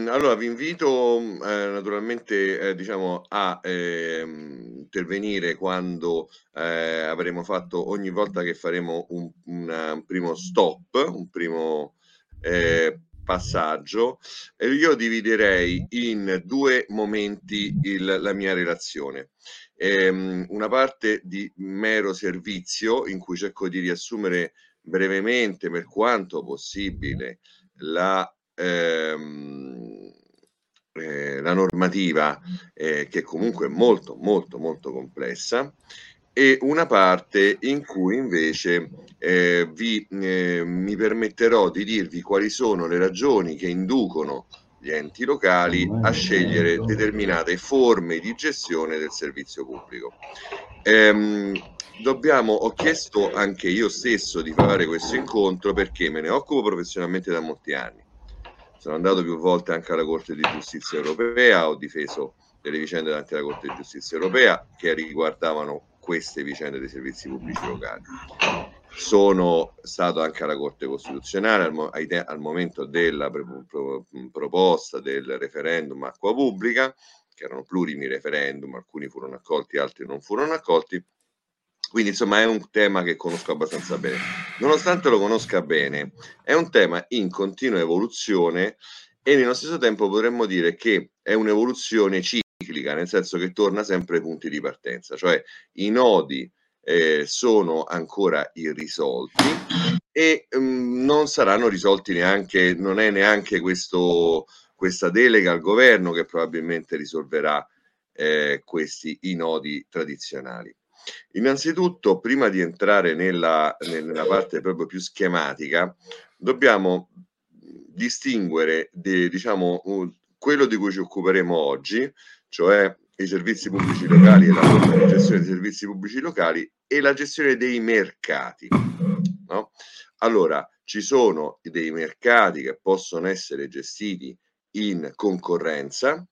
Allora vi invito, naturalmente, diciamo a, intervenire quando, avremo fatto ogni volta che faremo un primo stop, un primo, passaggio, e io dividerei in 2 momenti la mia relazione. Una parte di mero servizio, in cui cerco di riassumere brevemente, per quanto possibile, la normativa, che comunque è molto, molto, molto complessa, e una parte in cui invece, mi permetterò di dirvi quali sono le ragioni che inducono gli enti locali a scegliere determinate forme di gestione del servizio pubblico. Ho chiesto anche io stesso di fare questo incontro perché me ne occupo professionalmente da molti anni. Sono andato più volte anche alla Corte di Giustizia Europea, ho difeso delle vicende davanti alla Corte di Giustizia Europea che riguardavano queste vicende dei servizi pubblici locali. Sono stato anche alla Corte Costituzionale al momento della proposta del referendum acqua pubblica, che erano plurimi referendum, alcuni furono accolti, altri non furono accolti. Quindi insomma è un tema che conosco abbastanza bene. Nonostante lo conosca bene, è un tema in continua evoluzione e nello stesso tempo potremmo dire che è un'evoluzione ciclica, nel senso che torna sempre ai punti di partenza, cioè i nodi, sono ancora irrisolti e, non saranno risolti neanche, non è neanche questa delega al governo che probabilmente risolverà, i nodi tradizionali. Innanzitutto, prima di entrare nella parte proprio più schematica, dobbiamo distinguere diciamo, quello di cui ci occuperemo oggi, cioè i servizi pubblici locali e la forma di gestione dei servizi pubblici locali e la gestione dei mercati, no? Allora, ci sono dei mercati che possono essere gestiti in concorrenza.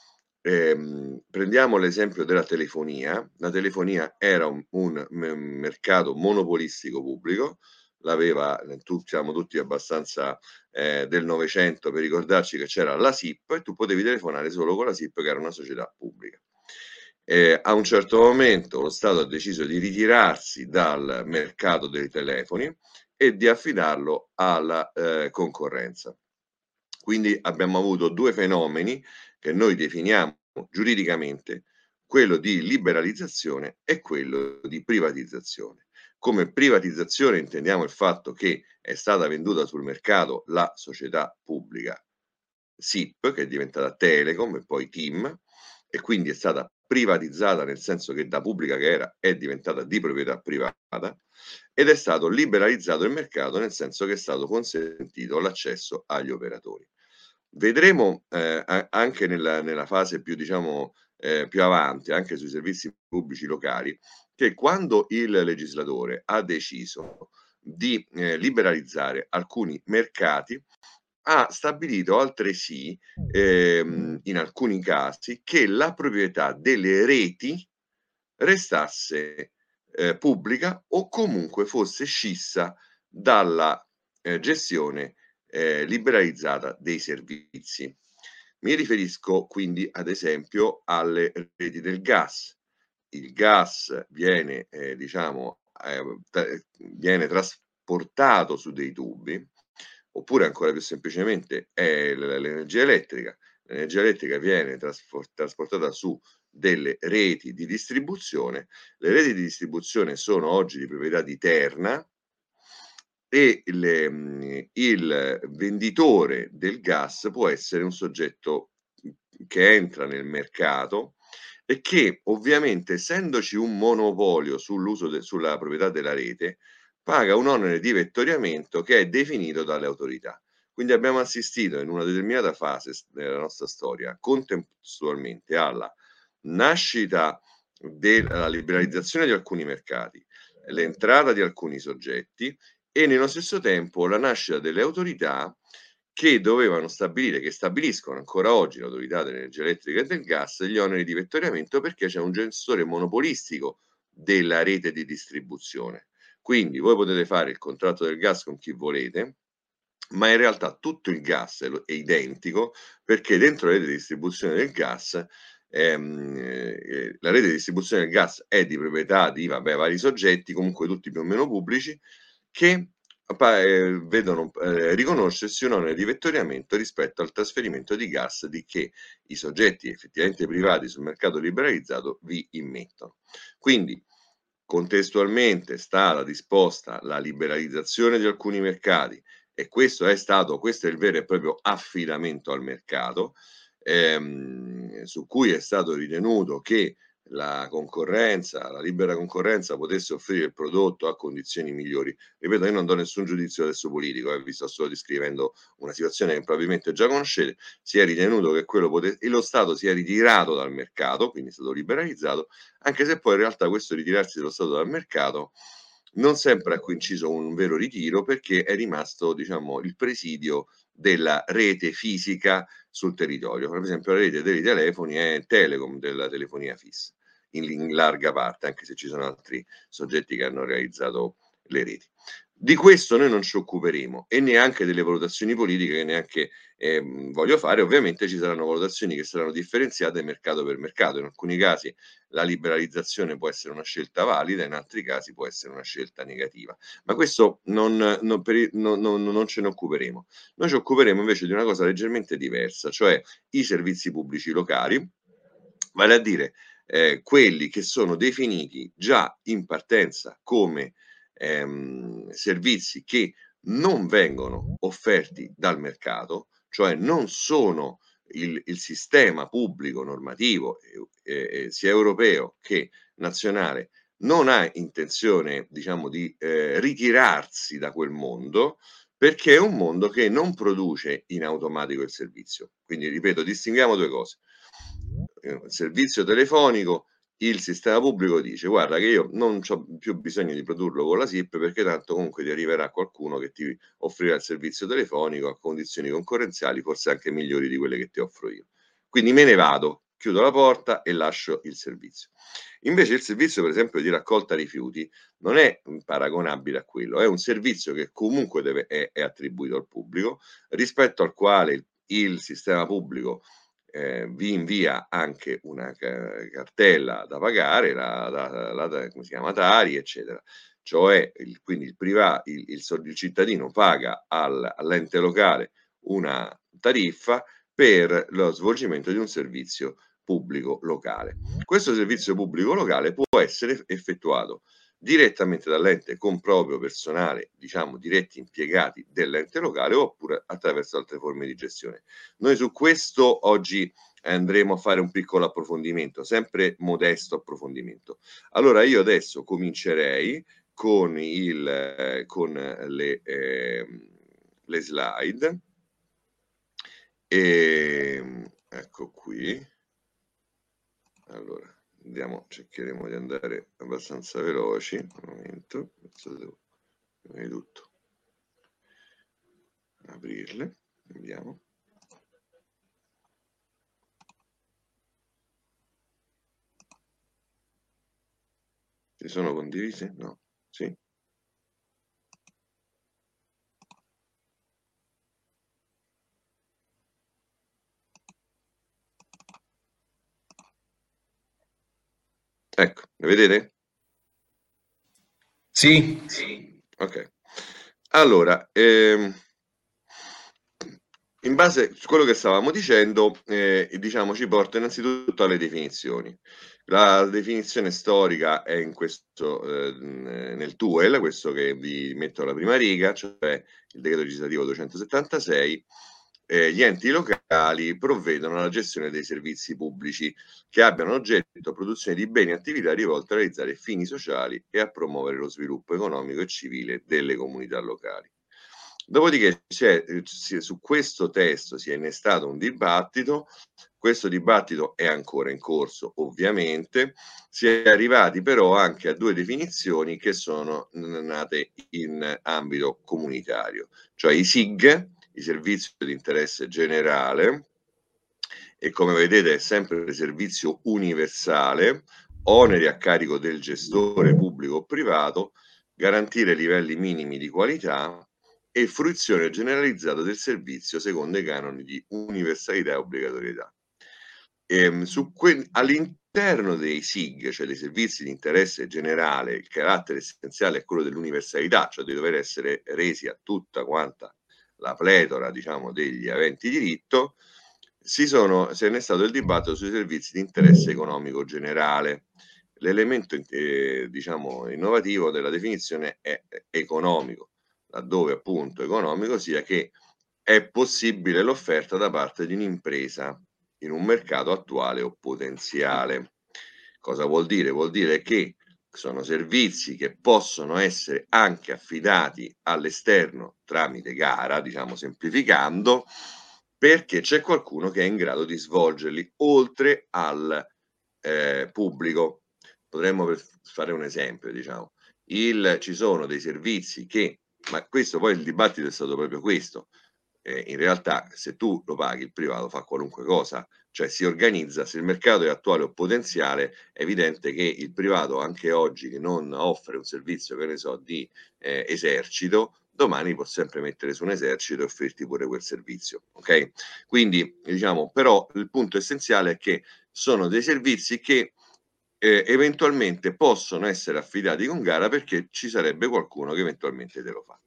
Prendiamo l'esempio della telefonia. La telefonia era un mercato monopolistico pubblico, siamo tutti abbastanza, del Novecento per ricordarci che c'era la SIP e tu potevi telefonare solo con la SIP, che era una società pubblica. A un certo momento lo Stato ha deciso di ritirarsi dal mercato dei telefoni e di affidarlo alla, concorrenza. Quindi abbiamo avuto 2 fenomeni che noi definiamo giuridicamente, quello di liberalizzazione e quello di privatizzazione. Come privatizzazione intendiamo il fatto che è stata venduta sul mercato la società pubblica SIP, che è diventata Telecom e poi TIM, e quindi è stata privatizzata, nel senso che da pubblica che era è diventata di proprietà privata, ed è stato liberalizzato il mercato, nel senso che è stato consentito l'accesso agli operatori. Vedremo, anche nella fase più diciamo, più avanti, anche sui servizi pubblici locali, che quando il legislatore ha deciso di, liberalizzare alcuni mercati, ha stabilito altresì, in alcuni casi, che la proprietà delle reti restasse, pubblica o comunque fosse scissa dalla, gestione, liberalizzata dei servizi. Mi riferisco quindi, ad esempio, alle reti del gas. Il gas viene, viene trasportato su dei tubi, oppure ancora più semplicemente è l'energia elettrica. L'energia elettrica viene trasportata su delle reti di distribuzione. Le reti di distribuzione sono oggi di proprietà di Terna e il venditore del gas può essere un soggetto, che entra nel mercato e che ovviamente, essendoci un monopolio sulla proprietà della rete, paga un onere di vettoriamento che è definito dalle autorità. Quindi abbiamo assistito in una determinata fase della nostra storia, contestualmente alla nascita della liberalizzazione di alcuni mercati, l'entrata di alcuni soggetti e nello stesso tempo la nascita delle autorità che dovevano stabilire, che stabiliscono ancora oggi, l'Autorità dell'Energia Elettrica e del Gas, gli oneri di vettoriamento, perché c'è un gestore monopolistico della rete di distribuzione. Quindi voi potete fare il contratto del gas con chi volete, ma in realtà tutto il gas è identico, perché dentro la rete di distribuzione del gas, la rete di distribuzione del gas è di proprietà di, vabbè, vari soggetti, comunque tutti più o meno pubblici, che vedono, riconoscersi un onere di vettoriamento rispetto al trasferimento di gas di che i soggetti effettivamente privati sul mercato liberalizzato vi immettono. Quindi contestualmente è stata disposta la liberalizzazione di alcuni mercati e questo è il vero e proprio affidamento al mercato, su cui è stato ritenuto che la libera concorrenza potesse offrire il prodotto a condizioni migliori. Ripeto, io non do nessun giudizio adesso politico, vi sto solo descrivendo una situazione che probabilmente già conoscete. Si è ritenuto che e lo Stato si è ritirato dal mercato, quindi è stato liberalizzato, anche se poi in realtà questo ritirarsi dello Stato dal mercato non sempre ha coinciso con un vero ritiro, perché è rimasto, diciamo, il presidio della rete fisica sul territorio. Per esempio la rete dei telefoni è Telecom, della telefonia fissa, in larga parte, anche se ci sono altri soggetti che hanno realizzato le reti. Di questo noi non ci occuperemo e neanche delle valutazioni politiche che neanche voglio fare. Ovviamente ci saranno valutazioni che saranno differenziate mercato per mercato. In alcuni casi la liberalizzazione può essere una scelta valida, in altri casi può essere una scelta negativa. Ma questo non ce ne occuperemo. Noi ci occuperemo invece di una cosa leggermente diversa, cioè i servizi pubblici locali, vale a dire quelli che sono definiti già in partenza come servizi che non vengono offerti dal mercato, cioè non sono il sistema pubblico normativo sia europeo che nazionale non ha intenzione, diciamo, di ritirarsi da quel mondo, perché è un mondo che non produce in automatico il servizio. Quindi ripeto, distinguiamo due cose. Servizio telefonico, il sistema pubblico dice: "Guarda che io non c'ho più bisogno di produrlo con la SIP, perché tanto comunque ti arriverà qualcuno che ti offrirà il servizio telefonico a condizioni concorrenziali, forse anche migliori di quelle che ti offro io. Quindi me ne vado, chiudo la porta e lascio il servizio". Invece il servizio, per esempio, di raccolta rifiuti non è, paragonabile a quello, è un servizio che comunque è attribuito al pubblico, rispetto al quale il sistema pubblico vi invia anche una cartella da pagare, la come si chiama, Tari, eccetera. Cioè quindi il cittadino paga all'ente locale una tariffa per lo svolgimento di un servizio pubblico locale. Questo servizio pubblico locale può essere effettuato direttamente dall'ente con proprio personale, diciamo diretti impiegati dell'ente locale, oppure attraverso altre forme di gestione. Noi su questo oggi andremo a fare un piccolo approfondimento, sempre modesto approfondimento. Allora io adesso comincerei con le slide. Ecco qui. Allora, cercheremo di andare abbastanza veloci. Un momento, adesso devo prima di tutto aprirle, vediamo. Si sono condivise? No. Sì? Ecco, le vedete? Sì, Ok. Allora, in base su quello che stavamo dicendo, diciamo ci porta innanzitutto alle definizioni. La definizione storica è in questo, nel TUEL, questo che vi metto alla prima riga, cioè il decreto legislativo 276. Gli enti locali provvedono alla gestione dei servizi pubblici che abbiano oggetto produzione di beni e attività rivolte a realizzare fini sociali e a promuovere lo sviluppo economico e civile delle comunità locali. Dopodiché su questo testo si è innestato un dibattito, questo dibattito è ancora in corso ovviamente, si è arrivati però anche a due definizioni che sono nate in ambito comunitario, cioè i SIG, i servizi di interesse generale, e come vedete è sempre servizio universale, oneri a carico del gestore pubblico o privato, garantire livelli minimi di qualità e fruizione generalizzata del servizio secondo i canoni di universalità e obbligatorietà. All'interno dei SIG, cioè dei servizi di interesse generale, il carattere essenziale è quello dell'universalità, cioè di dover essere resi a tutta quanta la pletora, diciamo, degli aventi diritto. Se n'è stato il dibattito sui servizi di interesse economico generale. L'elemento diciamo innovativo della definizione è economico, laddove appunto economico sia che è possibile l'offerta da parte di un'impresa in un mercato attuale o potenziale. Cosa vuol dire? Vuol dire che sono servizi che possono essere anche affidati all'esterno tramite gara, diciamo semplificando, perché c'è qualcuno che è in grado di svolgerli oltre al pubblico. Potremmo fare un esempio, diciamo. Ci sono dei servizi che, ma questo poi il dibattito è stato proprio questo, in realtà se tu lo paghi, il privato fa qualunque cosa, cioè si organizza, se il mercato è attuale o potenziale, è evidente che il privato anche oggi che non offre un servizio, che ne so, di esercito, domani può sempre mettere su un esercito e offrirti pure quel servizio, okay? Quindi diciamo, però il punto essenziale è che sono dei servizi che eventualmente possono essere affidati con gara perché ci sarebbe qualcuno che eventualmente te lo fa.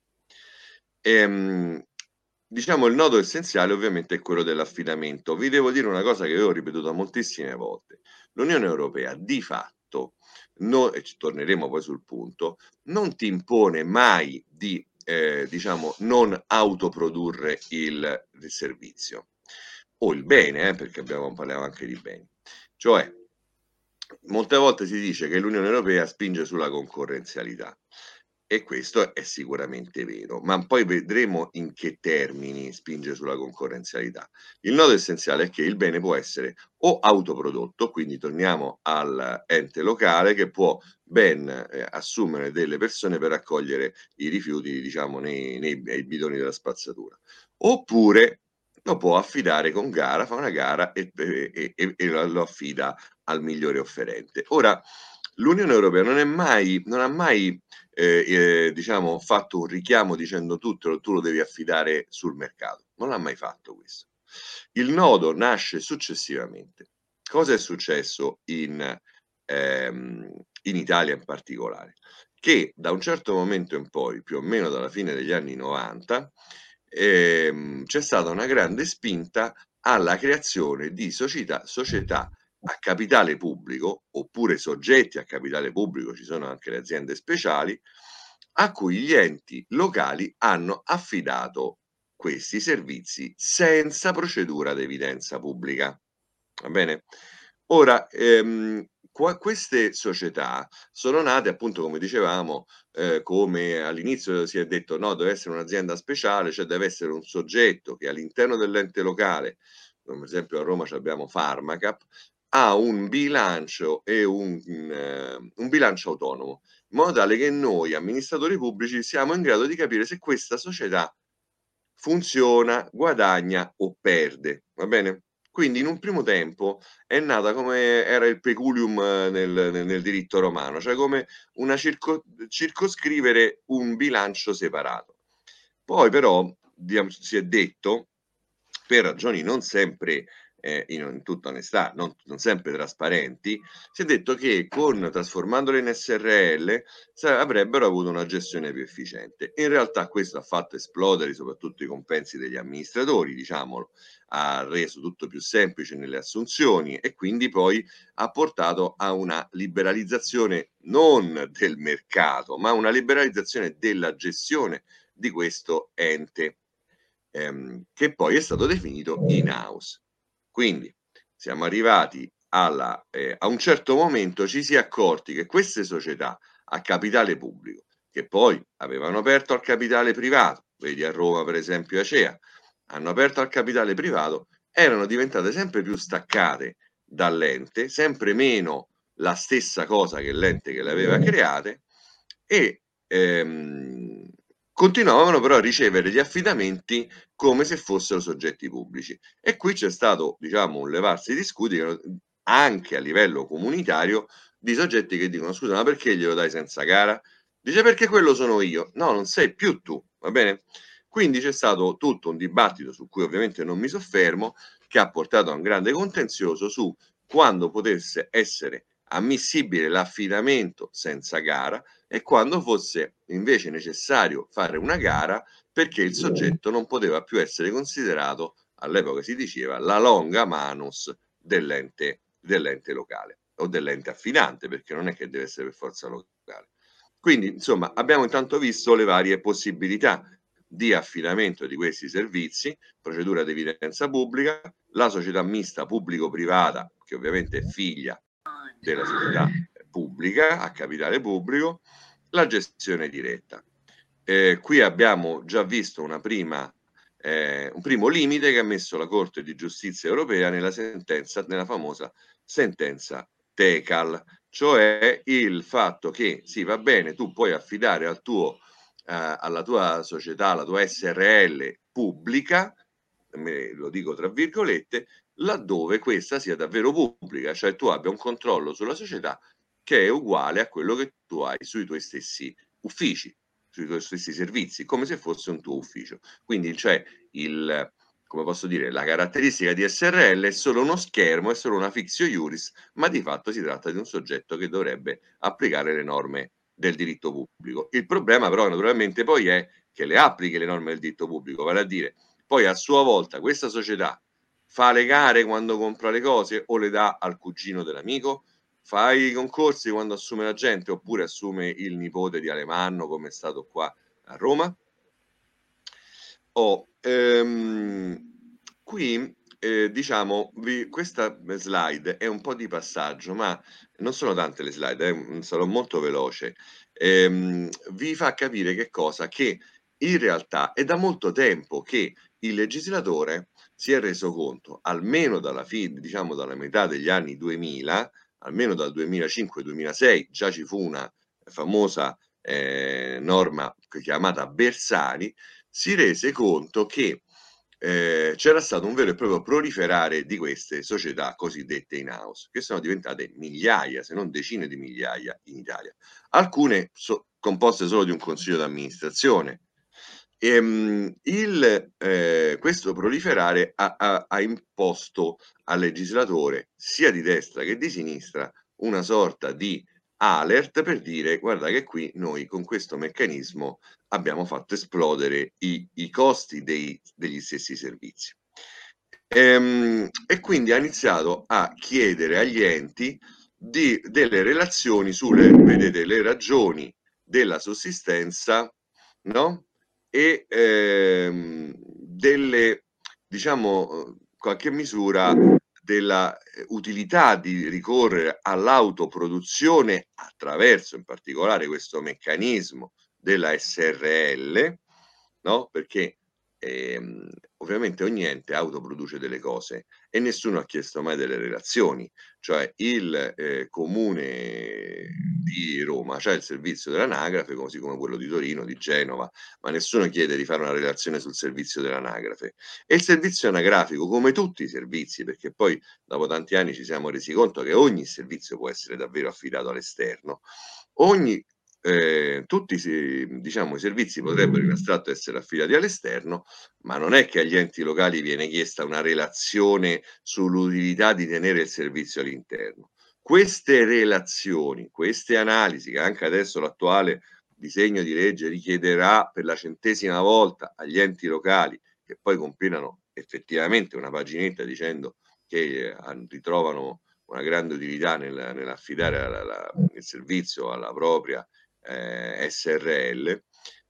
Diciamo il nodo essenziale ovviamente è quello dell'affidamento. Vi devo dire una cosa che io ho ripetuto moltissime volte. L'Unione Europea di fatto, e ci torneremo poi sul punto, non ti impone mai di, diciamo, non autoprodurre il servizio o il bene, perché parliamo anche di beni. Cioè, molte volte si dice che l'Unione Europea spinge sulla concorrenzialità. E questo è sicuramente vero, ma poi vedremo in che termini spinge sulla concorrenzialità. Il nodo essenziale è che il bene può essere o autoprodotto, quindi torniamo all'ente locale che può ben assumere delle persone per raccogliere i rifiuti, diciamo, nei bidoni della spazzatura, oppure lo può affidare con gara, fa una gara e lo affida al migliore offerente. Ora, l'Unione Europea non ha mai diciamo fatto un richiamo dicendo tu lo devi affidare sul mercato. Non l'ha mai fatto questo. Il nodo nasce successivamente. Cosa è successo in Italia in particolare? Che da un certo momento in poi, più o meno dalla fine degli anni '90, c'è stata una grande spinta alla creazione di società a capitale pubblico, oppure soggetti a capitale pubblico, ci sono anche le aziende speciali, a cui gli enti locali hanno affidato questi servizi senza procedura ad evidenza pubblica. Va bene? Ora, queste società sono nate appunto come dicevamo, come all'inizio si è detto: "No, deve essere un'azienda speciale, cioè deve essere un soggetto che all'interno dell'ente locale", come ad esempio a Roma c'abbiamo Pharmacap, ha un bilancio e un bilancio autonomo, in modo tale che noi amministratori pubblici siamo in grado di capire se questa società funziona, guadagna o perde, va bene? Quindi in un primo tempo è nata come era il peculium nel diritto romano, cioè come una circoscrivere un bilancio separato. Poi però si è detto, per ragioni non sempre, in tutta onestà, non sempre trasparenti, si è detto che trasformandole in SRL avrebbero avuto una gestione più efficiente. In realtà questo ha fatto esplodere soprattutto i compensi degli amministratori, diciamolo, ha reso tutto più semplice nelle assunzioni e quindi poi ha portato a una liberalizzazione non del mercato, ma una liberalizzazione della gestione di questo ente, che poi è stato definito in-house. Quindi siamo arrivati a un certo momento ci si è accorti che queste società a capitale pubblico, che poi avevano aperto al capitale privato, vedi a Roma per esempio Acea, hanno aperto al capitale privato, erano diventate sempre più staccate dall'ente, sempre meno la stessa cosa che l'ente che le aveva create e, continuavano però a ricevere gli affidamenti come se fossero soggetti pubblici. E qui c'è stato, diciamo, un levarsi di scudi anche a livello comunitario di soggetti che dicono: "Scusa, ma perché glielo dai senza gara?" Dice: "Perché quello sono io." No, non sei più tu, va bene? Quindi c'è stato tutto un dibattito, su cui ovviamente non mi soffermo, che ha portato a un grande contenzioso su quando potesse essere ammissibile l'affidamento senza gara e quando fosse invece necessario fare una gara, perché il soggetto non poteva più essere considerato, all'epoca si diceva, la longa manus dell'ente locale o dell'ente affidante, perché non è che deve essere per forza locale. Quindi, insomma, abbiamo intanto visto le varie possibilità di affidamento di questi servizi, procedura ad evidenza pubblica, la società mista pubblico-privata, che ovviamente è figlia della società pubblica a capitale pubblico, la gestione diretta. Qui abbiamo già visto un primo limite che ha messo la Corte di Giustizia europea nella famosa sentenza Tecal, cioè il fatto che sì, va bene, tu puoi affidare alla tua società, alla tua SRL pubblica, lo dico tra virgolette, laddove questa sia davvero pubblica, cioè tu abbia un controllo sulla società che è uguale a quello che tu hai sui tuoi stessi uffici, sui tuoi stessi servizi, come se fosse un tuo ufficio. Quindi, cioè, come posso dire, la caratteristica di SRL è solo uno schermo, è solo una fictio iuris, ma di fatto si tratta di un soggetto che dovrebbe applicare le norme del diritto pubblico. Il problema però naturalmente poi è che le applichi le norme del diritto pubblico, vale a dire, poi a sua volta questa società fa le gare quando compra le cose o le dà al cugino dell'amico? Fa i concorsi quando assume la gente oppure assume il nipote di Alemanno, come è stato qua a Roma? Qui, diciamo questa slide è un po' di passaggio, ma non sono tante le slide, sarò molto veloce. Vi fa capire che cosa? Che in realtà è da molto tempo che il legislatore si è reso conto, almeno diciamo dalla metà degli anni 2000, almeno dal 2005-2006, già ci fu una famosa, norma chiamata Bersani, si rese conto che, c'era stato un vero e proprio proliferare di queste società cosiddette in-house, che sono diventate migliaia, se non decine di migliaia in Italia. Alcune composte solo di un consiglio d'amministrazione. Questo proliferare ha imposto al legislatore, sia di destra che di sinistra, una sorta di alert per dire: "Guarda che qui noi con questo meccanismo abbiamo fatto esplodere i costi degli stessi servizi". E quindi ha iniziato a chiedere agli enti delle relazioni sulle, vedete, le ragioni della sussistenza, no, e, delle, diciamo, qualche misura della, utilità di ricorrere all'autoproduzione attraverso in particolare questo meccanismo della SRL, no, perché, ovviamente ogni ente autoproduce delle cose e nessuno ha chiesto mai delle relazioni. Cioè il, comune di Roma c'ha il servizio dell'anagrafe, così come quello di Torino, di Genova, ma nessuno chiede di fare una relazione sul servizio dell'anagrafe. E il servizio anagrafico, come tutti i servizi, perché poi dopo tanti anni ci siamo resi conto che ogni servizio può essere davvero affidato all'esterno, ogni tutti diciamo i servizi potrebbero in astratto essere affidati all'esterno, ma non è che agli enti locali viene chiesta una relazione sull'utilità di tenere il servizio all'interno. Queste relazioni, queste analisi che anche adesso l'attuale disegno di legge richiederà per la 100ª volta agli enti locali, che poi compilano effettivamente una paginetta dicendo che, ritrovano una grande utilità nell'affidare il servizio alla propria, SRL.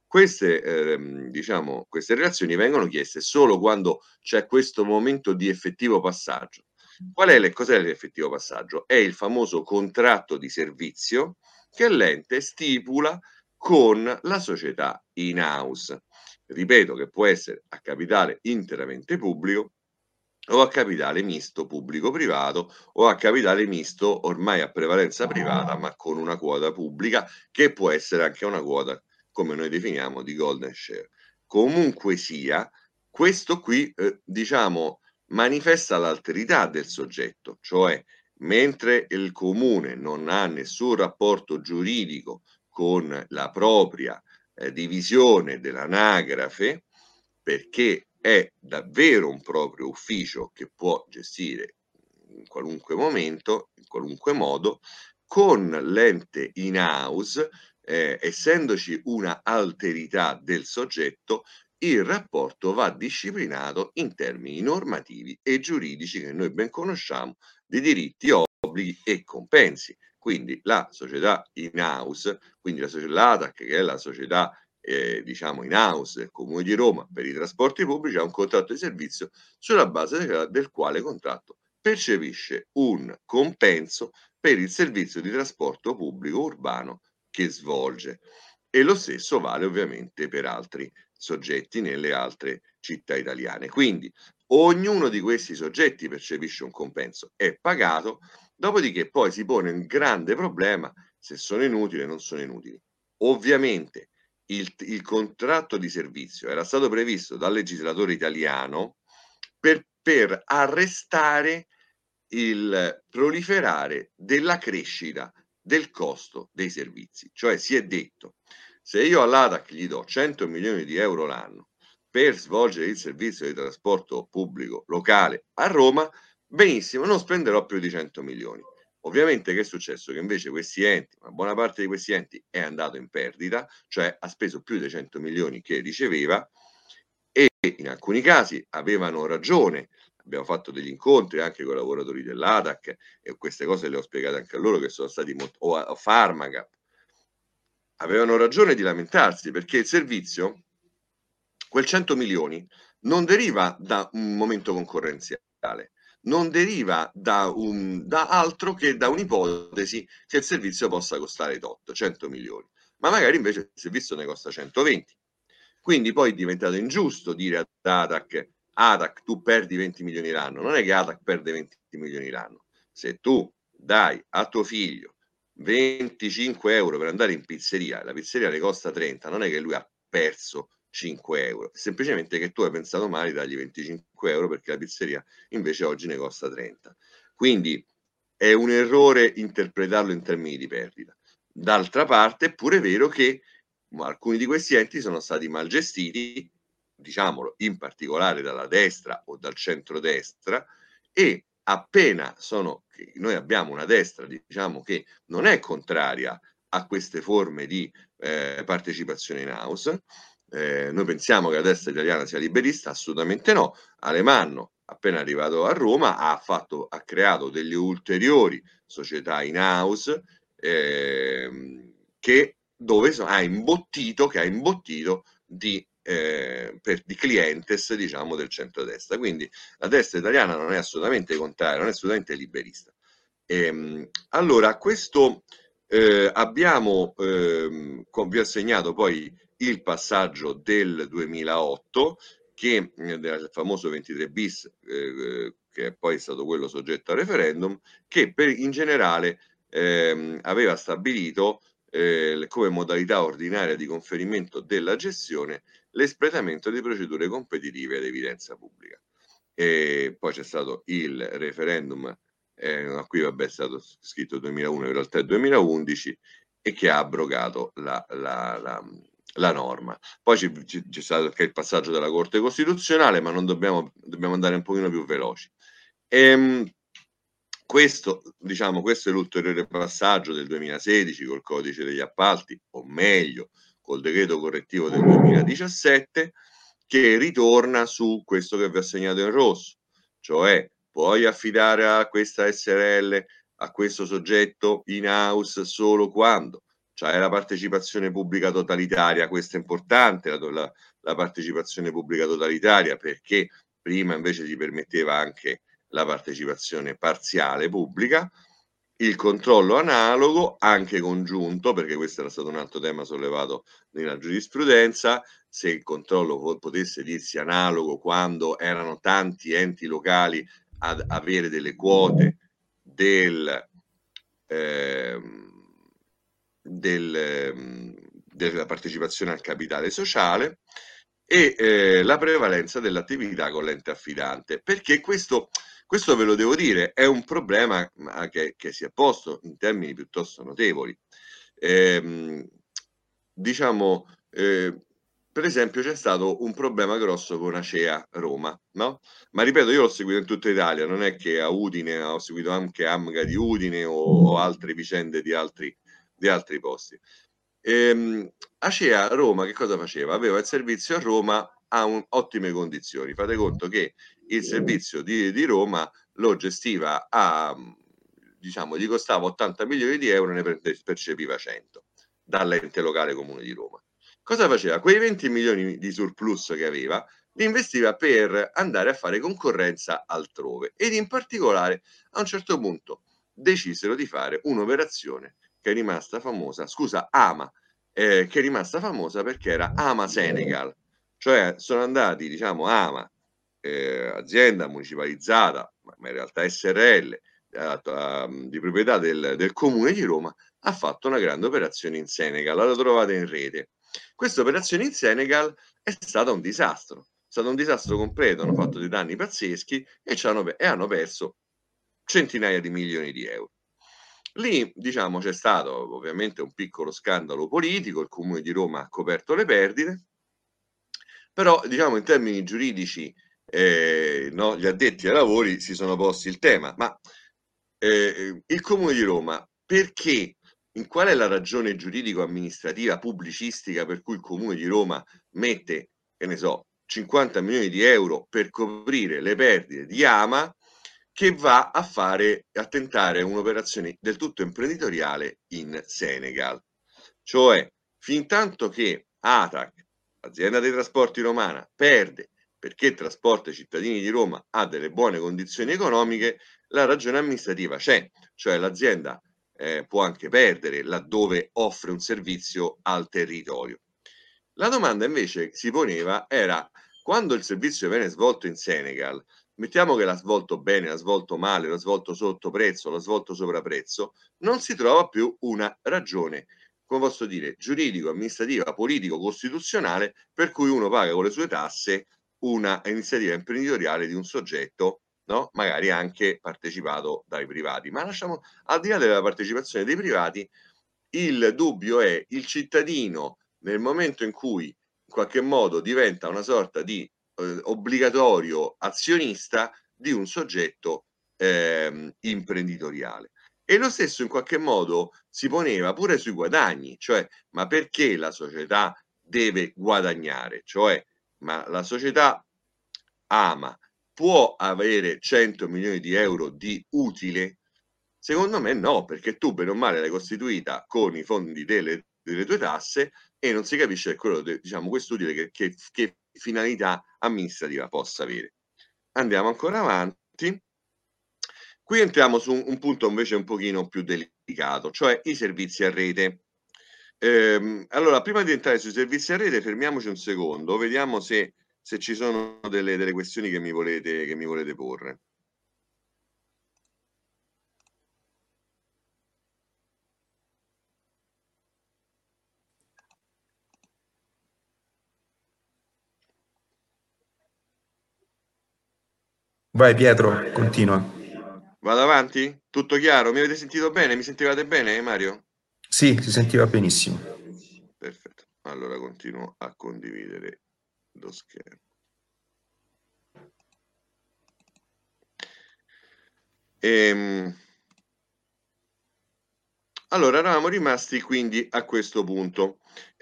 Diciamo, queste relazioni vengono chieste solo quando c'è questo momento di effettivo passaggio. Cos'è l'effettivo passaggio? È il famoso contratto di servizio che l'ente stipula con la società in house. Ripeto che può essere a capitale interamente pubblico o a capitale misto pubblico-privato o a capitale misto ormai a prevalenza privata, ma con una quota pubblica che può essere anche una quota, come noi definiamo, di golden share. Comunque sia, questo qui, diciamo, manifesta l'alterità del soggetto, cioè mentre il comune non ha nessun rapporto giuridico con la propria, divisione dell'anagrafe, perché è davvero un proprio ufficio che può gestire in qualunque momento, in qualunque modo, con l'ente in house, essendoci una alterità del soggetto, il rapporto va disciplinato in termini normativi e giuridici che noi ben conosciamo, di diritti, obblighi e compensi. Quindi la società in house, quindi l'ATAC, che è la società diciamo in house del Comune di Roma per i trasporti pubblici, ha un contratto di servizio sulla base del quale contratto percepisce un compenso per il servizio di trasporto pubblico urbano che svolge. E lo stesso vale ovviamente per altri soggetti nelle altre città italiane. Quindi ognuno di questi soggetti percepisce un compenso, è pagato, dopodiché poi si pone un grande problema se sono inutili o non sono inutili. Ovviamente il contratto di servizio era stato previsto dal legislatore italiano per arrestare il proliferare della crescita del costo dei servizi. Cioè si è detto: se io all'ATAC gli do 100 milioni di euro l'anno per svolgere il servizio di trasporto pubblico locale a Roma, benissimo, non spenderò più di 100 milioni. Ovviamente che è successo? Che invece questi enti, una buona parte di questi enti è andato in perdita, cioè ha speso più dei 100 milioni che riceveva, e in alcuni casi avevano ragione. Abbiamo fatto degli incontri anche con i lavoratori dell'ATAC e queste cose le ho spiegate anche a loro, che sono stati o Pharmacap. Avevano ragione di lamentarsi perché il servizio, quel 100 milioni, non deriva da un momento concorrenziale, non deriva da altro che da un'ipotesi che il servizio possa costare tot, 100 milioni, ma magari invece il servizio ne costa 120. Quindi poi è diventato ingiusto dire ad ATAC: ATAC, tu perdi 20 milioni l'anno. Non è che ATAC perde 20 milioni l'anno. Se tu dai a tuo figlio 25 euro per andare in pizzeria, la pizzeria ne costa 30, non è che lui ha perso 5 euro, è semplicemente che tu hai pensato male di dargli 25 euro perché la pizzeria invece oggi ne costa 30. Quindi è un errore interpretarlo in termini di perdita. D'altra parte è pure vero che alcuni di questi enti sono stati mal gestiti, diciamolo, in particolare dalla destra o dal centrodestra, e appena noi abbiamo una destra, diciamo, che non è contraria a queste forme di partecipazione in house. Noi pensiamo che la destra italiana sia liberista, assolutamente no. Alemanno, appena arrivato a Roma, ha creato delle ulteriori società in house che ha imbottito di clientes, diciamo, del centrodestra. Quindi la destra italiana non è assolutamente contraria, non è assolutamente liberista. Allora, questo abbiamo vi ho assegnato poi il passaggio del 2008 che del famoso 23 bis, che poi è stato quello soggetto al referendum, che in generale aveva stabilito come modalità ordinaria di conferimento della gestione l'espletamento di procedure competitive ad evidenza pubblica. E poi c'è stato il referendum, qui vabbè è stato scritto 2001, in realtà è 2011, e che ha abrogato la norma. Poi c'è stato anche il passaggio della Corte Costituzionale, ma non dobbiamo andare un pochino più veloci. Questo è l'ulteriore passaggio del 2016 col codice degli appalti, o meglio, col decreto correttivo del 2017, che ritorna su questo che vi ho segnato in rosso, cioè puoi affidare a questa SRL, a questo soggetto in house solo quando c'hai la partecipazione pubblica totalitaria. Questo è importante, la partecipazione pubblica totalitaria, perché prima invece si permetteva anche la partecipazione parziale pubblica, il controllo analogo, anche congiunto, perché questo era stato un altro tema sollevato nella giurisprudenza, se il controllo potesse dirsi analogo quando erano tanti enti locali ad avere delle quote della partecipazione al capitale sociale, e la prevalenza dell'attività con l'ente affidante, perché questo ve lo devo dire, è un problema che si è posto in termini piuttosto notevoli. Diciamo, per esempio c'è stato un problema grosso con Acea Roma, no, ma ripeto io l'ho seguito in tutta Italia, non è che a Udine ho seguito anche Amga di Udine o altre vicende di altri posti. Acea Roma che cosa faceva? Aveva il servizio a Roma a ottime condizioni. Fate conto che il servizio di Roma lo gestiva a diciamo gli costava 80 milioni di euro, ne percepiva 100 dall'ente locale Comune di Roma. Cosa faceva? Quei 20 milioni di surplus che aveva li investiva per andare a fare concorrenza altrove ed in particolare a un certo punto decisero di fare un'operazione che è rimasta famosa, scusa, AMA, che è rimasta famosa perché era AMA Senegal, cioè sono andati, diciamo, AMA, azienda municipalizzata, ma in realtà SRL, di proprietà del Comune di Roma, ha fatto una grande operazione in Senegal, la trovate in rete. Questa operazione in Senegal è stata un disastro, è stato un disastro completo, hanno fatto dei danni pazzeschi e hanno perso centinaia di milioni di euro. Lì, diciamo, c'è stato ovviamente un piccolo scandalo politico, il Comune di Roma ha coperto le perdite, però diciamo in termini giuridici, no, gli addetti ai lavori si sono posti il tema, ma il Comune di Roma perché qual è la ragione giuridico-amministrativa, pubblicistica per cui il Comune di Roma mette, che ne so, 50 milioni di euro per coprire le perdite di Ama che va a tentare un'operazione del tutto imprenditoriale in Senegal. Cioè, fintanto che ATAC, azienda dei trasporti romana, perde perché trasporta i cittadini di Roma a delle buone condizioni economiche, la ragione amministrativa c'è, cioè l'azienda può anche perdere laddove offre un servizio al territorio. La domanda invece si poneva era quando il servizio viene svolto in Senegal, mettiamo che l'ha svolto bene, l'ha svolto male, l'ha svolto sotto prezzo, l'ha svolto sopra prezzo, non si trova più una ragione, come posso dire, giuridico, amministrativa, politico, costituzionale per cui uno paga con le sue tasse una iniziativa imprenditoriale di un soggetto, no? Magari anche partecipato dai privati. Ma lasciamo al di là della partecipazione dei privati, il dubbio è il cittadino nel momento in cui in qualche modo diventa una sorta di obbligatorio azionista di un soggetto imprenditoriale. E lo stesso in qualche modo si poneva pure sui guadagni, cioè ma perché la società deve guadagnare? Cioè, ma la società Ama può avere 100 milioni di euro di utile? Secondo me no, perché tu bene o male l'hai costituita con i fondi delle tue tasse e non si capisce quello diciamo quest'utile che finalità amministrativa possa avere. Andiamo ancora avanti. Qui entriamo su un punto invece un pochino più delicato, cioè i servizi a rete. Allora prima di entrare sui servizi a rete fermiamoci un secondo, vediamo se ci sono delle questioni che mi volete porre. Vai Pietro, continua. Vado avanti? Tutto chiaro? Mi avete sentito bene? Mi sentivate bene, Mario? Sì, si sentiva benissimo. Perfetto. Allora continuo a condividere lo schermo. Allora eravamo rimasti quindi a questo punto.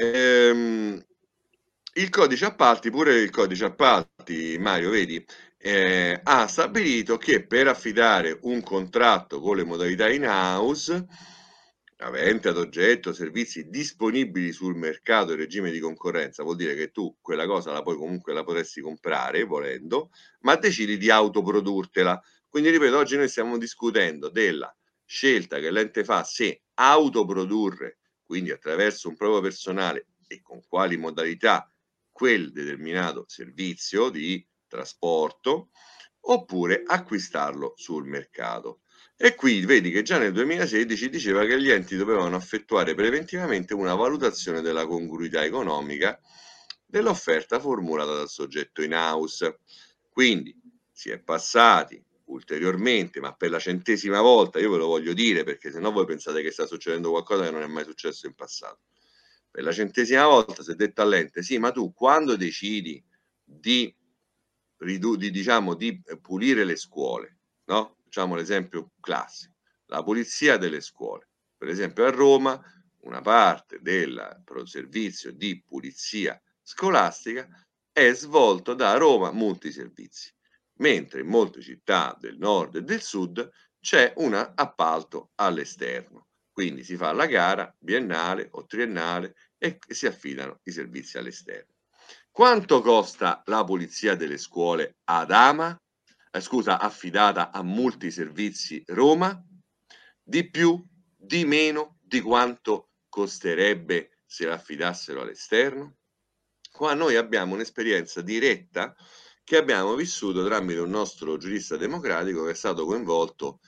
Il codice appalti, pure il codice appalti, Mario, vedi, ha stabilito che per affidare un contratto con le modalità in-house, avente ad oggetto servizi disponibili sul mercato in regime di concorrenza, vuol dire che tu quella cosa la potresti comprare volendo, ma decidi di autoprodurtela. Quindi ripeto, oggi noi stiamo discutendo della scelta che l'ente fa se autoprodurre, quindi attraverso un proprio personale e con quali modalità quel determinato servizio di trasporto oppure acquistarlo sul mercato. E qui vedi che già nel 2016 diceva che gli enti dovevano effettuare preventivamente una valutazione della congruità economica dell'offerta formulata dal soggetto in house. Quindi si è passati ulteriormente, ma per la 100ª volta, io ve lo voglio dire perché sennò voi pensate che sta succedendo qualcosa che non è mai successo in passato. Per la 100ª volta si è detto all'ente: "Sì, ma tu quando decidi di diciamo di pulire le scuole", no, facciamo l'esempio classico, la pulizia delle scuole. Per esempio a Roma una parte del servizio di pulizia scolastica è svolto da Roma Multiservizi, mentre in molte città del nord e del sud c'è un appalto all'esterno. Quindi si fa la gara biennale o triennale e si affidano i servizi all'esterno. Quanto costa la pulizia delle scuole ad Ama? Scusa, affidata a Multiservizi Roma? Di più, di meno, di quanto costerebbe se la affidassero all'esterno? Qua noi abbiamo un'esperienza diretta che abbiamo vissuto tramite un nostro giurista democratico che è stato coinvolto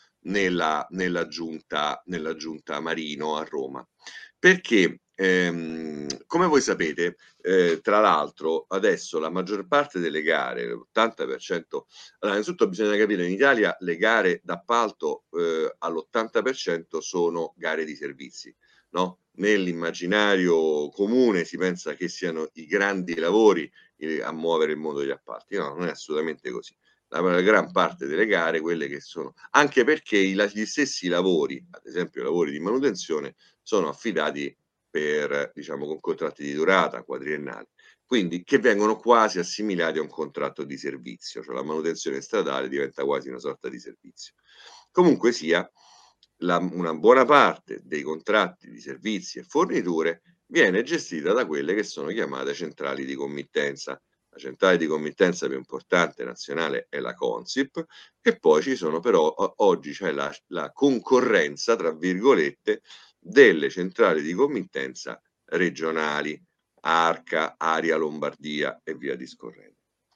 nella giunta Marino a Roma. Perché, come voi sapete, tra l'altro adesso la maggior parte delle gare, l'80%. Allora innanzitutto bisogna capire in Italia le gare d'appalto, all'80% sono gare di servizi, no, nell'immaginario comune si pensa che siano i grandi lavori, a muovere il mondo degli appalti. No, non è assolutamente così. La gran parte delle gare, quelle che sono anche perché gli stessi lavori, ad esempio i lavori di manutenzione, sono affidati per diciamo con contratti di durata quadriennali, quindi che vengono quasi assimilati a un contratto di servizio, cioè la manutenzione stradale diventa quasi una sorta di servizio. Comunque sia, una buona parte dei contratti di servizi e forniture viene gestita da quelle che sono chiamate centrali di committenza. La centrale di committenza più importante nazionale è la Consip e poi ci sono però oggi c'è la "concorrenza" tra virgolette delle centrali di committenza regionali, Arca, Area Lombardia e via discorrendo.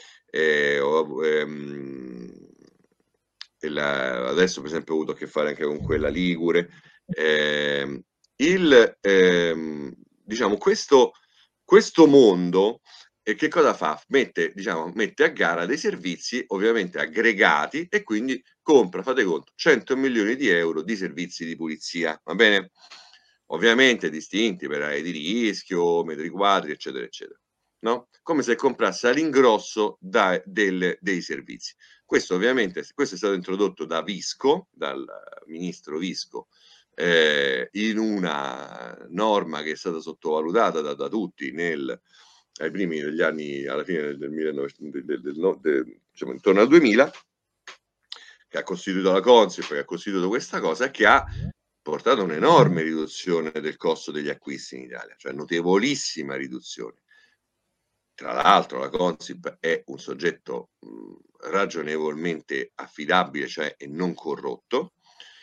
Ho adesso per esempio ho avuto a che fare anche con quella ligure. Diciamo questo mondo che cosa fa? Mette a gara dei servizi ovviamente aggregati e quindi compra, fate conto, 100 milioni di euro di servizi di pulizia, va bene? Ovviamente distinti per aree di rischio, metri quadri, eccetera, eccetera, no, come se comprasse all'ingrosso dei servizi. Questo è stato introdotto da Visco, dal ministro Visco, in una norma che è stata sottovalutata da tutti ai primi degli anni alla fine del 1900 del no diciamo intorno al 2000, che ha costituito la Consip, che ha costituito questa cosa e che ha portato a un'enorme riduzione del costo degli acquisti in Italia, cioè notevolissima riduzione. Tra l'altro la Consip è un soggetto, ragionevolmente affidabile, cioè e non corrotto,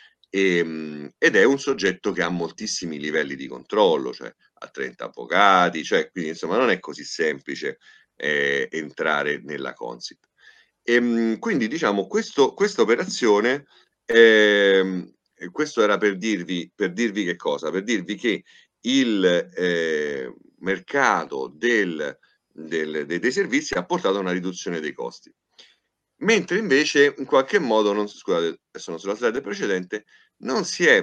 ed è un soggetto che ha moltissimi livelli di controllo, cioè ha 30 avvocati, cioè quindi insomma non è così semplice, entrare nella Consip. Quindi diciamo questa operazione, questo era per dirvi che cosa? Per dirvi che il, mercato dei servizi ha portato a una riduzione dei costi. Mentre invece in qualche modo scusate, sono sulla slide precedente, non si è,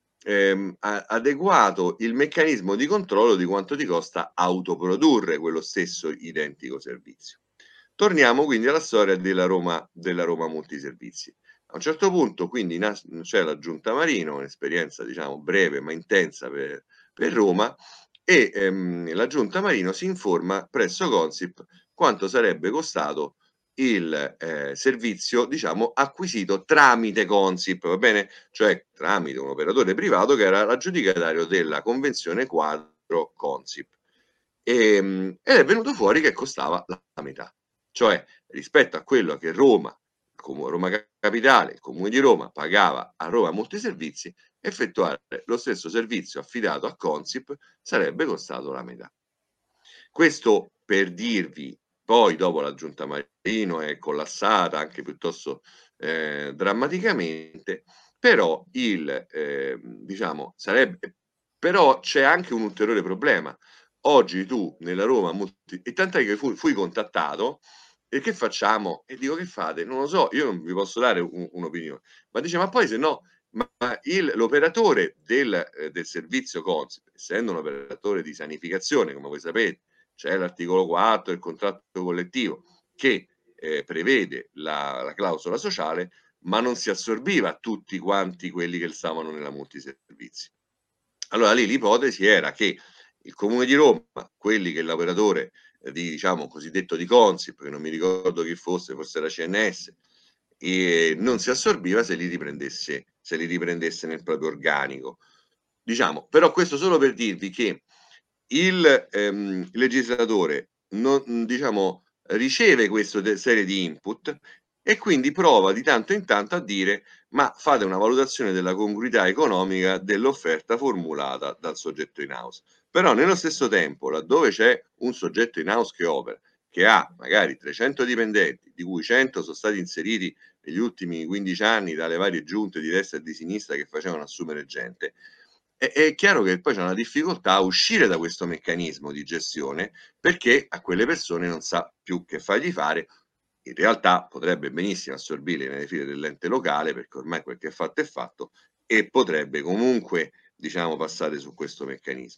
adeguato il meccanismo di controllo di quanto ti costa autoprodurre quello stesso identico servizio. Torniamo quindi alla storia della Roma Multiservizi. A un certo punto quindi c'è la Giunta Marino, un'esperienza diciamo breve ma intensa per Roma e, la Giunta Marino si informa presso Consip quanto sarebbe costato il, servizio diciamo acquisito tramite Consip, va bene, cioè tramite un operatore privato che era l'aggiudicatario della convenzione quadro Consip. Ed è venuto fuori che costava la metà. Cioè, rispetto a quello che Roma Capitale, il Comune di Roma pagava a Roma Multiservizi, effettuare lo stesso servizio affidato a Consip sarebbe costato la metà. Questo per dirvi, poi dopo la Giunta Marino è collassata anche piuttosto, drammaticamente, però diciamo però c'è anche un ulteriore problema. Oggi tu nella Roma e tant'è che fui contattato: "E che facciamo?" E dico: "Che fate?" "Non lo so, io non vi posso dare un'opinione." Ma dice: "Ma poi se no l'operatore del servizio Consip essendo un operatore di sanificazione, come voi sapete, c'è l'articolo 4 del contratto collettivo che prevede la clausola sociale, ma non si assorbiva tutti quanti quelli che stavano nella multiservizi. Allora lì l'ipotesi era che il Comune di Roma, quelli che l'operatore di diciamo cosiddetto di Consip, che non mi ricordo chi fosse, forse era CNS, non si assorbiva se li riprendesse nel proprio organico. Diciamo, però questo solo per dirvi che il legislatore non diciamo riceve questo serie di input e quindi prova di tanto in tanto a dire: "Ma fate una valutazione della congruità economica dell'offerta formulata dal soggetto in house". Però nello stesso tempo, laddove c'è un soggetto in house che opera, che ha magari 300 dipendenti, di cui 100 sono stati inseriti negli ultimi 15 anni dalle varie giunte di destra e di sinistra che facevano assumere gente, è chiaro che poi c'è una difficoltà a uscire da questo meccanismo di gestione, perché a quelle persone non sa più che fargli fare. In realtà potrebbe benissimo assorbirli nelle file dell'ente locale, perché ormai quel che è fatto è fatto, e potrebbe comunque, diciamo, passare su questo meccanismo.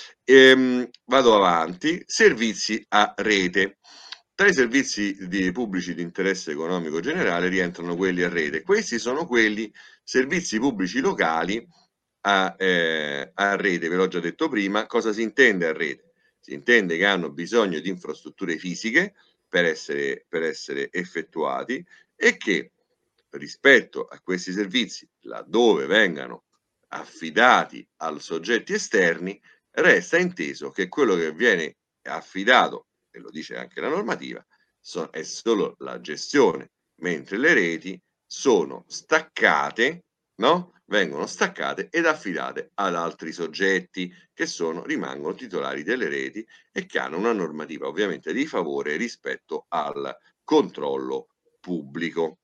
Vado avanti. Servizi a rete. Tra i servizi pubblici di interesse economico generale rientrano quelli a rete. Questi sono quelli servizi pubblici locali a rete. Ve l'ho già detto prima. Cosa si intende a rete? Si intende che hanno bisogno di infrastrutture fisiche per essere effettuati e che rispetto a questi servizi, laddove vengano affidati a soggetti esterni, resta inteso che quello che viene affidato, e lo dice anche la normativa, è solo la gestione, mentre le reti sono staccate, no? Vengono staccate ed affidate ad altri soggetti che rimangono titolari delle reti e che hanno una normativa ovviamente di favore rispetto al controllo pubblico.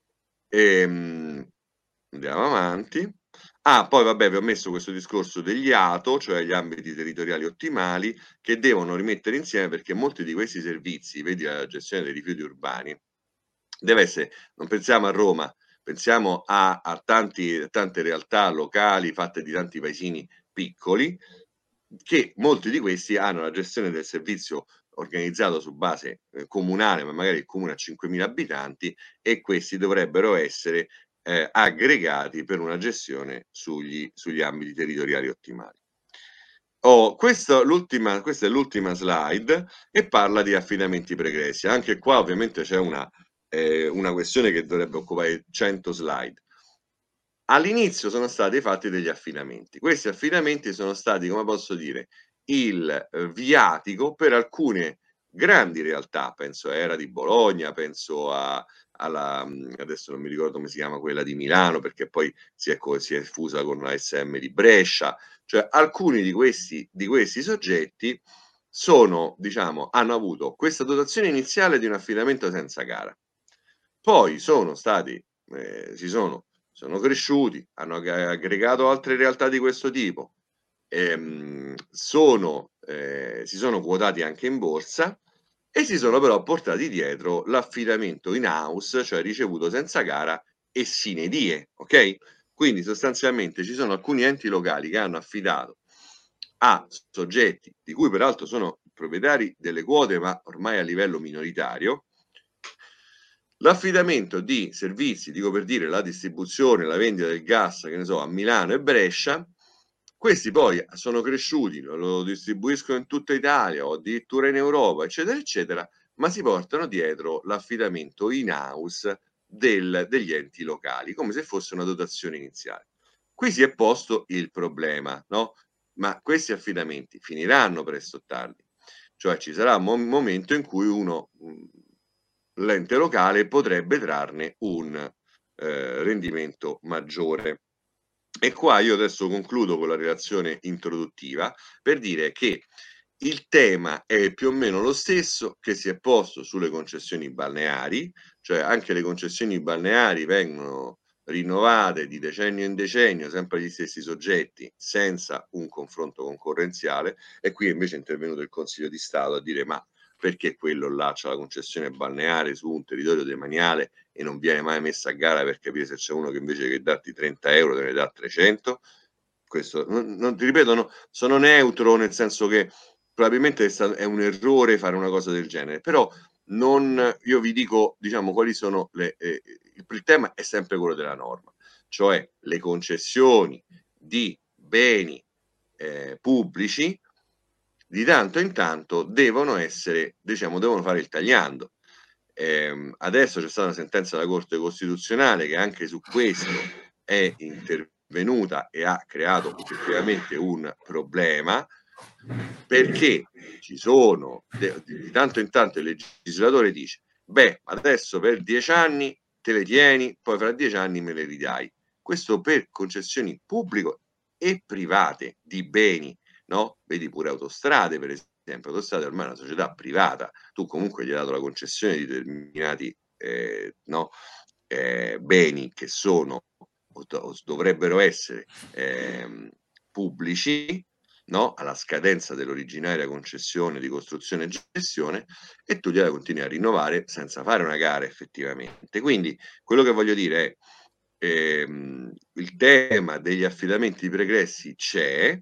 Andiamo avanti. Poi vabbè, vi ho messo questo discorso degli ATO, cioè gli ambiti territoriali ottimali, che devono rimettere insieme, perché molti di questi servizi, vedi la gestione dei rifiuti urbani, deve essere, non pensiamo a Roma, pensiamo a tante realtà locali fatte di tanti paesini piccoli, che molti di questi hanno la gestione del servizio organizzato su base comunale, ma magari il comune ha 5.000 abitanti e questi dovrebbero essere aggregati per una gestione sugli ambiti territoriali ottimali. Questa è l'ultima slide e parla di affidamenti pregressi. Anche qua ovviamente c'è una questione che dovrebbe occupare 100 slide. All'inizio sono stati fatti degli affidamenti. Questi affidamenti sono stati, come posso dire, il viatico per alcune grandi realtà, penso a Era di Bologna, penso adesso non mi ricordo come si chiama quella di Milano, perché poi si è fusa con la SM di Brescia, cioè alcuni di questi soggetti diciamo, hanno avuto questa dotazione iniziale di un affidamento senza gara. Poi sono cresciuti, hanno aggregato altre realtà di questo tipo, si sono quotati anche in borsa e si sono però portati dietro l'affidamento in house, cioè ricevuto senza gara e sine die, ok? Quindi sostanzialmente ci sono alcuni enti locali che hanno affidato a soggetti di cui peraltro sono proprietari delle quote, ma ormai a livello minoritario, l'affidamento di servizi, dico per dire la distribuzione, la vendita del gas, che ne so, a Milano e Brescia. Questi poi sono cresciuti, lo distribuiscono in tutta Italia o addirittura in Europa, eccetera, eccetera, ma si portano dietro l'affidamento in house degli enti locali, come se fosse una dotazione iniziale. Qui si è posto il problema, no? Ma questi affidamenti finiranno presto o tardi, cioè ci sarà un momento in cui l'ente locale potrebbe trarne un rendimento maggiore. E qua io adesso concludo con la relazione introduttiva per dire che il tema è più o meno lo stesso che si è posto sulle concessioni balneari, cioè anche le concessioni balneari vengono rinnovate di decennio in decennio, sempre gli stessi soggetti, senza un confronto concorrenziale, e qui invece è intervenuto il Consiglio di Stato a dire: ma perché quello là c'ha la concessione balneare su un territorio demaniale e non viene mai messa a gara per capire se c'è uno che invece che darti 30 euro te ne dà 300? questo. Non ti ripeto, sono neutro, nel senso che probabilmente è un errore fare una cosa del genere, però io vi dico, diciamo, quali sono il tema è sempre quello della norma, cioè le concessioni di beni pubblici di tanto in tanto devono essere, diciamo, devono fare il tagliando. Adesso c'è stata una sentenza della Corte Costituzionale che anche su questo è intervenuta e ha creato effettivamente un problema, perché ci sono di tanto in tanto il legislatore dice: beh, adesso per 10 anni te le tieni, poi fra 10 anni me le ridai. Questo per concessioni pubbliche e private di beni, no? Vedi pure Autostrade, per esempio. Autostrade ormai è una società privata, tu comunque gli hai dato la concessione di determinati no? Beni che sono o dovrebbero essere pubblici, no? Alla scadenza dell'originaria concessione di costruzione e gestione, e tu gliela continui a rinnovare senza fare una gara effettivamente. Quindi quello che voglio dire è il tema degli affidamenti pregressi c'è,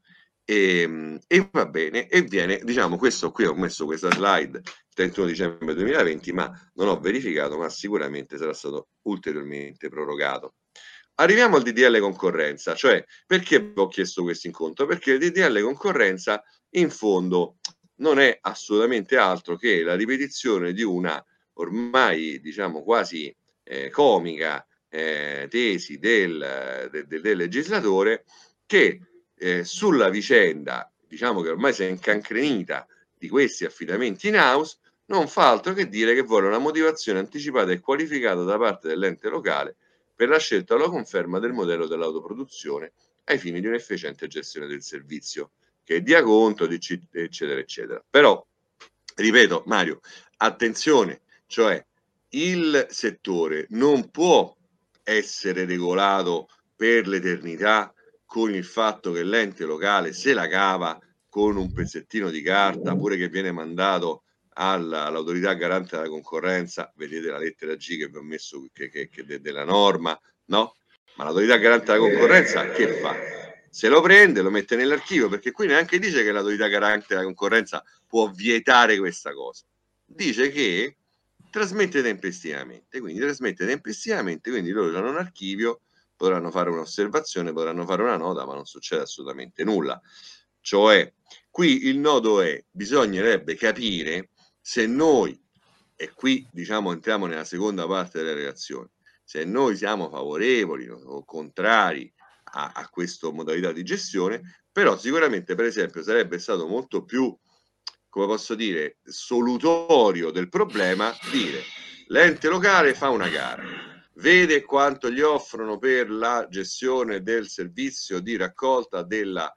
e va bene, e viene, diciamo, questo qui ho messo questa slide il 31 dicembre 2020, ma non ho verificato, ma sicuramente sarà stato ulteriormente prorogato. Arriviamo al DDL concorrenza, cioè perché ho chiesto questo incontro? Perché il DDL concorrenza in fondo non è assolutamente altro che la ripetizione di una ormai, diciamo, quasi comica tesi del legislatore che sulla vicenda, diciamo, che ormai si è incancrenita, di questi affidamenti in house, non fa altro che dire che vuole una motivazione anticipata e qualificata da parte dell'ente locale per la scelta o la conferma del modello dell'autoproduzione ai fini di un'efficiente gestione del servizio, che dia conto di eccetera eccetera. Però, ripeto, Mario, attenzione, cioè il settore non può essere regolato per l'eternità con il fatto che l'ente locale se la cava con un pezzettino di carta, pure che viene mandato all'autorità garante della concorrenza, vedete la lettera G che vi ho messo della norma, no? Ma l'autorità garante della concorrenza che fa? Se lo prende, lo mette nell'archivio, perché qui neanche dice che l'autorità garante della concorrenza può vietare questa cosa. Dice che trasmette tempestivamente, quindi loro hanno un archivio, potranno fare un'osservazione, potranno fare una nota, ma non succede assolutamente nulla. Cioè, qui il nodo è, bisognerebbe capire se noi, e qui diciamo entriamo nella seconda parte della relazione, se noi siamo favorevoli o contrari a questa modalità di gestione, però sicuramente per esempio sarebbe stato molto più, come posso dire, solutorio del problema dire l'ente locale fa una gara, vede quanto gli offrono per la gestione del servizio di raccolta della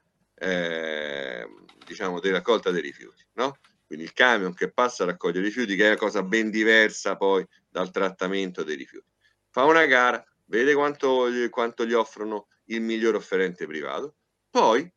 diciamo di raccolta dei rifiuti, no? Quindi il camion che passa a raccogliere i rifiuti, che è una cosa ben diversa poi dal trattamento dei rifiuti. Fa una gara, vede quanto gli offrono il miglior offerente privato, poi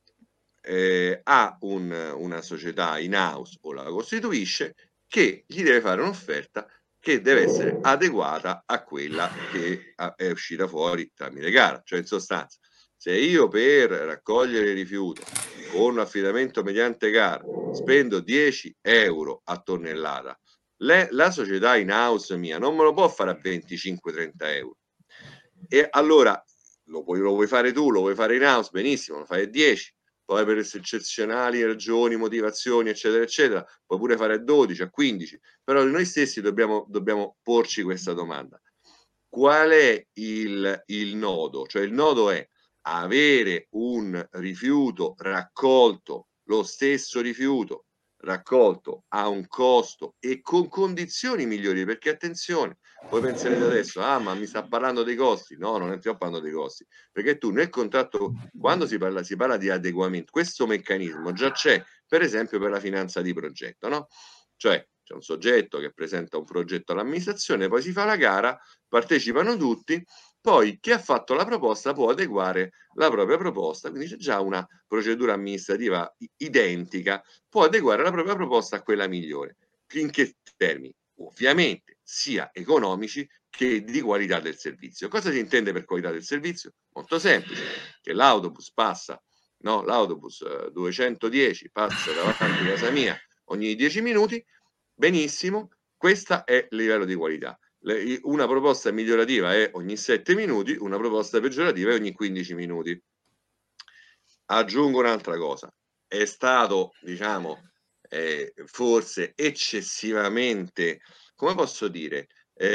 ha una società in house o la costituisce che gli deve fare un'offerta che deve essere adeguata a quella che è uscita fuori tramite gara. Cioè, in sostanza, se io per raccogliere il rifiuto con affidamento mediante gara spendo 10 euro a tonnellata, la società in house mia non me lo può fare a 25-30 euro. E allora lo vuoi fare tu, lo vuoi fare in house, benissimo, lo fai a 10, poi per eccezionali ragioni, motivazioni, eccetera, eccetera, puoi pure fare a 12, a 15, però noi stessi dobbiamo porci questa domanda. Qual è il nodo? Cioè il nodo è avere un rifiuto raccolto, lo stesso rifiuto raccolto a un costo e con condizioni migliori, perché attenzione, voi penserete adesso, ah, ma mi sta parlando dei costi? No, non stiamo parlando dei costi, perché tu nel contratto, quando si parla di adeguamento, questo meccanismo già c'è, per esempio per la finanza di progetto, no? Cioè c'è un soggetto che presenta un progetto all'amministrazione, poi si fa la gara, partecipano tutti, poi chi ha fatto la proposta può adeguare la propria proposta, quindi c'è già una procedura amministrativa identica, può adeguare la propria proposta a quella migliore. In che termini? Ovviamente sia economici che di qualità del servizio. Cosa si intende per qualità del servizio? Molto semplice, che l'autobus passa, no, l'autobus 210 passa davanti a casa mia ogni 10 minuti, benissimo, questo è il livello di qualità. Una proposta migliorativa è ogni 7 minuti, una proposta peggiorativa è ogni 15 minuti. Aggiungo un'altra cosa, è stato, diciamo, forse eccessivamente, come posso dire,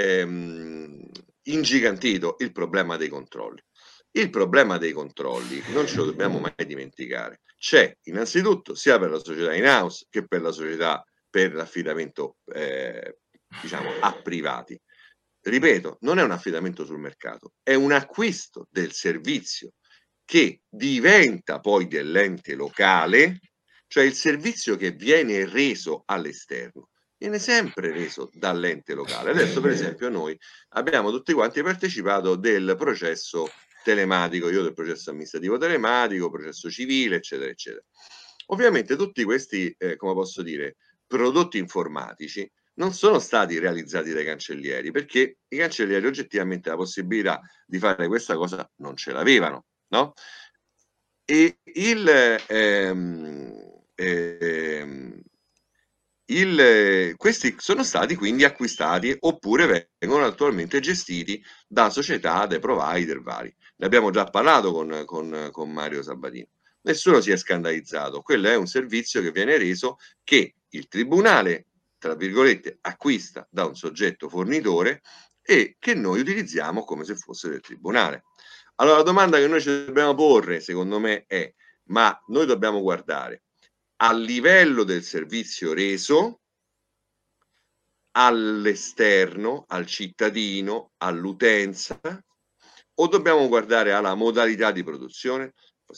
ingigantito il problema dei controlli. Il problema dei controlli non ce lo dobbiamo mai dimenticare. C'è innanzitutto sia per la società in house che per la società per l'affidamento diciamo a privati. Ripeto, non è un affidamento sul mercato, è un acquisto del servizio che diventa poi dell'ente locale, cioè il servizio che viene reso all'esterno viene sempre reso dall'ente locale. Adesso per esempio noi abbiamo tutti quanti partecipato del processo telematico, io del processo amministrativo telematico, processo civile, eccetera, eccetera. Ovviamente tutti questi, come posso dire, prodotti informatici non sono stati realizzati dai cancellieri, perché i cancellieri oggettivamente la possibilità di fare questa cosa non ce l'avevano, no? E questi sono stati quindi acquistati oppure vengono attualmente gestiti da società, dai provider vari. Ne abbiamo già parlato con Mario Sabatino. Nessuno si è scandalizzato, quello è un servizio che viene reso, che il tribunale, tra virgolette, acquista da un soggetto fornitore e che noi utilizziamo come se fosse del tribunale. Allora la domanda che noi ci dobbiamo porre, secondo me, è: ma noi dobbiamo guardare al livello del servizio reso, all'esterno, al cittadino, all'utenza, o dobbiamo guardare alla modalità di produzione?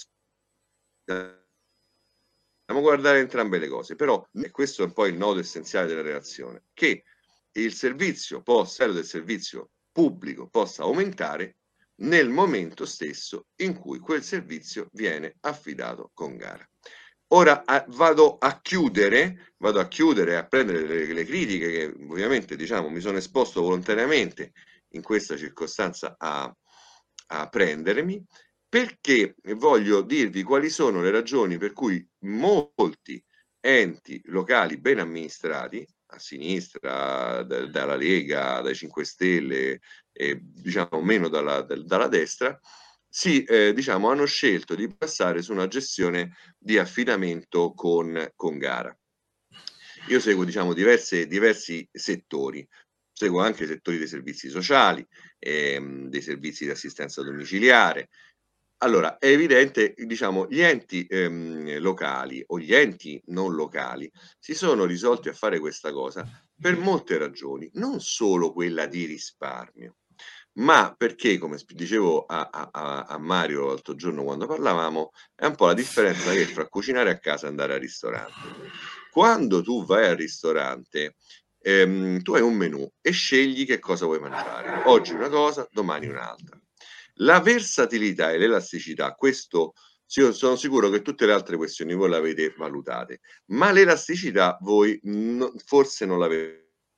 Dobbiamo guardare entrambe le cose, però e questo è un po' il nodo essenziale della relazione, che il servizio possa, del servizio pubblico possa aumentare nel momento stesso in cui quel servizio viene affidato con gara. Ora vado a chiudere, a prendere le critiche che ovviamente diciamo mi sono esposto volontariamente in questa circostanza a prendermi, perché voglio dirvi quali sono le ragioni per cui molti enti locali ben amministrati, a sinistra, dalla Lega, dai 5 Stelle, e diciamo meno dalla destra, diciamo, hanno scelto di passare su una gestione di affidamento con gara. Io seguo diciamo diversi settori, seguo anche i settori dei servizi sociali, dei servizi di assistenza domiciliare. Allora, è evidente, diciamo, gli enti locali o gli enti non locali si sono risolti a fare questa cosa per molte ragioni, non solo quella di risparmio, ma perché, come dicevo a Mario l'altro giorno quando parlavamo, è un po' la differenza che fra cucinare a casa e andare al ristorante. Quando tu vai al ristorante, tu hai un menù e scegli che cosa vuoi mangiare. Oggi una cosa, domani un'altra. La versatilità e l'elasticità, questo sono sicuro che tutte le altre questioni voi l'avete valutate, ma l'elasticità voi forse non l'avete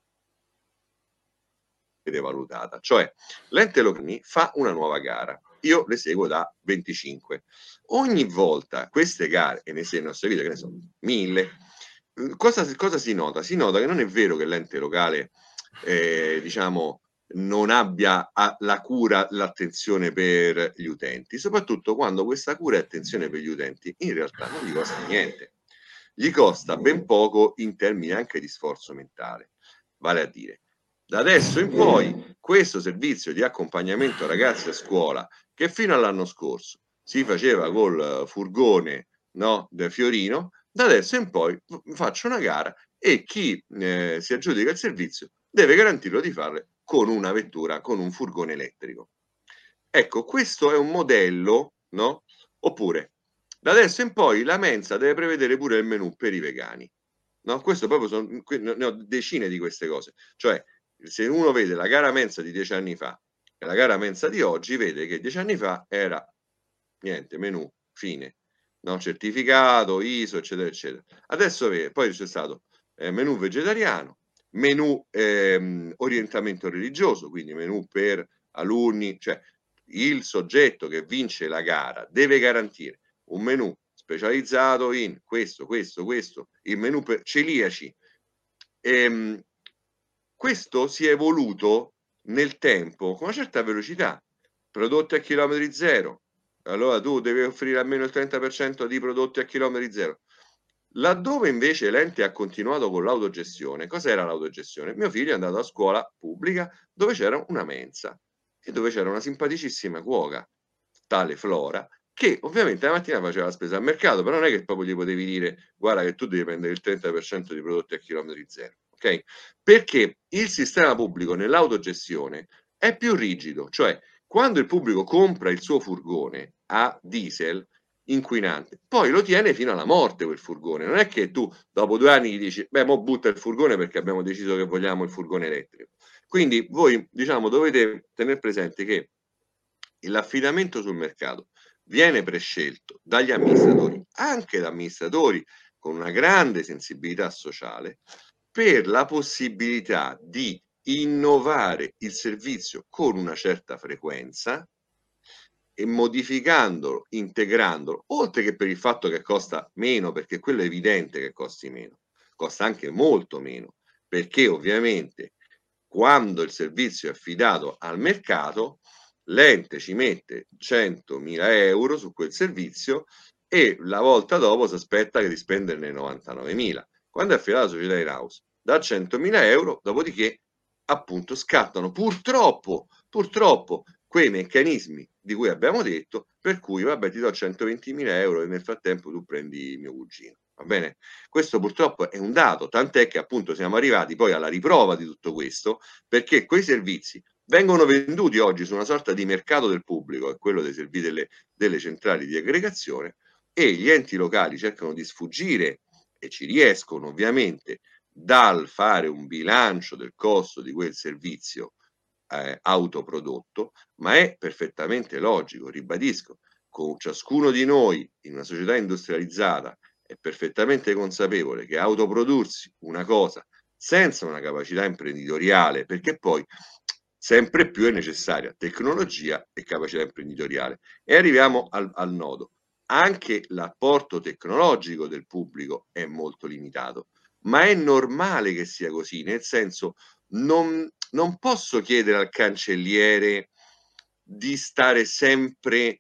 valutata. Cioè, l'ente locale fa una nuova gara, io le seguo da 25. Ogni volta queste gare, e ne ho seguite, che ne so, 1000, cosa si nota? Si nota che non è vero che l'ente locale, diciamo, non abbia la cura, l'attenzione per gli utenti, soprattutto quando questa cura e attenzione per gli utenti in realtà non gli costa niente. Gli costa ben poco in termini anche di sforzo mentale. Vale a dire, da adesso in poi questo servizio di accompagnamento ragazzi a scuola, che fino all'anno scorso si faceva col furgone, no, del Fiorino, da adesso in poi faccio una gara e chi si aggiudica il servizio deve garantirlo di farlo con una vettura, con un furgone elettrico. Ecco, questo è un modello, no? Oppure, da adesso in poi la mensa deve prevedere pure il menù per i vegani. No? Questo proprio ne ho decine di queste cose. Cioè, se uno vede la gara mensa di 10 anni fa e la gara mensa di oggi, vede che 10 anni fa era niente, menù, fine, no? Certificato, ISO, eccetera, eccetera. Adesso poi c'è stato menù vegetariano, menù orientamento religioso, quindi menù per alunni, cioè il soggetto che vince la gara deve garantire un menù specializzato in questo, il menù per celiaci. Questo si è evoluto nel tempo con una certa velocità. Prodotti a chilometri zero. Allora tu devi offrire almeno il 30% di prodotti a chilometri zero. Laddove invece l'ente ha continuato con l'autogestione, cos'era l'autogestione? Mio figlio è andato a scuola pubblica dove c'era una mensa e dove c'era una simpaticissima cuoca, tale Flora, che ovviamente la mattina faceva la spesa al mercato, però non è che proprio gli potevi dire guarda che tu devi prendere il 30% di prodotti a chilometri zero, ok? Perché il sistema pubblico nell'autogestione è più rigido, cioè quando il pubblico compra il suo furgone a diesel inquinante, poi lo tiene fino alla morte quel furgone. Non è che tu dopo 2 anni gli dici beh mo butta il furgone perché abbiamo deciso che vogliamo il furgone elettrico. Quindi voi diciamo dovete tener presente che l'affidamento sul mercato viene prescelto dagli amministratori, anche da amministratori con una grande sensibilità sociale, per la possibilità di innovare il servizio con una certa frequenza e modificandolo, integrandolo, oltre che per il fatto che costa meno, perché quello è evidente che costi meno, costa anche molto meno, perché ovviamente quando il servizio è affidato al mercato, l'ente ci mette 100.000 euro su quel servizio e la volta dopo si aspetta che di spenderne 99.000. Quando è affidata alla società in house, da 100.000 euro, dopodiché appunto scattano purtroppo quei meccanismi di cui abbiamo detto, per cui vabbè ti do 120.000 euro e nel frattempo tu prendi mio cugino. Va bene? Questo purtroppo è un dato, tant'è che appunto siamo arrivati poi alla riprova di tutto questo, perché quei servizi vengono venduti oggi su una sorta di mercato del pubblico, è quello dei servizi delle centrali di aggregazione, e gli enti locali cercano di sfuggire e ci riescono ovviamente dal fare un bilancio del costo di quel servizio autoprodotto, ma è perfettamente logico, ribadisco, con ciascuno di noi in una società industrializzata è perfettamente consapevole che autoprodursi una cosa senza una capacità imprenditoriale, perché poi sempre più è necessaria tecnologia e capacità imprenditoriale. E arriviamo al nodo. Anche l'apporto tecnologico del pubblico è molto limitato, ma è normale che sia così, nel senso non posso chiedere al cancelliere di stare sempre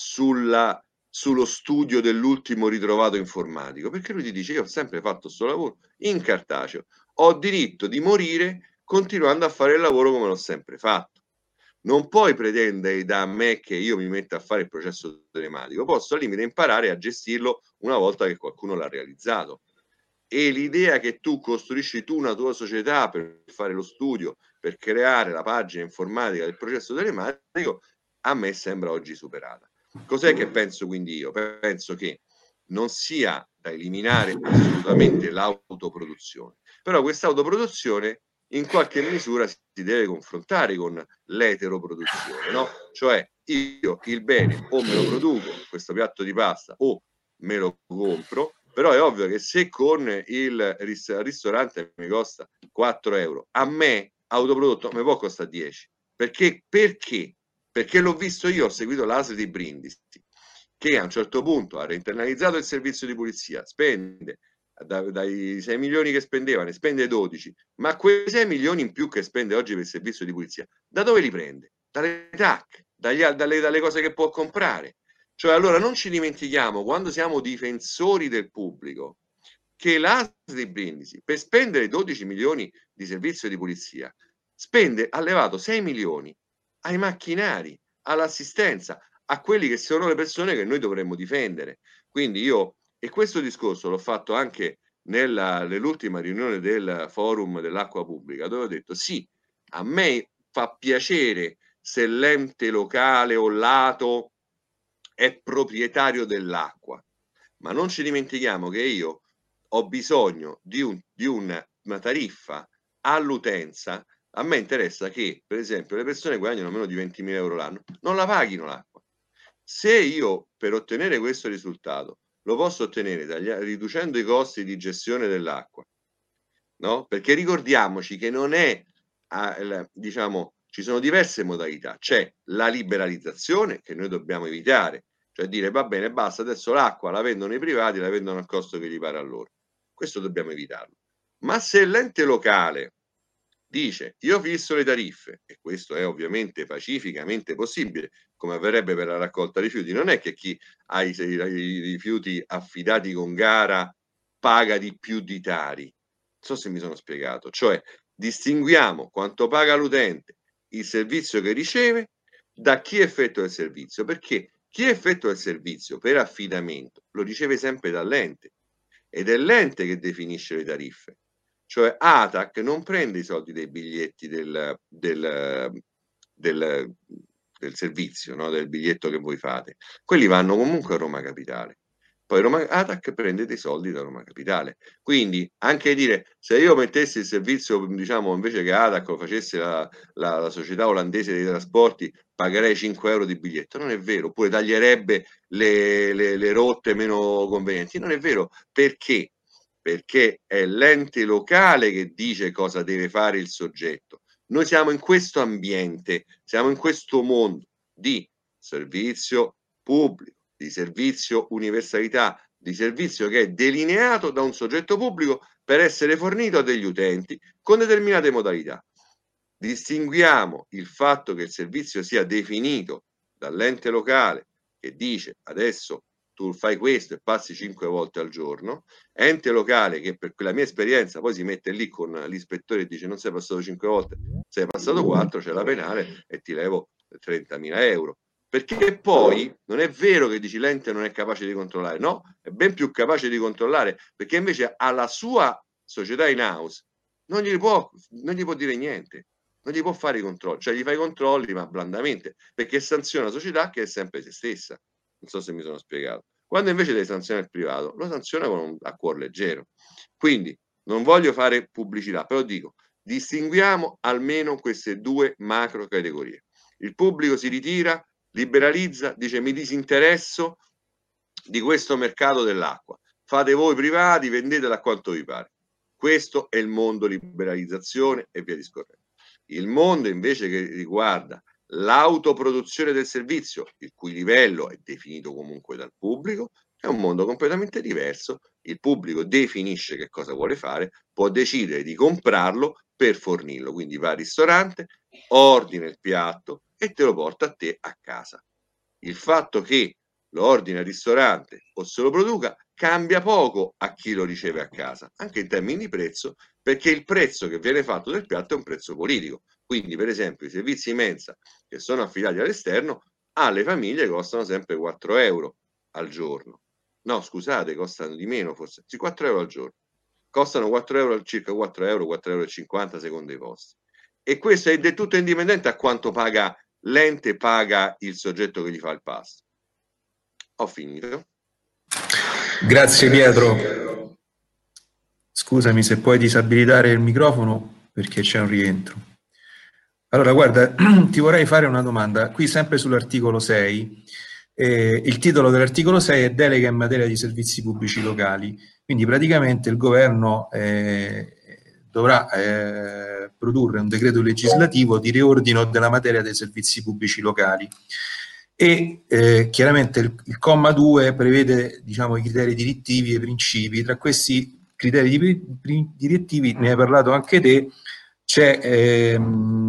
sullo studio dell'ultimo ritrovato informatico, perché lui ti dice io ho sempre fatto sto lavoro in cartaceo, ho diritto di morire continuando a fare il lavoro come l'ho sempre fatto. Non puoi pretendere da me che io mi metta a fare il processo telematico, posso al limite imparare a gestirlo una volta che qualcuno l'ha realizzato. E l'idea che tu costruisci tu una tua società per fare lo studio, per creare la pagina informatica del processo telematico, a me sembra oggi superata. Cos'è che penso quindi io? Penso che non sia da eliminare assolutamente l'autoproduzione, però questa autoproduzione in qualche misura si deve confrontare con l'eteroproduzione, no? Cioè io il bene o me lo produco, questo piatto di pasta, o me lo compro, però è ovvio che se con il ristorante mi costa 4 euro, a me autoprodotto mi può costare 10. Perché? Perché l'ho visto io, ho seguito l'ASL di Brindisi, che a un certo punto ha reinternalizzato il servizio di pulizia, spende dai 6 milioni che spendeva, ne spende 12, ma quei 6 milioni in più che spende oggi per il servizio di pulizia, da dove li prende? Dalle TAC, dalle cose che può comprare. Cioè, allora non ci dimentichiamo, quando siamo difensori del pubblico, che l'ASL di Brindisi, per spendere 12 milioni di servizio di pulizia, ha levato 6 milioni ai macchinari, all'assistenza, a quelli che sono le persone che noi dovremmo difendere. Quindi io, e questo discorso l'ho fatto anche nell'ultima riunione del forum dell'acqua pubblica, dove ho detto sì, a me fa piacere se l'ente locale o lato è proprietario dell'acqua, ma non ci dimentichiamo che io ho bisogno di una tariffa all'utenza. A me interessa che, per esempio, le persone guadagnano meno di 20.000 euro l'anno, non la paghino l'acqua. Se io per ottenere questo risultato lo posso ottenere riducendo i costi di gestione dell'acqua, no? Perché ricordiamoci che non è, diciamo, ci sono diverse modalità. C'è la liberalizzazione che noi dobbiamo evitare, cioè dire va bene, basta, adesso l'acqua la vendono i privati, la vendono al costo che gli pare a loro. Questo dobbiamo evitarlo. Ma se l'ente locale dice io fisso le tariffe, e questo è ovviamente pacificamente possibile, come avverrebbe per la raccolta rifiuti, non è che chi ha i rifiuti affidati con gara paga di più di Tari. Non so se mi sono spiegato, cioè distinguiamo quanto paga l'utente, il servizio che riceve, da chi effettua il servizio, perché chi effettua il servizio per affidamento lo riceve sempre dall'ente ed è l'ente che definisce le tariffe. Cioè ATAC non prende i soldi dei biglietti del servizio, no? Del biglietto che voi fate. Quelli vanno comunque a Roma Capitale. Poi ATAC prende dei soldi da Roma Capitale. Quindi anche dire se io mettessi il servizio, diciamo, invece che ATAC lo facesse la società olandese dei trasporti, pagherei 5 euro di biglietto. Non è vero, oppure taglierebbe le rotte meno convenienti. Non è vero, perché? Perché è l'ente locale che dice cosa deve fare il soggetto. Noi siamo in questo ambiente, siamo in questo mondo di servizio pubblico, di servizio universalità, di servizio che è delineato da un soggetto pubblico per essere fornito a degli utenti con determinate modalità. Distinguiamo il fatto che il servizio sia definito dall'ente locale che dice adesso tu fai questo e passi 5 volte al giorno, ente locale che per la mia esperienza poi si mette lì con l'ispettore e dice non sei passato 5 volte, sei passato 4, c'è la penale e ti levo 30.000 euro. Perché poi non è vero che dici l'ente non è capace di controllare, no, è ben più capace di controllare perché invece alla sua società in house non gli può dire niente, non gli può fare i controlli, cioè gli fai i controlli ma blandamente, perché sanziona la società che è sempre se stessa. Non so se mi sono spiegato. Quando invece devi sanzionare il privato, lo sanziona a cuor leggero. Quindi non voglio fare pubblicità, però dico, distinguiamo almeno queste due macro categorie. Il pubblico si ritira, liberalizza, dice mi disinteresso di questo mercato dell'acqua. Fate voi privati, vendetela a quanto vi pare. Questo è il mondo liberalizzazione e via discorrendo. Il mondo invece che riguarda l'autoproduzione del servizio, il cui livello è definito comunque dal pubblico, è un mondo completamente diverso. Il pubblico definisce che cosa vuole fare, può decidere di comprarlo per fornirlo. Quindi va al ristorante, ordina il piatto e te lo porta a te a casa. Il fatto che lo ordini al ristorante o se lo produca cambia poco a chi lo riceve a casa, anche in termini di prezzo, perché il prezzo che viene fatto del piatto è un prezzo politico. Quindi, per esempio, i servizi mensa che sono affidati all'esterno alle famiglie costano sempre 4 euro al giorno. No, scusate, costano di meno forse. Sì, 4 euro al giorno. Costano 4 euro, circa 4 euro, 4,50 euro secondo i posti. E questo è del tutto indipendente a quanto paga l'ente, paga il soggetto che gli fa il pasto. Ho finito. Grazie Pietro. Scusami se puoi disabilitare il microfono perché c'è un rientro. Allora, guarda, ti vorrei fare una domanda. Qui sempre sull'articolo 6, il titolo dell'articolo 6 è Delega in materia di servizi pubblici locali. Quindi praticamente il governo dovrà produrre un decreto legislativo di riordino della materia dei servizi pubblici locali. E chiaramente il comma 2 prevede, diciamo, i criteri direttivi e i principi. Tra questi criteri direttivi ne hai parlato anche te. C'è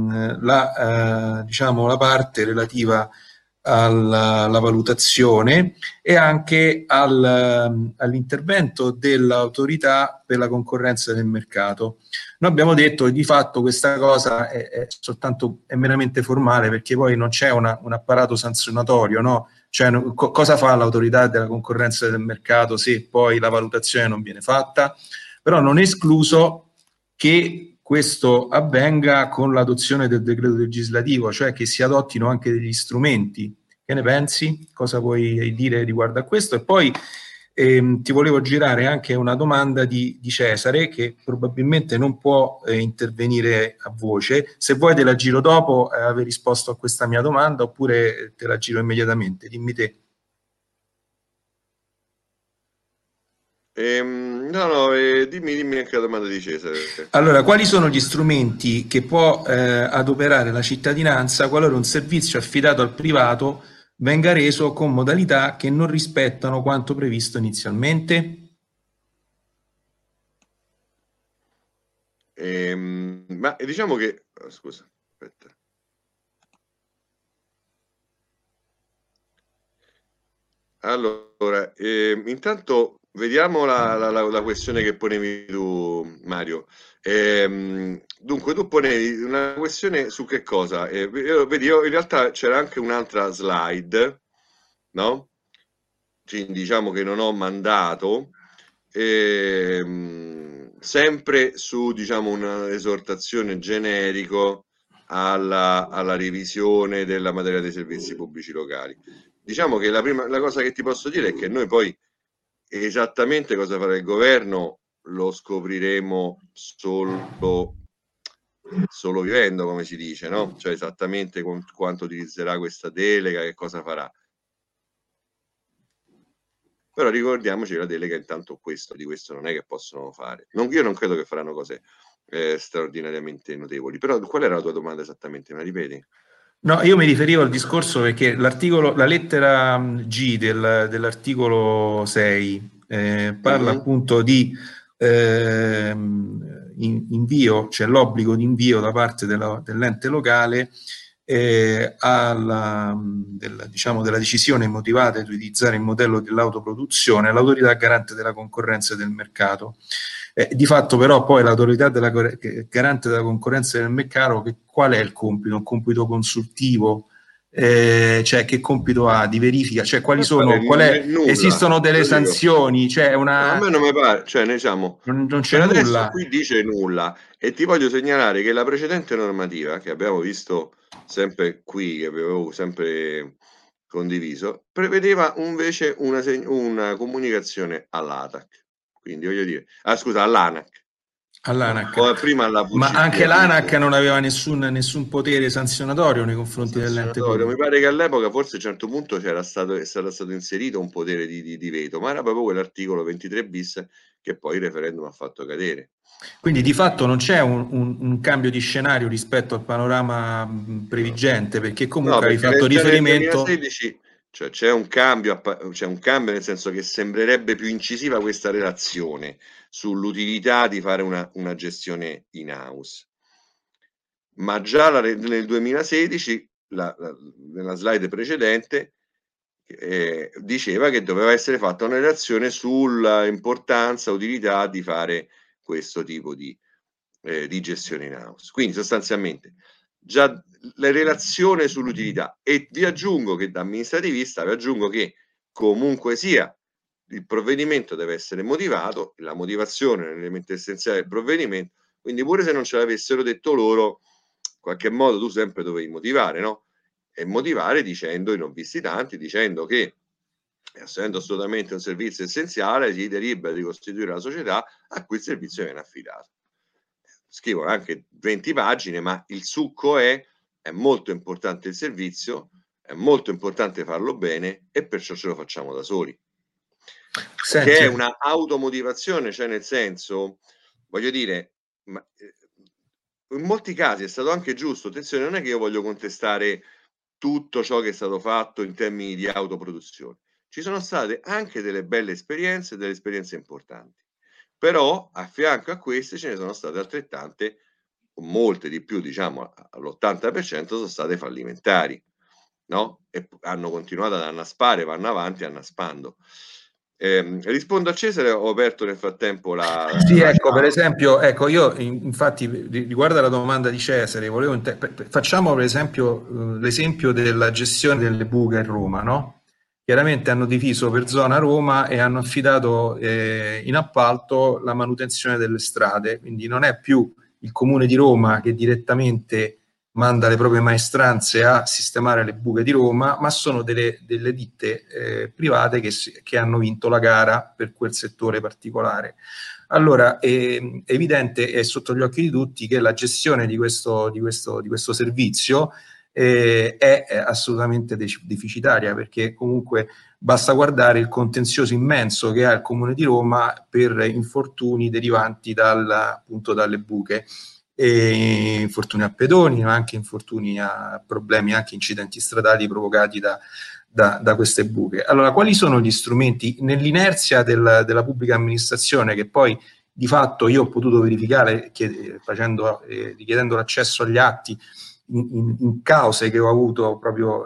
diciamo, la parte relativa alla valutazione e anche all'intervento dell'autorità per la concorrenza del mercato. Noi abbiamo detto che di fatto questa cosa è meramente formale, perché poi non c'è un apparato sanzionatorio, no? Cioè, cosa fa l'autorità della concorrenza del mercato se poi la valutazione non viene fatta? Però non è escluso che questo avvenga con l'adozione del decreto legislativo, cioè che si adottino anche degli strumenti. Che ne pensi? Cosa vuoi dire riguardo a questo? E poi ti volevo girare anche una domanda di Cesare, che probabilmente non può intervenire a voce. Se vuoi te la giro dopo aver risposto a questa mia domanda, oppure te la giro immediatamente. Dimmi te. Dimmi anche la domanda di Cesare. Allora, quali sono gli strumenti che può adoperare la cittadinanza qualora un servizio affidato al privato venga reso con modalità che non rispettano quanto previsto inizialmente? Ma diciamo che... scusa, aspetta. Allora, intanto vediamo la questione che ponevi tu, Mario. Dunque, tu ponevi una questione su che cosa? Vedi, io in realtà c'era anche un'altra slide, no? Diciamo che non ho mandato, sempre su, diciamo, un'esortazione generico alla revisione della materia dei servizi pubblici locali. Diciamo che la cosa che ti posso dire è che noi poi esattamente cosa farà il governo lo scopriremo solo vivendo, come si dice, no? Cioè esattamente quanto utilizzerà questa delega, che cosa farà. Però ricordiamoci che la delega è intanto questo, di questo non è che possono fare. Io non credo che faranno cose straordinariamente notevoli. Però qual era la tua domanda esattamente? Me la ripeti? No, io mi riferivo al discorso perché la lettera G dell'articolo 6 parla appunto di invio, cioè l'obbligo di invio da parte dell'ente locale diciamo, della decisione motivata di utilizzare il modello dell'autoproduzione all'autorità garante della concorrenza e del mercato. Di fatto però poi l'autorità garante della concorrenza e del mercato, qual è il compito? Un compito consultivo? Cioè che compito ha di verifica? Cioè quali sono? Esistono delle sanzioni? Cioè no, a me non mi pare, cioè noi siamo non c'è per adesso nulla. qui dice nulla, e ti voglio segnalare che la precedente normativa che abbiamo visto sempre qui, che avevo sempre condiviso, prevedeva invece una comunicazione all'ATAC, quindi voglio dire, all'ANAC. All'ANAC. No, prima alla VCT, ma anche l'ANAC non aveva nessun potere sanzionatorio nei confronti dell'ente pubblico. Mi pare che all'epoca forse a un certo punto era stato inserito un potere di veto, ma era proprio quell'articolo 23 bis che poi il referendum ha fatto cadere. Quindi di fatto non c'è un cambio di scenario rispetto al panorama previgente, perché comunque hai fatto riferimento... Nel 2016 cioè, c'è un cambio nel senso che sembrerebbe più incisiva questa relazione sull'utilità di fare una gestione in house. Ma già nel 2016, nella slide precedente, diceva che doveva essere fatta una relazione sulla importanza, utilità di fare questo tipo di gestione in house. Quindi sostanzialmente già la relazione sull'utilità, e vi aggiungo che da amministrativista vi aggiungo che comunque sia il provvedimento deve essere motivato, la motivazione è l'elemento essenziale del provvedimento, quindi pure se non ce l'avessero detto loro, in qualche modo tu sempre dovevi motivare, no? E motivare dicendo, i non visti tanti, dicendo che essendo assolutamente un servizio essenziale si delibera di costituire una società a cui il servizio viene affidato. Scrivono anche 20 pagine, ma il succo è molto importante il servizio, è molto importante farlo bene e perciò ce lo facciamo da soli. Senti. Che è una automotivazione, cioè nel senso, voglio dire, in molti casi è stato anche giusto, attenzione, non è che io voglio contestare tutto ciò che è stato fatto in termini di autoproduzione. Ci sono state anche delle belle esperienze, delle esperienze importanti. Però a fianco a queste ce ne sono state altrettante, molte di più, diciamo all'80% sono state fallimentari, no? E hanno continuato ad annaspare, vanno avanti annaspando. Rispondo a Cesare, ho aperto nel frattempo Sì, ecco, per esempio, ecco, io infatti riguardo alla domanda di Cesare, facciamo per esempio l'esempio della gestione delle buche a Roma, no? Chiaramente hanno diviso per zona Roma e hanno affidato in appalto la manutenzione delle strade, quindi non è più il Comune di Roma che direttamente manda le proprie maestranze a sistemare le buche di Roma, ma sono delle ditte private che hanno vinto la gara per quel settore particolare. Allora, è evidente e sotto gli occhi di tutti che la gestione di questo servizio è assolutamente deficitaria, perché comunque basta guardare il contenzioso immenso che ha il Comune di Roma per infortuni derivanti appunto dalle buche, e infortuni a pedoni, ma anche infortuni a problemi, anche incidenti stradali provocati da queste buche. Allora, quali sono gli strumenti nell'inerzia della pubblica amministrazione, che poi di fatto io ho potuto verificare richiedendo l'accesso agli atti in cause che ho avuto proprio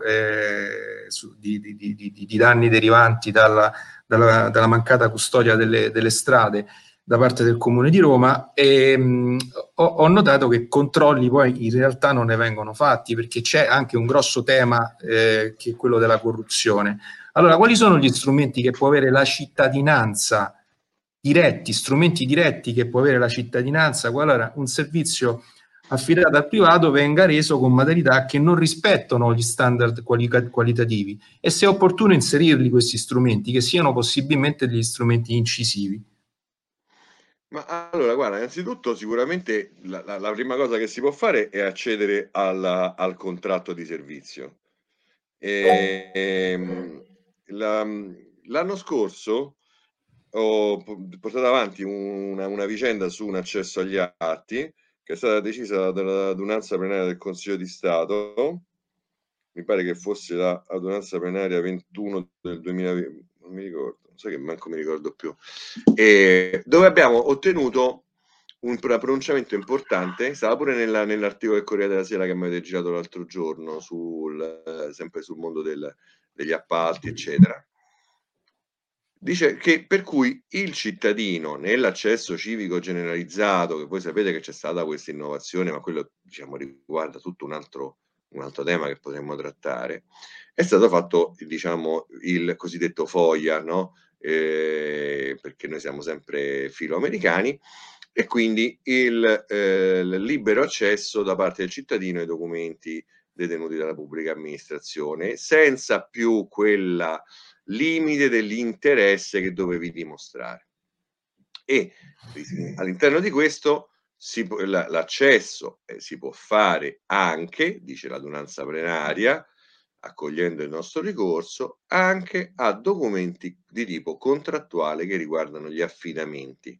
di danni derivanti dalla mancata custodia delle strade da parte del Comune di Roma, e ho notato che controlli poi in realtà non ne vengono fatti, perché c'è anche un grosso tema che è quello della corruzione. Allora, quali sono gli strumenti che può avere la cittadinanza strumenti diretti che può avere la cittadinanza qualora un servizio affidato al privato venga reso con modalità che non rispettano gli standard qualitativi, e se è opportuno inserirli questi strumenti, che siano possibilmente degli strumenti incisivi? Ma allora, guarda, innanzitutto sicuramente la prima cosa che si può fare è accedere al contratto di servizio. Ehm, l'anno scorso ho portato avanti una vicenda su un accesso agli atti che è stata decisa dall'adunanza plenaria del Consiglio di Stato. Mi pare che fosse la adunanza plenaria 21 del 2020, non mi ricordo, non so, che manco mi ricordo più, dove abbiamo ottenuto un pronunciamento importante. Stava pure nell'articolo del Corriere della Sera che mi avete girato l'altro giorno, sempre sul mondo degli appalti, eccetera. Dice che per cui il cittadino nell'accesso civico generalizzato, che voi sapete che c'è stata questa innovazione, ma quello diciamo riguarda tutto un altro tema che potremmo trattare, è stato fatto diciamo il cosiddetto FOIA, no? Perché noi siamo sempre filoamericani, e quindi il libero accesso da parte del cittadino ai documenti detenuti dalla pubblica amministrazione, senza più quella limite dell'interesse che dovevi dimostrare. E all'interno di questo l'accesso si può fare anche, dice l'adunanza plenaria, accogliendo il nostro ricorso, anche a documenti di tipo contrattuale che riguardano gli affidamenti.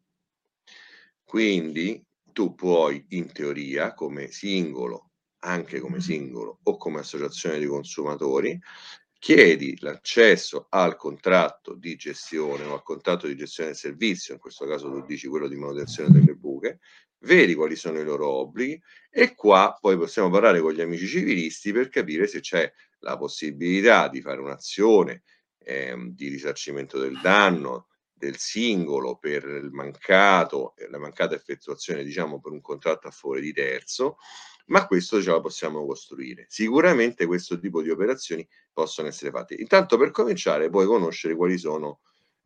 Quindi tu puoi, in teoria, come singolo, anche come singolo o come associazione di consumatori, chiedi l'accesso al contratto di gestione o al contratto di gestione del servizio, in questo caso tu dici quello di manutenzione delle buche, vedi quali sono i loro obblighi, e qua poi possiamo parlare con gli amici civilisti per capire se c'è la possibilità di fare un'azione di risarcimento del danno del singolo per la mancata effettuazione, diciamo, per un contratto a favore di terzo, ma questo ce la possiamo costruire. Sicuramente questo tipo di operazioni possono essere fatte. Intanto, per cominciare, puoi conoscere quali sono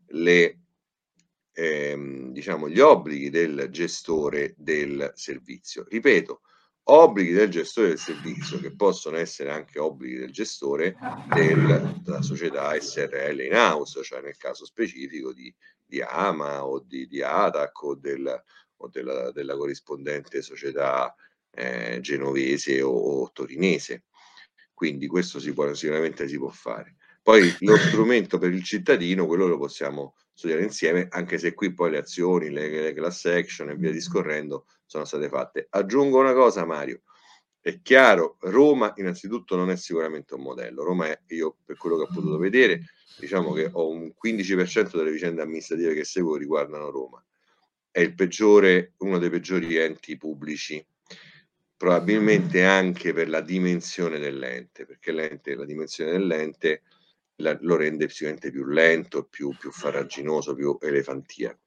diciamo, gli obblighi del gestore del servizio. Ripeto, obblighi del gestore del servizio che possono essere anche obblighi del gestore della società SRL in house, cioè nel caso specifico di Ama o di ATAC o della corrispondente società genovese o torinese. Quindi questo sicuramente si può fare. Poi lo strumento per il cittadino, quello lo possiamo studiare insieme, anche se qui poi le azioni, le class action e via discorrendo sono state fatte. Aggiungo una cosa, Mario. È chiaro, Roma innanzitutto non è sicuramente un modello. Roma io per quello che ho potuto vedere, diciamo che ho un 15% delle vicende amministrative che seguo riguardano Roma. È uno dei peggiori enti pubblici, probabilmente anche per la dimensione dell'ente, perché la dimensione dell'ente lo rende sicuramente più lento, più farraginoso, più elefantiaco.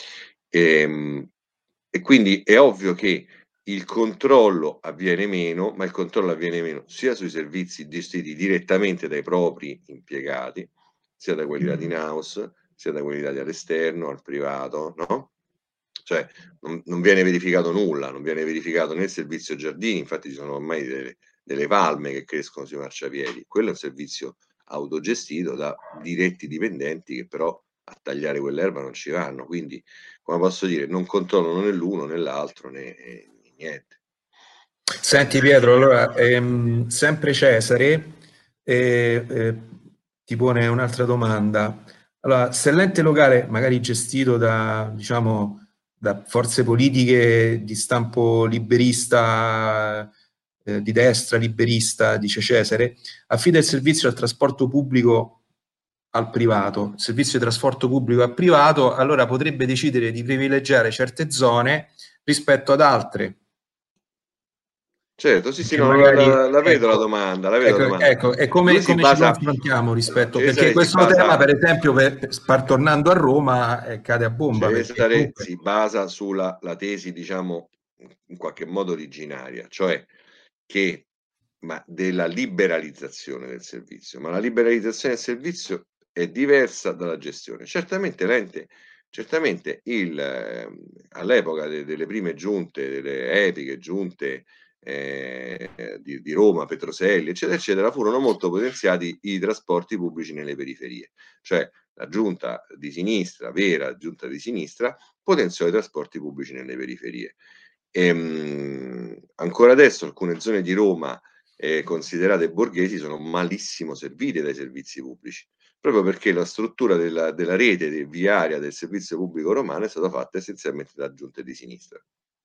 E quindi è ovvio che il controllo avviene meno, ma il controllo avviene meno sia sui servizi gestiti direttamente dai propri impiegati, sia da quelli dati in house, sia da quelli dati all'esterno, al privato, no? Cioè non viene verificato nulla, non viene verificato né il servizio giardini, infatti ci sono ormai delle palme che crescono sui marciapiedi. Quello è un servizio autogestito da diretti dipendenti che però a tagliare quell'erba non ci vanno, quindi come posso dire, non controllano né l'uno né l'altro né niente. Senti Pietro, allora, sempre Cesare ti pone un'altra domanda. Allora, se l'ente locale, magari gestito da, diciamo, da forze politiche di stampo liberista, di destra, liberista, dice Cesare, affida il servizio al trasporto pubblico al privato, il servizio di trasporto pubblico al privato, allora potrebbe decidere di privilegiare certe zone rispetto ad altre. Certo, sì, sì, Che no, magari, la vedo la ecco, domanda, la vedo la ecco, domanda. ecco, e Lui come, si come ci basa, confrontiamo rispetto, perché Cesare si questo tema, basa, per esempio, tornando a Roma, cade a bomba, perché Cesare comunque, si basa sulla la tesi, diciamo, in qualche modo originaria, cioè che della liberalizzazione del servizio, ma la liberalizzazione del servizio è diversa dalla gestione. Certamente all'epoca delle prime giunte, delle epiche giunte di Roma, Petroselli, eccetera, eccetera, furono molto potenziati i trasporti pubblici nelle periferie. Cioè la giunta di sinistra, vera giunta di sinistra, potenziò i trasporti pubblici nelle periferie. Ancora adesso alcune zone di Roma considerate borghesi sono malissimo servite dai servizi pubblici, proprio perché la struttura della rete viaria del servizio pubblico romano è stata fatta essenzialmente da giunte di sinistra.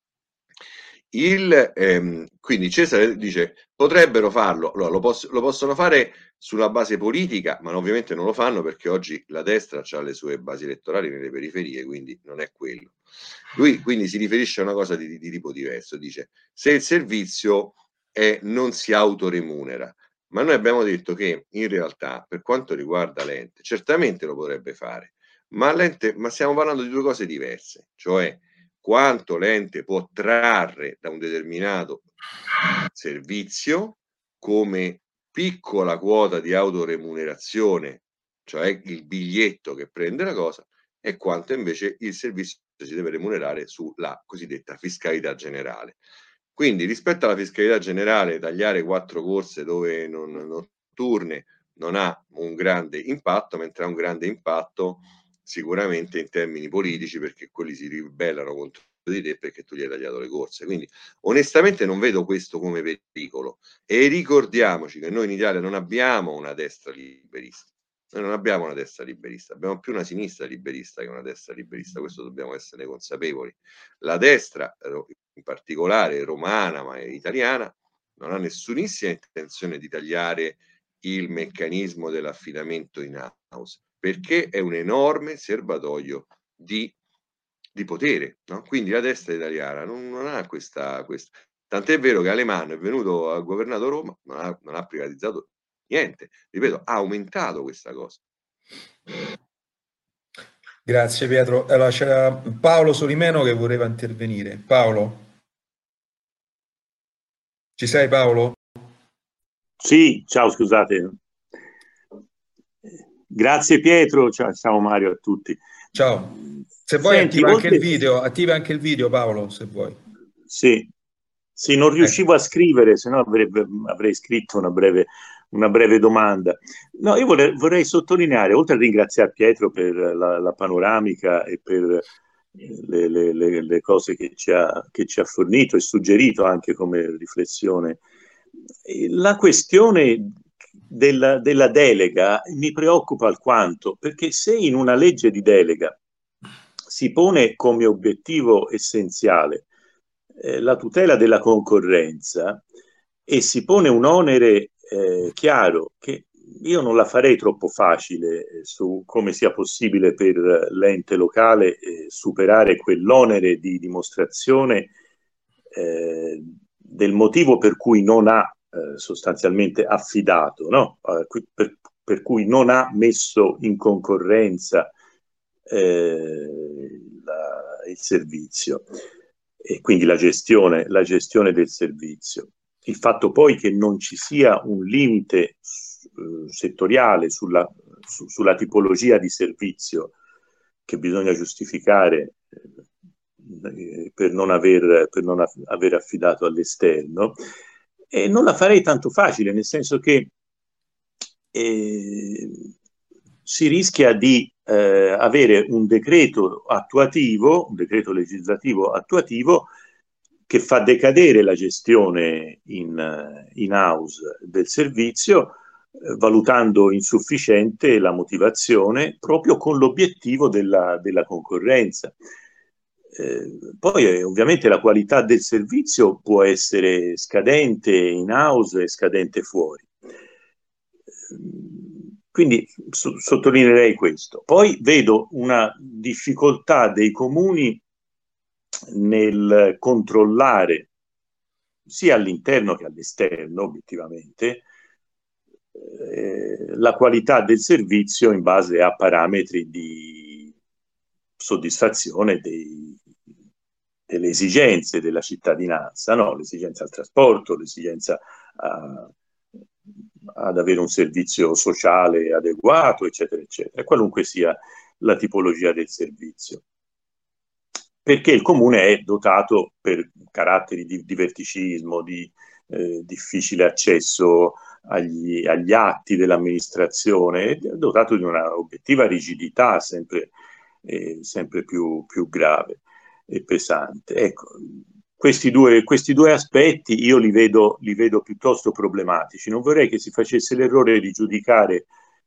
Quindi Cesare dice potrebbero farlo, allora lo possono fare sulla base politica, ma ovviamente non lo fanno perché oggi la destra ha le sue basi elettorali nelle periferie, quindi non è quello. Lui quindi si riferisce a una cosa di tipo diverso, dice se il servizio non si autoremunera, ma noi abbiamo detto che in realtà per quanto riguarda l'ente, certamente lo potrebbe fare, ma stiamo parlando di due cose diverse, cioè quanto l'ente può trarre da un determinato servizio come piccola quota di autoremunerazione, cioè il biglietto che prende la cosa, e quanto invece il servizio si deve remunerare sulla cosiddetta fiscalità generale. Quindi rispetto alla fiscalità generale, tagliare 4 corse dove notturne non ha un grande impatto, mentre ha un grande impatto sicuramente in termini politici, perché quelli si ribellano contro di te perché tu gli hai tagliato le corse. Quindi onestamente non vedo questo come pericolo. E ricordiamoci che noi in Italia non abbiamo una destra liberista. Noi non abbiamo una destra liberista, abbiamo più una sinistra liberista che una destra liberista, questo dobbiamo essere consapevoli. La destra, in particolare romana ma italiana, non ha nessunissima intenzione di tagliare il meccanismo dell'affidamento in house, perché è un enorme serbatoio di potere, no? Quindi la destra italiana non ha questa. Tant'è vero che Alemanno è venuto, ha governato Roma, non ha privatizzato niente, ripeto, ha aumentato questa cosa. grazie Pietro. Allora c'era Paolo Solimeno che voleva intervenire. Paolo, ci sei Paolo? Sì, ciao, scusate. Grazie Pietro, ciao Mario a tutti. Ciao. Se vuoi Senti, attiva anche il video Paolo, se vuoi. Sì, non riuscivo a scrivere, se no avrei scritto una breve domanda. No, io vorrei sottolineare, oltre a ringraziare Pietro per la panoramica e per le cose che ci ha fornito e suggerito anche come riflessione, la questione della delega mi preoccupa alquanto, perché se in una legge di delega si pone come obiettivo essenziale la tutela della concorrenza e si pone un onere chiaro che io non la farei troppo facile su come sia possibile per l'ente locale superare quell'onere di dimostrazione del motivo per cui non ha sostanzialmente affidato, no? Per cui non ha messo in concorrenza il servizio e quindi la gestione del servizio. Il fatto poi che non ci sia un limite settoriale sulla tipologia di servizio che bisogna giustificare per non aver affidato all'esterno, e non la farei tanto facile, nel senso che si rischia di avere un decreto legislativo attuativo che fa decadere la gestione in house del servizio, valutando insufficiente la motivazione proprio con l'obiettivo della concorrenza. Poi ovviamente la qualità del servizio può essere scadente in house e scadente fuori. Quindi sottolineerei questo. Poi vedo una difficoltà dei comuni nel controllare sia all'interno che all'esterno, obiettivamente, la qualità del servizio in base a parametri di soddisfazione delle esigenze della cittadinanza, no? L'esigenza al trasporto, l'esigenza ad avere un servizio sociale adeguato, eccetera, eccetera, qualunque sia la tipologia del servizio. Perché il comune è dotato, per caratteri di verticismo, di difficile accesso agli atti dell'amministrazione, è dotato di una obiettiva rigidità sempre più grave e pesante. Ecco, questi due aspetti io li vedo piuttosto problematici. Non vorrei che si facesse l'errore di giudicare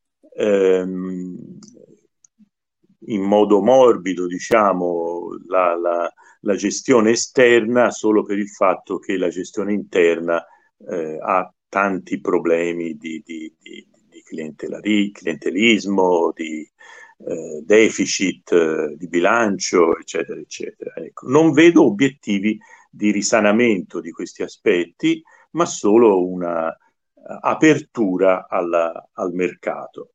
in modo morbido, diciamo, la gestione esterna solo per il fatto che la gestione interna ha tanti problemi di clientelismo, di deficit di bilancio, eccetera, eccetera. Ecco, non vedo obiettivi di risanamento di questi aspetti, ma solo una apertura al mercato.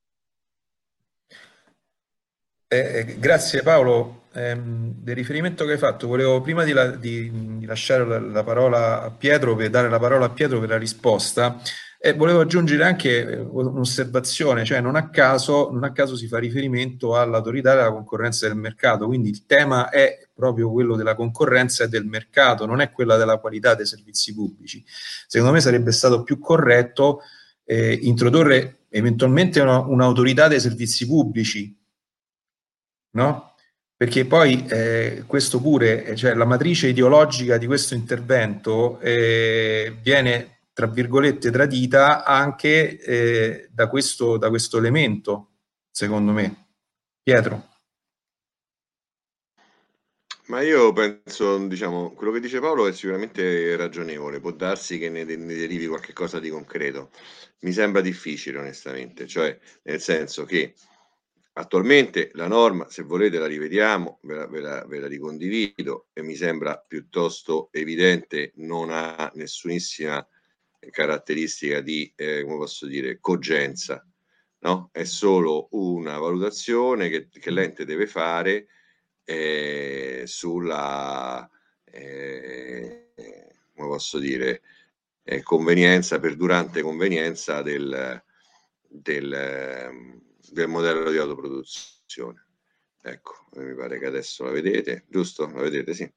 Grazie Paolo. Del riferimento che hai fatto, volevo prima di lasciare la parola a Pietro, per dare la parola a Pietro per la risposta, volevo aggiungere anche un'osservazione, cioè non a caso si fa riferimento all'autorità della concorrenza del mercato, quindi il tema è proprio quello della concorrenza e del mercato, non è quella della qualità dei servizi pubblici. Secondo me sarebbe stato più corretto introdurre eventualmente un'autorità dei servizi pubblici, no? Perché poi questo pure, cioè la matrice ideologica di questo intervento viene, tra virgolette, tradita anche da questo elemento, secondo me. Pietro. Ma io penso, diciamo, quello che dice Paolo è sicuramente ragionevole, può darsi che ne derivi qualche cosa di concreto. Mi sembra difficile, onestamente, cioè nel senso che attualmente la norma, se volete la rivediamo, ve la ricondivido e mi sembra piuttosto evidente, non ha nessunissima caratteristica di, come posso dire, cogenza, no? È solo una valutazione che l'ente deve fare sulla, come posso dire, convenienza, perdurante convenienza del modello di autoproduzione. Ecco, mi pare che adesso la vedete, giusto? La vedete, sì.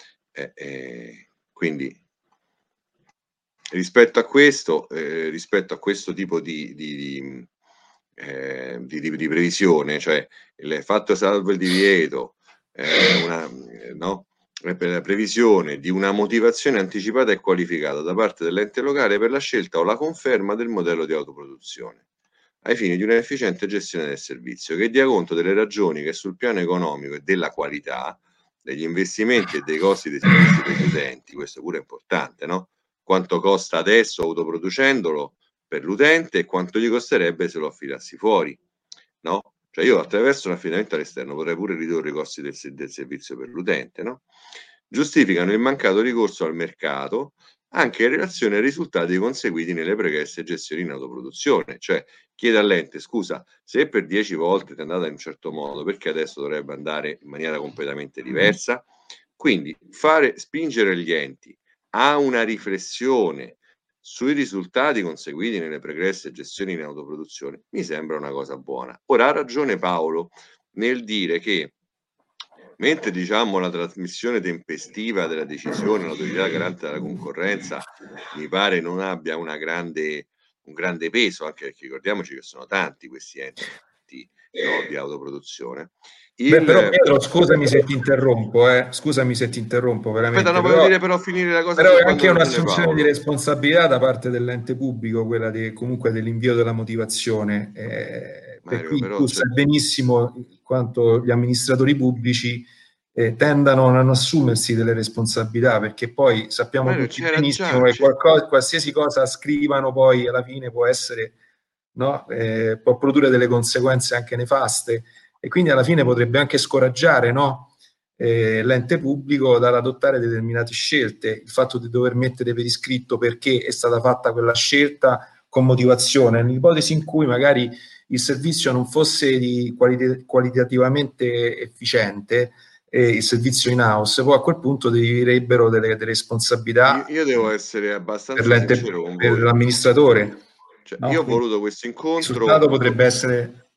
Quindi rispetto a questo tipo di previsione, cioè il fatto salvo il divieto, per la previsione di una motivazione anticipata e qualificata da parte dell'ente locale per la scelta o la conferma del modello di autoproduzione ai fini di un'efficiente gestione del servizio, che dia conto delle ragioni che sul piano economico e della qualità degli investimenti e dei costi dei servizi per gli utenti, questo pure è importante, no? Quanto costa adesso autoproducendolo per l'utente e quanto gli costerebbe se lo affidassi fuori, no? Cioè io attraverso l'affidamento all'esterno potrei pure ridurre i costi del servizio per l'utente, no? Giustificano il mancato ricorso al mercato anche in relazione ai risultati conseguiti nelle pregresse gestioni in autoproduzione, cioè chiede all'ente, scusa, se per 10 volte ti è andata in un certo modo, perché adesso dovrebbe andare in maniera completamente diversa? Quindi spingere gli enti a una riflessione sui risultati conseguiti nelle pregresse gestioni in autoproduzione mi sembra una cosa buona. Ora ha ragione Paolo nel dire che mentre diciamo la trasmissione tempestiva della decisione all'autorità garante della concorrenza mi pare non abbia un grande peso, anche perché ricordiamoci che sono tanti questi enti, distretti, no, di autoproduzione. Però Pietro, scusami se ti interrompo, veramente. Aspetta, no, voglio dire però finire la cosa. Però è anche un'assunzione di responsabilità da parte dell'ente pubblico, quella comunque dell'invio della motivazione. Per cui tu sai benissimo quanto gli amministratori pubblici tendano a non assumersi delle responsabilità, perché poi sappiamo tutti benissimo che qualsiasi cosa scrivano poi alla fine può essere, no? Può produrre delle conseguenze anche nefaste, e quindi alla fine potrebbe anche scoraggiare, no? L'ente pubblico dall'adottare determinate scelte. Il fatto di dover mettere per iscritto perché è stata fatta quella scelta con motivazione, nell'ipotesi in cui magari il servizio non fosse qualitativamente efficiente, il servizio in house, poi a quel punto deriverebbero delle responsabilità. Io devo essere abbastanza sincero con voi, per l'amministratore. Cioè, no? Io ho voluto questo incontro. Il risultato potrebbe essere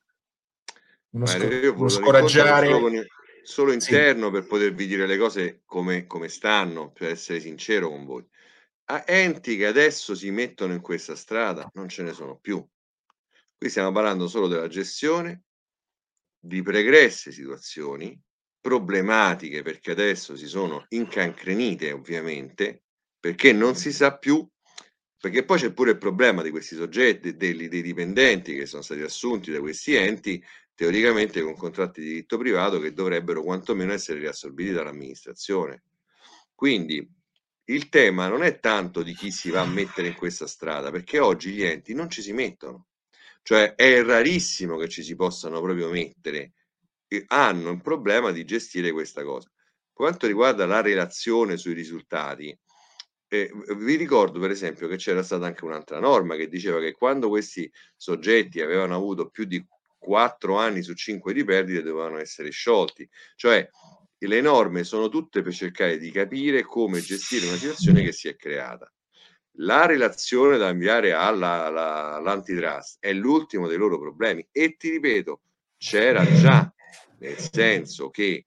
uno scoraggiare solo interno, per potervi dire le cose come stanno, per essere sincero con voi. A enti che adesso si mettono in questa strada non ce ne sono più. Qui stiamo parlando solo della gestione di pregresse situazioni problematiche, perché adesso si sono incancrenite, ovviamente, perché non si sa più, perché poi c'è pure il problema di questi soggetti, dei dipendenti che sono stati assunti da questi enti, teoricamente con contratti di diritto privato, che dovrebbero quantomeno essere riassorbiti dall'amministrazione. Quindi il tema non è tanto di chi si va a mettere in questa strada, perché oggi gli enti non ci si mettono. Cioè è rarissimo che ci si possano proprio mettere, hanno un problema di gestire questa cosa. Quanto riguarda la relazione sui risultati, vi ricordo per esempio che c'era stata anche un'altra norma che diceva che quando questi soggetti avevano avuto più di 4 anni su 5 di perdite dovevano essere sciolti. Cioè le norme sono tutte per cercare di capire come gestire una situazione che si è creata. La relazione da inviare all'antitrust è l'ultimo dei loro problemi, e ti ripeto, c'era già, nel senso che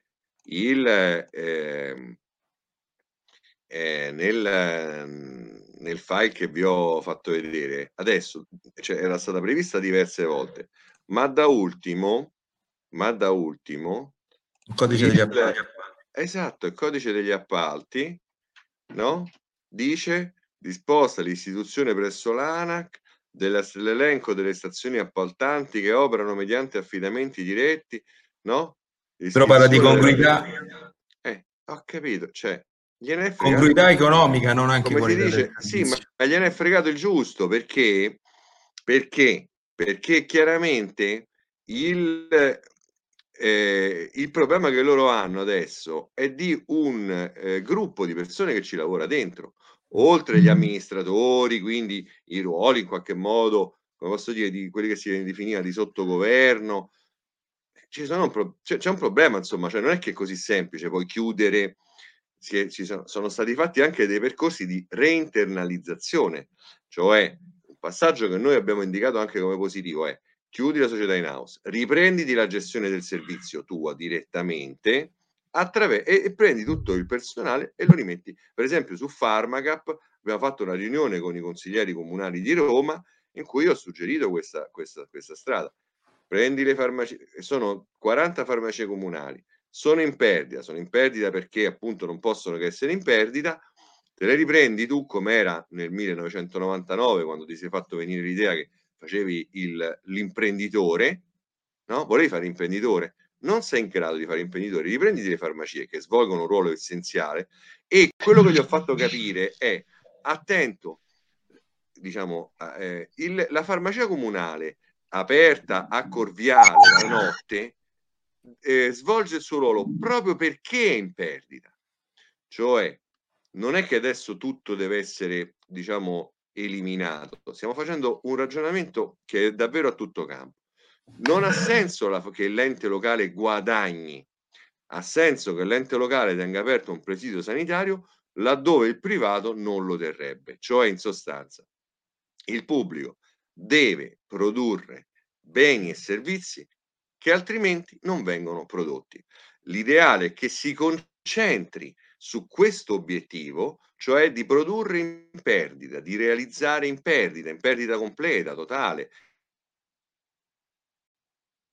nel file che vi ho fatto vedere adesso, cioè, era stata prevista diverse volte, ma da ultimo il codice degli appalti. Esatto, il codice degli appalti, no? Dice: disposta l'istituzione presso l'ANAC dell'elenco delle stazioni appaltanti che operano mediante affidamenti diretti, no? Però parla di congruità. Ho capito, cioè gliene è fregato, congruità economica, non anche come si dice, sì, ma gliene è fregato il giusto, perché chiaramente il problema che loro hanno adesso è di un gruppo di persone che ci lavora dentro, oltre agli amministratori, quindi i ruoli in qualche modo, come posso dire, di quelli che si definiva di sottogoverno. C'è un problema, insomma, cioè non è che è così semplice poi chiudere. Sono stati fatti anche dei percorsi di reinternalizzazione, cioè un passaggio che noi abbiamo indicato anche come positivo è: chiudi la società in house, riprenditi la gestione del servizio tua direttamente e prendi tutto il personale e lo rimetti. Per esempio su Pharmacap abbiamo fatto una riunione con i consiglieri comunali di Roma in cui ho suggerito questa strada. Prendi le farmacie, sono 40 farmacie comunali, sono in perdita perché appunto non possono che essere in perdita, te le riprendi tu come era nel 1999, quando ti sei fatto venire l'idea che facevi l'imprenditore, no? Volevi fare imprenditore, non sei in grado di fare imprenditore, riprenditi le farmacie che svolgono un ruolo essenziale, e quello che gli ho fatto capire è: attento, diciamo, la farmacia comunale aperta a Corviale la notte svolge il suo ruolo proprio perché è in perdita. Cioè non è che adesso tutto deve essere, diciamo, eliminato. Stiamo facendo un ragionamento che è davvero a tutto campo. Non ha senso che l'ente locale guadagni, ha senso che l'ente locale tenga aperto un presidio sanitario laddove il privato non lo terrebbe. Cioè, in sostanza, il pubblico deve produrre beni e servizi che altrimenti non vengono prodotti. L'ideale è che si concentri su questo obiettivo, cioè di produrre in perdita, di realizzare in perdita completa, totale.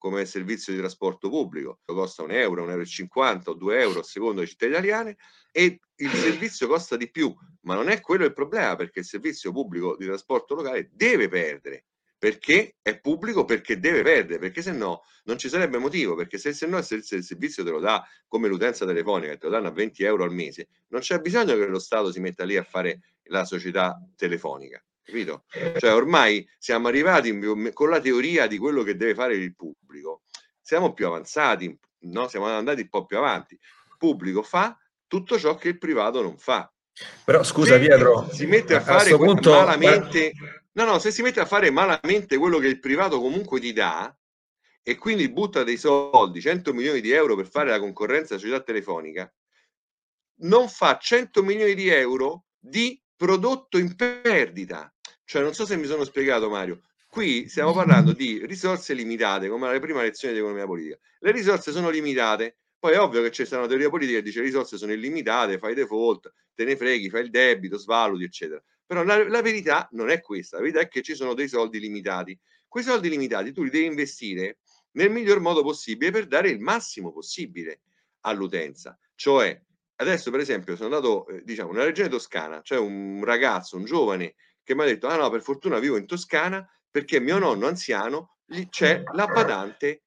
come servizio di trasporto pubblico, costa €1, €1,50 o €2 a seconda delle città italiane, e il servizio costa di più, ma non è quello il problema, perché il servizio pubblico di trasporto locale deve perdere, perché è pubblico, perché deve perdere, perché se no non ci sarebbe motivo, perché se no il servizio te lo dà come l'utenza telefonica, te lo danno a €20 al mese, non c'è bisogno che lo Stato si metta lì a fare la società telefonica, capito? Cioè ormai siamo arrivati con la teoria di quello che deve fare il pubblico, siamo più avanzati, no? Siamo andati un po' più avanti. Il pubblico fa tutto ciò che il privato non fa. Però scusa Pietro, si mette a a fare sto punto malamente, no, se si mette a fare malamente quello che il privato comunque ti dà, e quindi butta dei soldi, 100 milioni di euro per fare la concorrenza alla società telefonica, non fa 100 milioni di euro di prodotto in perdita. Cioè, non so se mi sono spiegato, Mario. Qui stiamo parlando di risorse limitate, come la prima lezione di economia politica. Le risorse sono limitate, poi è ovvio che c'è una teoria politica che dice le risorse sono illimitate, fai default, te ne freghi, fai il debito, svaluti, eccetera. Però la verità non è questa, la verità è che ci sono dei soldi limitati. Quei soldi limitati tu li devi investire nel miglior modo possibile per dare il massimo possibile all'utenza. Cioè, adesso per esempio sono andato, diciamo, nella regione toscana, c'è un ragazzo, un giovane, che mi ha detto: ah no, per fortuna vivo in Toscana perché mio nonno anziano c'è la badante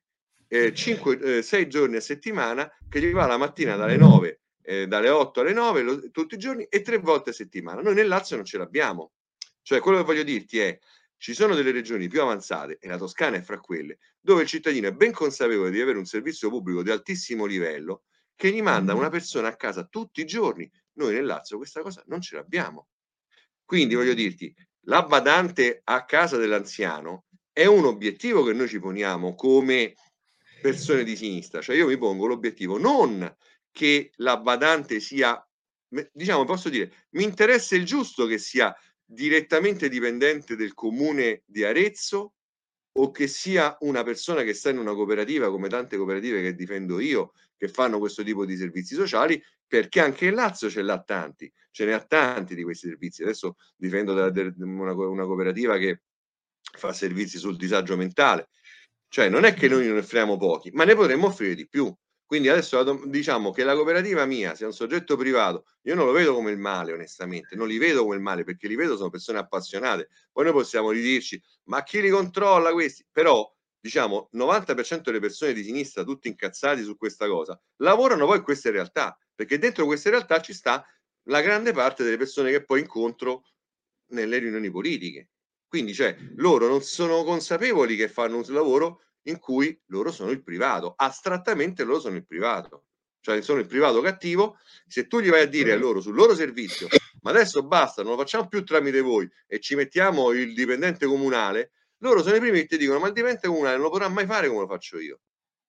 6 giorni a settimana che gli va la mattina dalle 9, dalle 8 alle 9 tutti i giorni e 3 volte a settimana. Noi nel Lazio non ce l'abbiamo. Cioè, quello che voglio dirti è, ci sono delle regioni più avanzate, e la Toscana è fra quelle, dove il cittadino è ben consapevole di avere un servizio pubblico di altissimo livello che gli manda una persona a casa tutti i giorni. Noi nel Lazio questa cosa non ce l'abbiamo. Quindi voglio dirti, la badante a casa dell'anziano è un obiettivo che noi ci poniamo come persone di sinistra. Cioè io mi pongo l'obiettivo non che la badante sia, diciamo, posso dire, mi interessa il giusto che sia direttamente dipendente del comune di Arezzo, o che sia una persona che sta in una cooperativa, come tante cooperative che difendo io, che fanno questo tipo di servizi sociali, perché anche il Lazio ce ne ha tanti di questi servizi. Adesso difendo una cooperativa che fa servizi sul disagio mentale. Cioè non è che noi ne offriamo pochi, ma ne potremmo offrire di più. Quindi adesso diciamo che la cooperativa mia sia un soggetto privato, io non lo vedo come il male, onestamente, non li vedo come il male, perché li vedo, sono persone appassionate. Poi noi possiamo ridirci, ma chi li controlla questi? Però, diciamo, 90% delle persone di sinistra, tutti incazzati su questa cosa, lavorano poi in queste realtà, perché dentro queste realtà ci sta la grande parte delle persone che poi incontro nelle riunioni politiche. Quindi, cioè, loro non sono consapevoli che fanno un lavoro in cui loro sono il privato, astrattamente loro sono il privato, cioè sono il privato cattivo. Se tu gli vai a dire a loro sul loro servizio, ma adesso basta, non lo facciamo più tramite voi e ci mettiamo il dipendente comunale, loro sono i primi che ti dicono: ma il dipendente comunale non lo potrà mai fare come lo faccio io.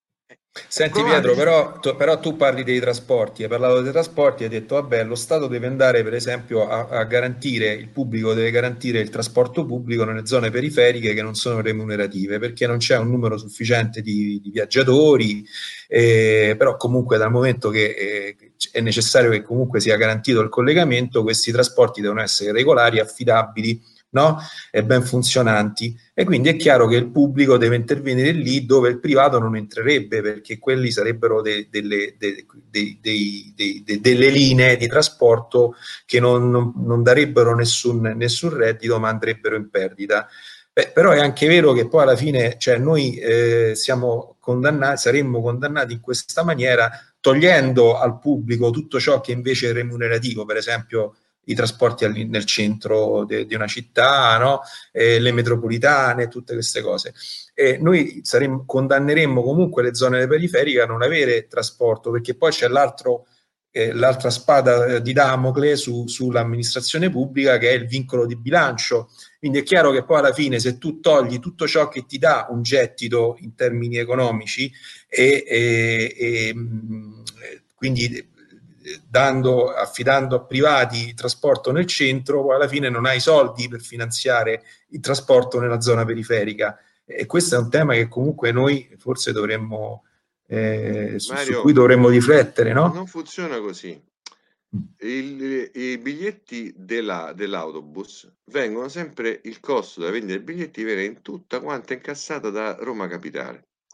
Senti Pietro, però tu parli dei trasporti, hai parlato dei trasporti, hai detto vabbè, lo Stato deve andare per esempio a garantire, il pubblico deve garantire il trasporto pubblico nelle zone periferiche che non sono remunerative, perché non c'è un numero sufficiente di viaggiatori, però comunque dal momento che è necessario che comunque sia garantito il collegamento, questi trasporti devono essere regolari, affidabili, no? E ben funzionanti, e quindi è chiaro che il pubblico deve intervenire lì dove il privato non entrerebbe, perché quelli sarebbero delle linee di trasporto che non darebbero nessun reddito, ma andrebbero in perdita. Però è anche vero che poi alla fine, cioè, noi saremmo condannati in questa maniera, togliendo al pubblico tutto ciò che invece è remunerativo, per esempio i trasporti nel centro di una città, no? Le metropolitane, tutte queste cose. E noi condanneremmo comunque le zone periferiche a non avere trasporto, perché poi c'è l'altra spada di Damocle sull'amministrazione pubblica, che è il vincolo di bilancio. Quindi è chiaro che poi alla fine, se tu togli tutto ciò che ti dà un gettito in termini economici e quindi affidando a privati il trasporto nel centro, poi alla fine non hai soldi per finanziare il trasporto nella zona periferica, e questo è un tema che comunque noi forse dovremmo su cui dovremmo riflettere, no? Non funziona così. I biglietti dell'autobus vengono sempre, il costo da vendere i biglietti viene in tutta quanta incassata da Roma Capitale.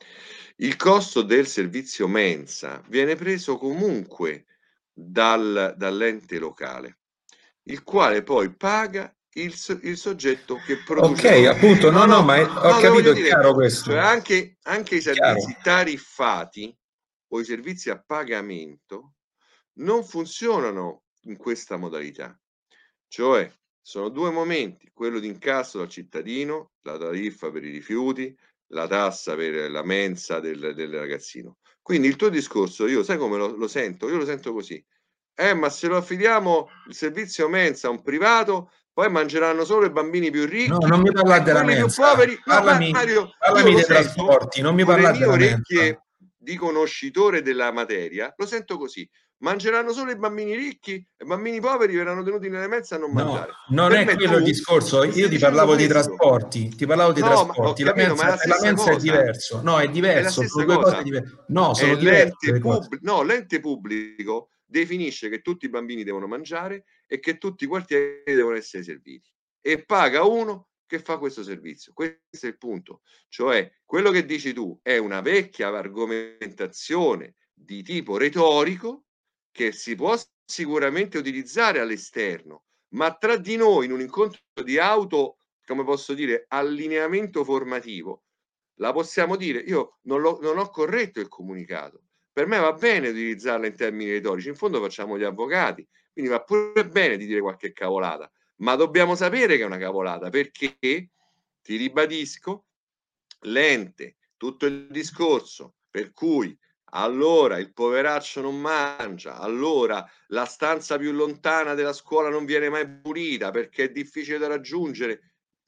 Il costo del servizio mensa viene preso comunque dall'ente locale, il quale poi paga il soggetto che produce. Ok, appunto, no, No, ma ho no, devo capito, è dire, chiaro questo. cioè anche i Chiaro. servizi tariffati o i servizi a pagamento non funzionano in questa modalità. Cioè, sono due momenti, quello di incasso dal cittadino, la tariffa per i rifiuti, la tassa per la mensa del ragazzino. Quindi il tuo discorso, io sai come lo sento? Io lo sento così: ma se lo affidiamo il servizio mensa a un privato, poi mangeranno solo i bambini più No, ricchi non mi parlare e della quelli più mensa, poveri no, ma parlami, Mario, io parlami lo dei sento trasporti, non mi con le parlare mie della mensa. orecchie di conoscitore della materia, lo sento così: mangeranno solo i bambini ricchi e i bambini poveri verranno tenuti nelle mense a non No, mangiare. non Per è me quello il tu discorso, mi io stai ti dicendo parlavo di questo. trasporti, No, ma ho La capito, ma è mensa, la per la stessa mensa è cosa. diverso, no, è È la diverso, sono stessa due cose cosa. diverse, no, È sono diverse le cose. l'ente pubblico definisce che tutti i bambini devono mangiare e che tutti i quartieri devono essere serviti e paga uno che fa questo servizio. Questo è il punto. Cioè, quello che dici tu è una vecchia argomentazione di tipo retorico che si può sicuramente utilizzare all'esterno, ma tra di noi in un incontro di come posso dire, allineamento formativo, la possiamo dire. Io non ho corretto il comunicato. Per me va bene utilizzarla in termini retorici, in fondo facciamo gli avvocati, quindi va pure bene di dire qualche cavolata, ma dobbiamo sapere che è una cavolata, perché, ti ribadisco, l'ente, tutto il discorso per cui allora il poveraccio non mangia, allora la stanza più lontana della scuola non viene mai pulita perché è difficile da raggiungere,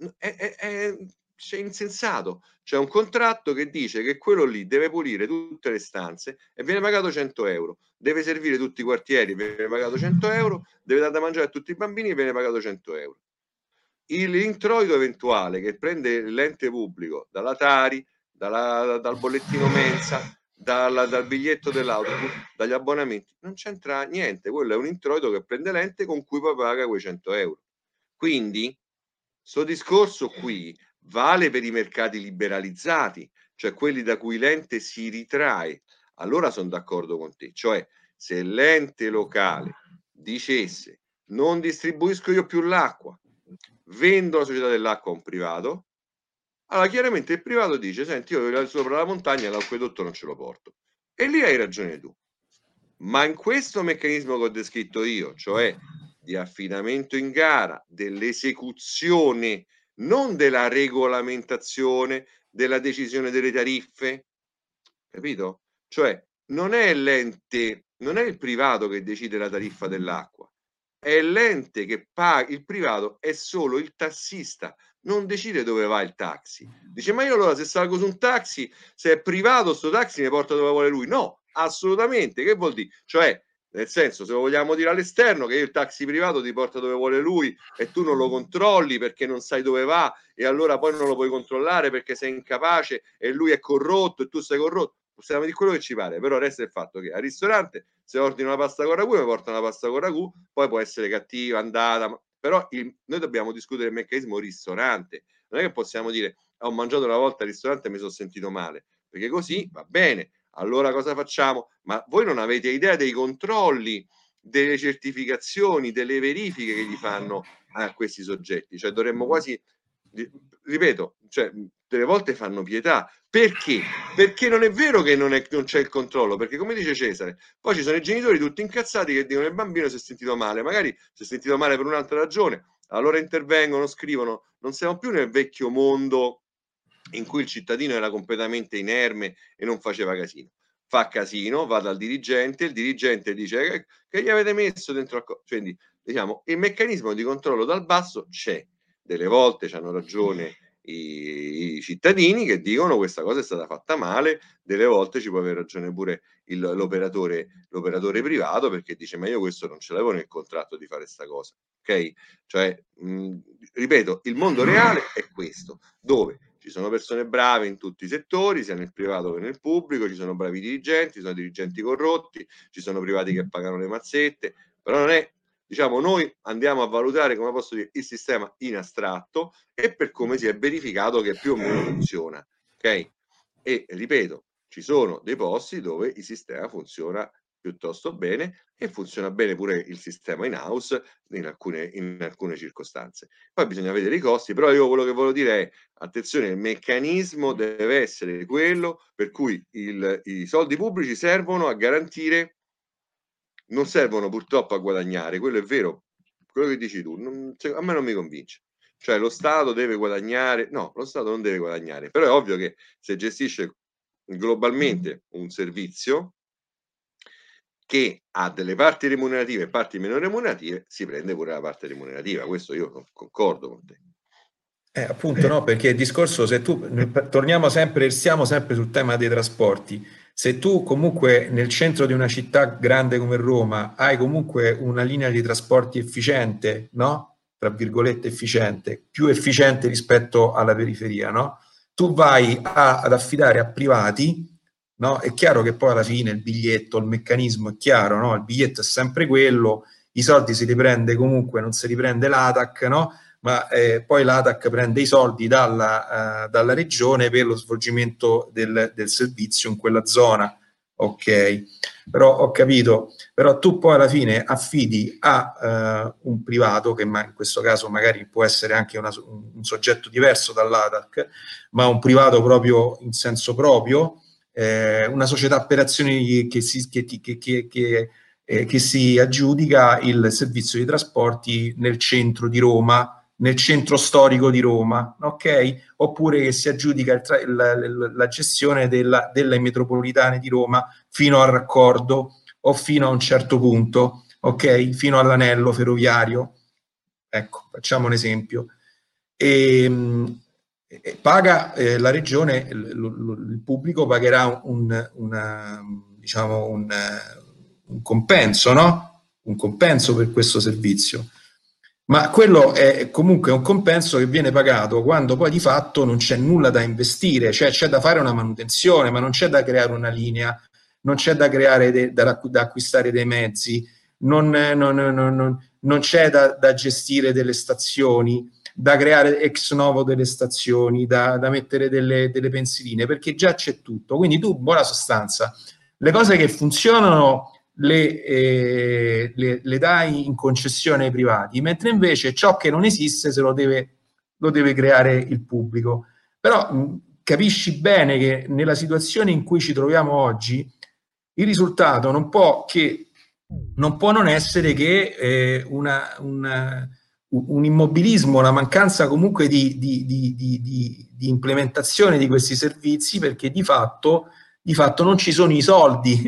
cioè insensato. C'è un contratto che dice che quello lì deve pulire tutte le stanze e viene pagato 100 €, deve servire tutti i quartieri e viene pagato 100 €, deve dare da mangiare a tutti i bambini e viene pagato 100 €. L'introito eventuale che prende l'ente pubblico dalla Tari, dal bollettino mensa, dal biglietto dell'autobus, dagli abbonamenti, non c'entra niente, quello è un introito che prende l'ente con cui poi paga quei 100 €. Quindi, sto discorso qui vale per i mercati liberalizzati, cioè quelli da cui l'ente si ritrae. Allora son d'accordo con te, cioè se l'ente locale dicesse: "Non distribuisco io più l'acqua, vendo la società dell'acqua a un privato", allora chiaramente il privato dice: "Senti, io sopra la montagna l'acquedotto non ce lo porto". E lì hai ragione tu. Ma in questo meccanismo che ho descritto io, cioè di affidamento in gara, dell'esecuzione, non della regolamentazione, della decisione delle tariffe, capito? Cioè non è il privato che decide la tariffa dell'acqua, è l'ente che il privato è solo il tassista, non decide dove va il taxi. Dice: "Ma io allora se salgo su un taxi, se è privato sto taxi mi porta dove vuole lui". No, assolutamente. Che vuol cioè, nel senso, se lo vogliamo dire all'esterno, che il taxi privato ti porta dove vuole lui e tu non lo controlli perché non sai dove va e allora poi non lo puoi controllare perché sei incapace e lui è corrotto e tu sei corrotto. Possiamo dire quello che ci pare, però resta il fatto che al ristorante se ordino una pasta con ragù mi porta una pasta con ragù, poi può essere cattiva, andata, però noi dobbiamo discutere il meccanismo ristorante. Non è che possiamo dire: "Ho mangiato una volta al ristorante e mi sono sentito male", perché così va bene. Allora cosa facciamo? Ma voi non avete idea dei controlli, delle certificazioni, delle verifiche che gli fanno a questi soggetti. Cioè dovremmo quasi, ripeto, cioè, delle volte fanno pietà. Perché? Perché non è vero che non c'è il controllo, perché come dice Cesare, poi ci sono i genitori tutti incazzati che dicono: "Il bambino si è sentito male", magari si è sentito male per un'altra ragione, allora intervengono, scrivono. Non siamo più nel vecchio mondo in cui il cittadino era completamente inerme e non faceva casino. Fa casino, va dal dirigente, il dirigente dice: che gli avete messo dentro quindi diciamo il meccanismo di controllo dal basso c'è. Delle volte c'hanno ragione i cittadini che dicono questa cosa è stata fatta male, delle volte ci può aver ragione pure l'operatore privato perché dice: "Ma io questo non ce l'avevo nel contratto di fare 'sta cosa". Okay? Cioè, ripeto, il mondo reale è questo, dove ci sono persone brave in tutti i settori, sia nel privato che nel pubblico, ci sono bravi dirigenti, ci sono dirigenti corrotti, ci sono privati che pagano le mazzette, però non è, diciamo, noi andiamo a valutare, come posso dire, il sistema in astratto e per come si è verificato che più o meno funziona, ok? e ripeto, ci sono dei posti dove il sistema funziona piuttosto bene e funziona bene pure il sistema in house in alcune circostanze. Poi bisogna vedere i costi, però io quello che voglio dire è attenzione, il meccanismo deve essere quello per cui i soldi pubblici servono a garantire, non servono purtroppo a guadagnare, quello è vero, quello che dici tu, a me non mi convince. Cioè lo Stato deve guadagnare, no, lo Stato non deve guadagnare, però è ovvio che se gestisce globalmente un servizio che ha delle parti remunerative e parti meno remunerative, si prende pure la parte remunerativa, questo io concordo con te. Appunto, no, perché il discorso, se tu torniamo sempre, stiamo sempre sul tema dei trasporti, se tu comunque nel centro di una città grande come Roma hai comunque una linea di trasporti efficiente, no? Tra virgolette efficiente, più efficiente rispetto alla periferia, no? Tu vai ad affidare a privati, no? È chiaro che poi alla fine il biglietto, il meccanismo è chiaro, no? Il biglietto è sempre quello, i soldi si li prende comunque, non si li prende l'ATAC, no? Ma poi l'ATAC prende i soldi dalla regione per lo svolgimento del servizio in quella zona. Ok, però ho capito, però tu poi alla fine affidi a un privato, che in questo caso magari può essere anche un soggetto diverso dall'ATAC, ma un privato proprio in senso proprio, una società per azioni che si aggiudica il servizio di trasporti nel centro di Roma, nel centro storico di Roma, ok? Oppure che si aggiudica la gestione delle metropolitane di Roma fino al raccordo o fino a un certo punto, ok? Fino all'anello ferroviario. Ecco, facciamo un esempio. Paga la regione, il pubblico pagherà diciamo un compenso, no? Un compenso per questo servizio. Ma quello è comunque un compenso che viene pagato quando poi di fatto non c'è nulla da investire, cioè c'è da fare una manutenzione, ma non c'è da creare una linea, non c'è da creare da acquistare dei mezzi, non c'è da gestire delle stazioni, da creare ex novo delle stazioni, da mettere delle pensiline, perché già c'è tutto. Quindi tu, in buona sostanza, le cose che funzionano le dai in concessione ai privati, mentre invece ciò che non esiste lo deve creare il pubblico. Però capisci bene che nella situazione in cui ci troviamo oggi il risultato non può non essere che un immobilismo, una mancanza comunque di implementazione di questi servizi, perché di fatto non ci sono i soldi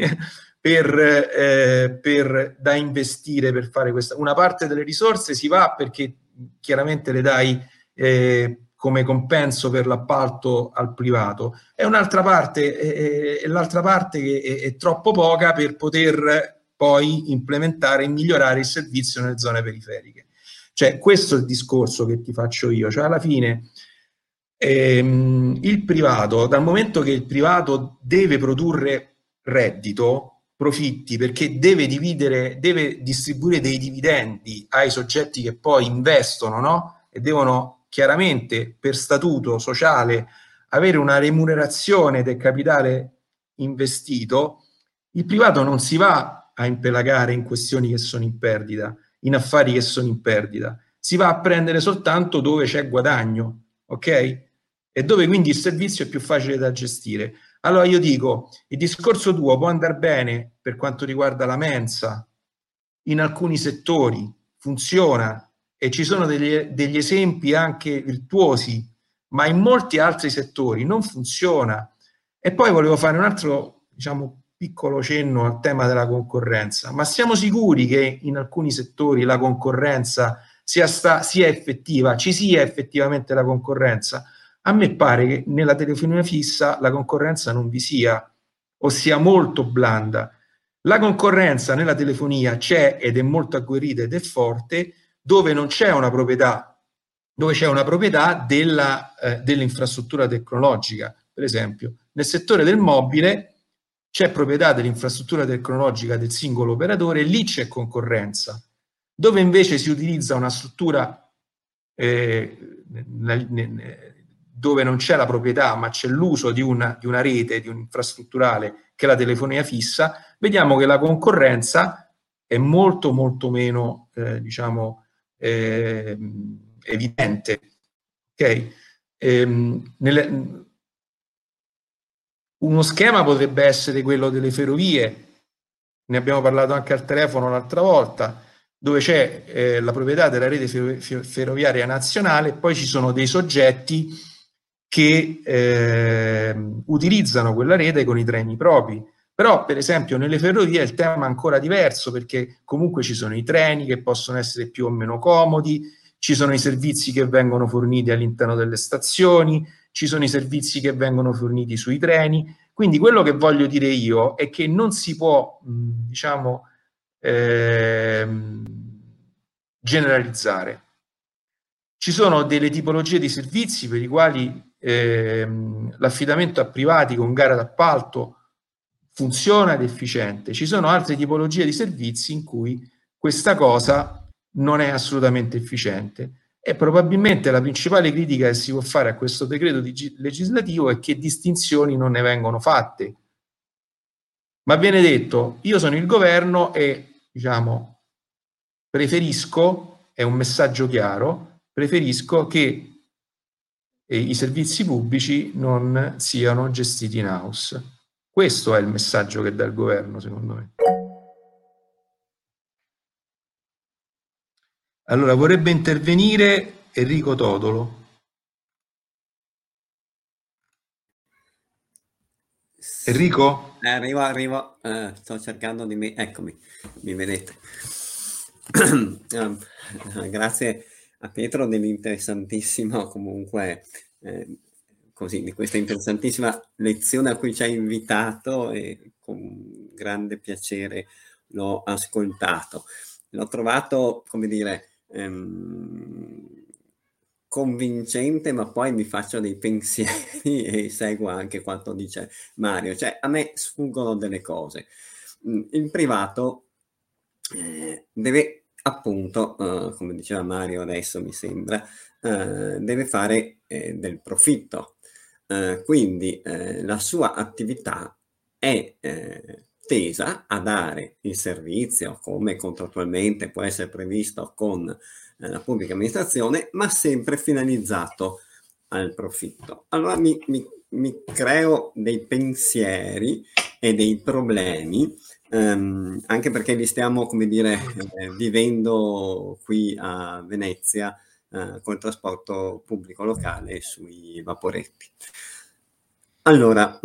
da investire per fare questa. Una parte delle risorse si va perché chiaramente le dai come compenso per l'appalto al privato, e un'altra parte, l'altra parte che è troppo poca per poter poi implementare e migliorare il servizio nelle zone periferiche. Cioè, questo è il discorso che ti faccio io, cioè alla fine il privato, dal momento che il privato deve produrre reddito, profitti, perché deve distribuire dei dividendi ai soggetti che poi investono, no? E devono chiaramente per statuto sociale avere una remunerazione del capitale investito. Il privato non si va a impelagare in questioni che sono in perdita, in affari che sono in perdita, si va a prendere soltanto dove c'è guadagno, ok? E dove quindi il servizio è più facile da gestire. Allora io dico, il discorso tuo può andare bene per quanto riguarda la mensa, in alcuni settori funziona e ci sono degli esempi anche virtuosi, ma in molti altri settori non funziona. E poi volevo fare un altro, diciamo, piccolo cenno al tema della concorrenza. Ma siamo sicuri che in alcuni settori la concorrenza sia effettiva, ci sia effettivamente la concorrenza? A me pare che nella telefonia fissa la concorrenza non vi sia, o sia molto blanda. La concorrenza nella telefonia c'è ed è molto agguerrita ed è forte dove non c'è una proprietà, dove c'è una proprietà dell'infrastruttura tecnologica. Per esempio, nel settore del mobile c'è proprietà dell'infrastruttura tecnologica del singolo operatore, lì c'è concorrenza. Dove invece si utilizza una struttura dove non c'è la proprietà ma c'è l'uso di una rete, di un'infrastrutturale che è la telefonia fissa, vediamo che la concorrenza è molto molto meno evidente. Okay? Uno schema potrebbe essere quello delle ferrovie, ne abbiamo parlato anche al telefono l'altra volta, dove c'è la proprietà della rete ferroviaria nazionale, poi ci sono dei soggetti che utilizzano quella rete con i treni propri. Però, per esempio, nelle ferrovie il tema è ancora diverso, perché comunque ci sono i treni che possono essere più o meno comodi, ci sono i servizi che vengono forniti all'interno delle stazioni, ci sono i servizi che vengono forniti sui treni. Quindi quello che voglio dire io è che non si può, generalizzare. Ci sono delle tipologie di servizi per i quali l'affidamento a privati con gara d'appalto funziona ed è efficiente. Ci sono altre tipologie di servizi in cui questa cosa non è assolutamente efficiente. E probabilmente la principale critica che si può fare a questo decreto legislativo è che distinzioni non ne vengono fatte. Ma viene detto, io sono il governo e, preferisco, è un messaggio chiaro, preferisco che i servizi pubblici non siano gestiti in house. Questo è il messaggio che dà il governo, secondo me. Allora, vorrebbe intervenire Enrico Todolo. Enrico? Arrivo, sto cercando di eccomi, mi vedete. Grazie a Pietro dell'interessantissimo, comunque, così, di questa interessantissima lezione a cui ci ha invitato e con grande piacere l'ho ascoltato. L'ho trovato, come dire, convincente, ma poi mi faccio dei pensieri e seguo anche quanto dice Mario. Cioè, a me sfuggono delle cose. Il privato deve, appunto, come diceva Mario adesso, mi sembra, deve fare del profitto. Quindi la sua attività è tesa a dare il servizio, come contrattualmente può essere previsto con la pubblica amministrazione, ma sempre finalizzato al profitto. Allora mi creo dei pensieri e dei problemi, anche perché li stiamo, come dire, vivendo qui a Venezia col trasporto pubblico locale sui vaporetti. Allora,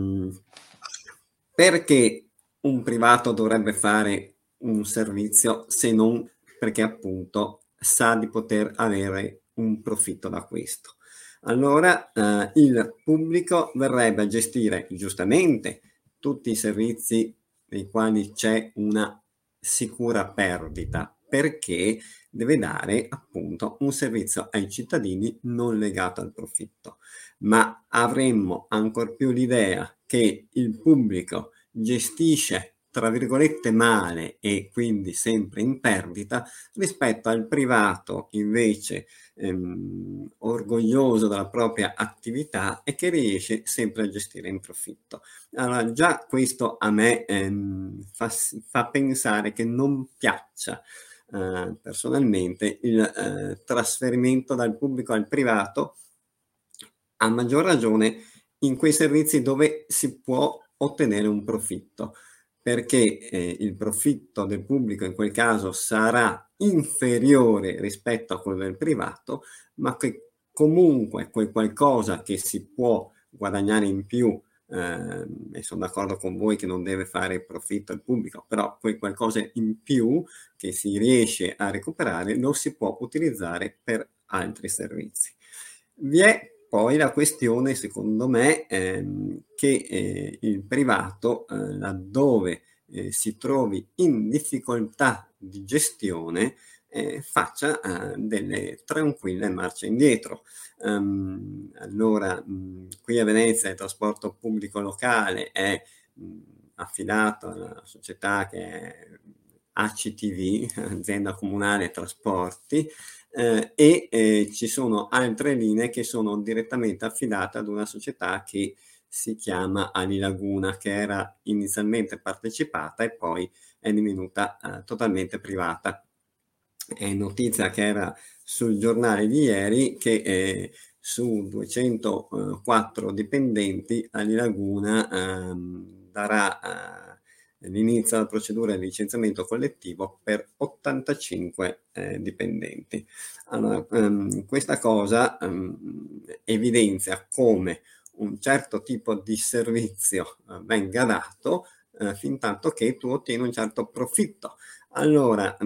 perché un privato dovrebbe fare un servizio se non perché appunto sa di poter avere un profitto da questo? Allora il pubblico verrebbe a gestire giustamente tutti i servizi nei quali c'è una sicura perdita, perché deve dare appunto un servizio ai cittadini non legato al profitto. Ma avremmo ancor più l'idea che il pubblico gestisce tra virgolette male e quindi sempre in perdita rispetto al privato invece orgoglioso della propria attività e che sempre a gestire in profitto. Allora già questo a me fa pensare che non piaccia personalmente il trasferimento dal pubblico al privato, a maggior ragione in quei servizi dove si può ottenere un profitto, perché il profitto del pubblico in quel caso sarà inferiore rispetto a quello del privato, ma che comunque quel qualcosa che si può guadagnare in più, e sono d'accordo con voi che non deve fare profitto il pubblico, però quel qualcosa in più che si riesce a recuperare lo si può utilizzare per altri servizi. Vi è poi la questione, secondo me, che il privato, laddove si trovi in difficoltà di gestione, faccia delle tranquille marce indietro. Allora, qui a Venezia il trasporto pubblico locale è affidato alla società che è ACTV, Azienda Comunale Trasporti, e ci sono altre linee che sono direttamente affidate ad una società che si chiama Alilaguna, che era inizialmente partecipata e poi è divenuta totalmente privata. È notizia che era sul giornale di ieri che su 204 dipendenti Alilaguna darà l'inizio alla procedura di licenziamento collettivo per 85 dipendenti. Allora, questa cosa evidenzia come un certo tipo di servizio venga dato fin tanto che tu ottieni un certo profitto. Allora,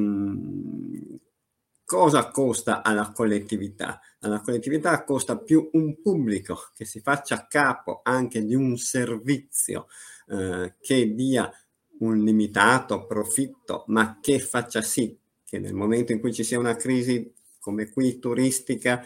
cosa costa alla collettività? Alla collettività costa più un pubblico che si faccia capo anche di un servizio che dia un limitato profitto, ma che faccia sì che nel momento in cui ci sia una crisi come qui turistica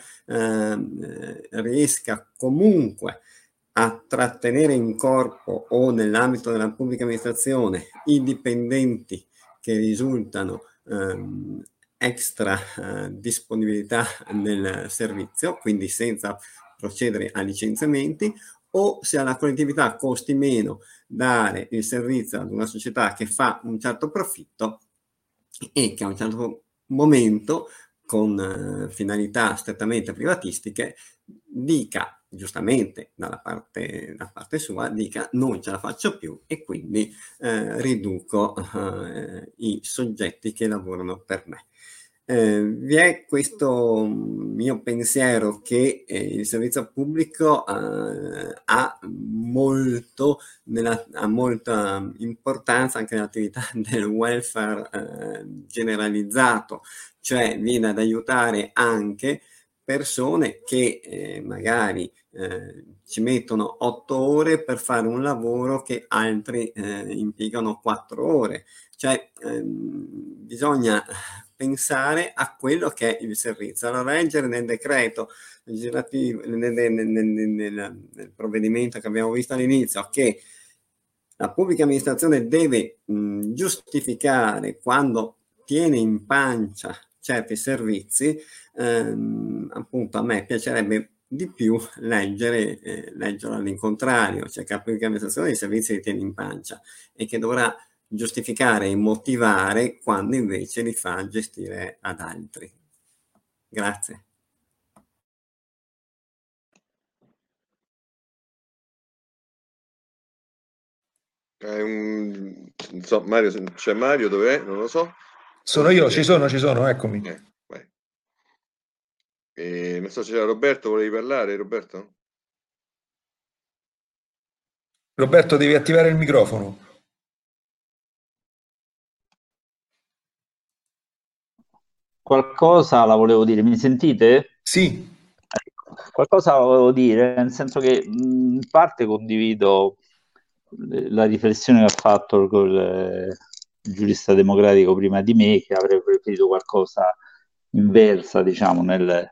riesca comunque a trattenere in corpo o nell'ambito della pubblica amministrazione i dipendenti che risultano extra disponibilità nel servizio, quindi senza procedere a licenziamenti, o se alla collettività costi meno dare il servizio ad una società che fa un certo profitto e che a un certo momento, con finalità strettamente privatistiche, dica giustamente da parte sua, dica non ce la faccio più e quindi riduco i soggetti che lavorano per me. Vi è questo mio pensiero che il servizio pubblico ha molta importanza anche nell'attività del welfare generalizzato, cioè viene ad aiutare anche persone che magari ci mettono 8 ore per fare un lavoro che altri impiegano 4 ore. Cioè bisogna pensare a quello che è il servizio. Allora, leggere nel decreto legislativo, nel provvedimento che abbiamo visto all'inizio, che la pubblica amministrazione deve giustificare quando tiene in pancia certi servizi, appunto a me piacerebbe di più leggerlo all'incontrario, cioè che la pubblica amministrazione i servizi li tiene in pancia e che dovrà giustificare e motivare quando invece li fa gestire ad altri. Grazie. So, Mario, c'è Mario, dov'è? Non lo so. Sono io, ci sono, eccomi. Vai. Non so se c'era Roberto, volevi parlare, Roberto? Roberto, devi attivare il microfono. Qualcosa la volevo dire, mi sentite? Sì. Qualcosa la volevo dire, nel senso che in parte condivido la riflessione che ha fatto il giurista democratico prima di me, che avrebbe preferito qualcosa inversa, diciamo, nel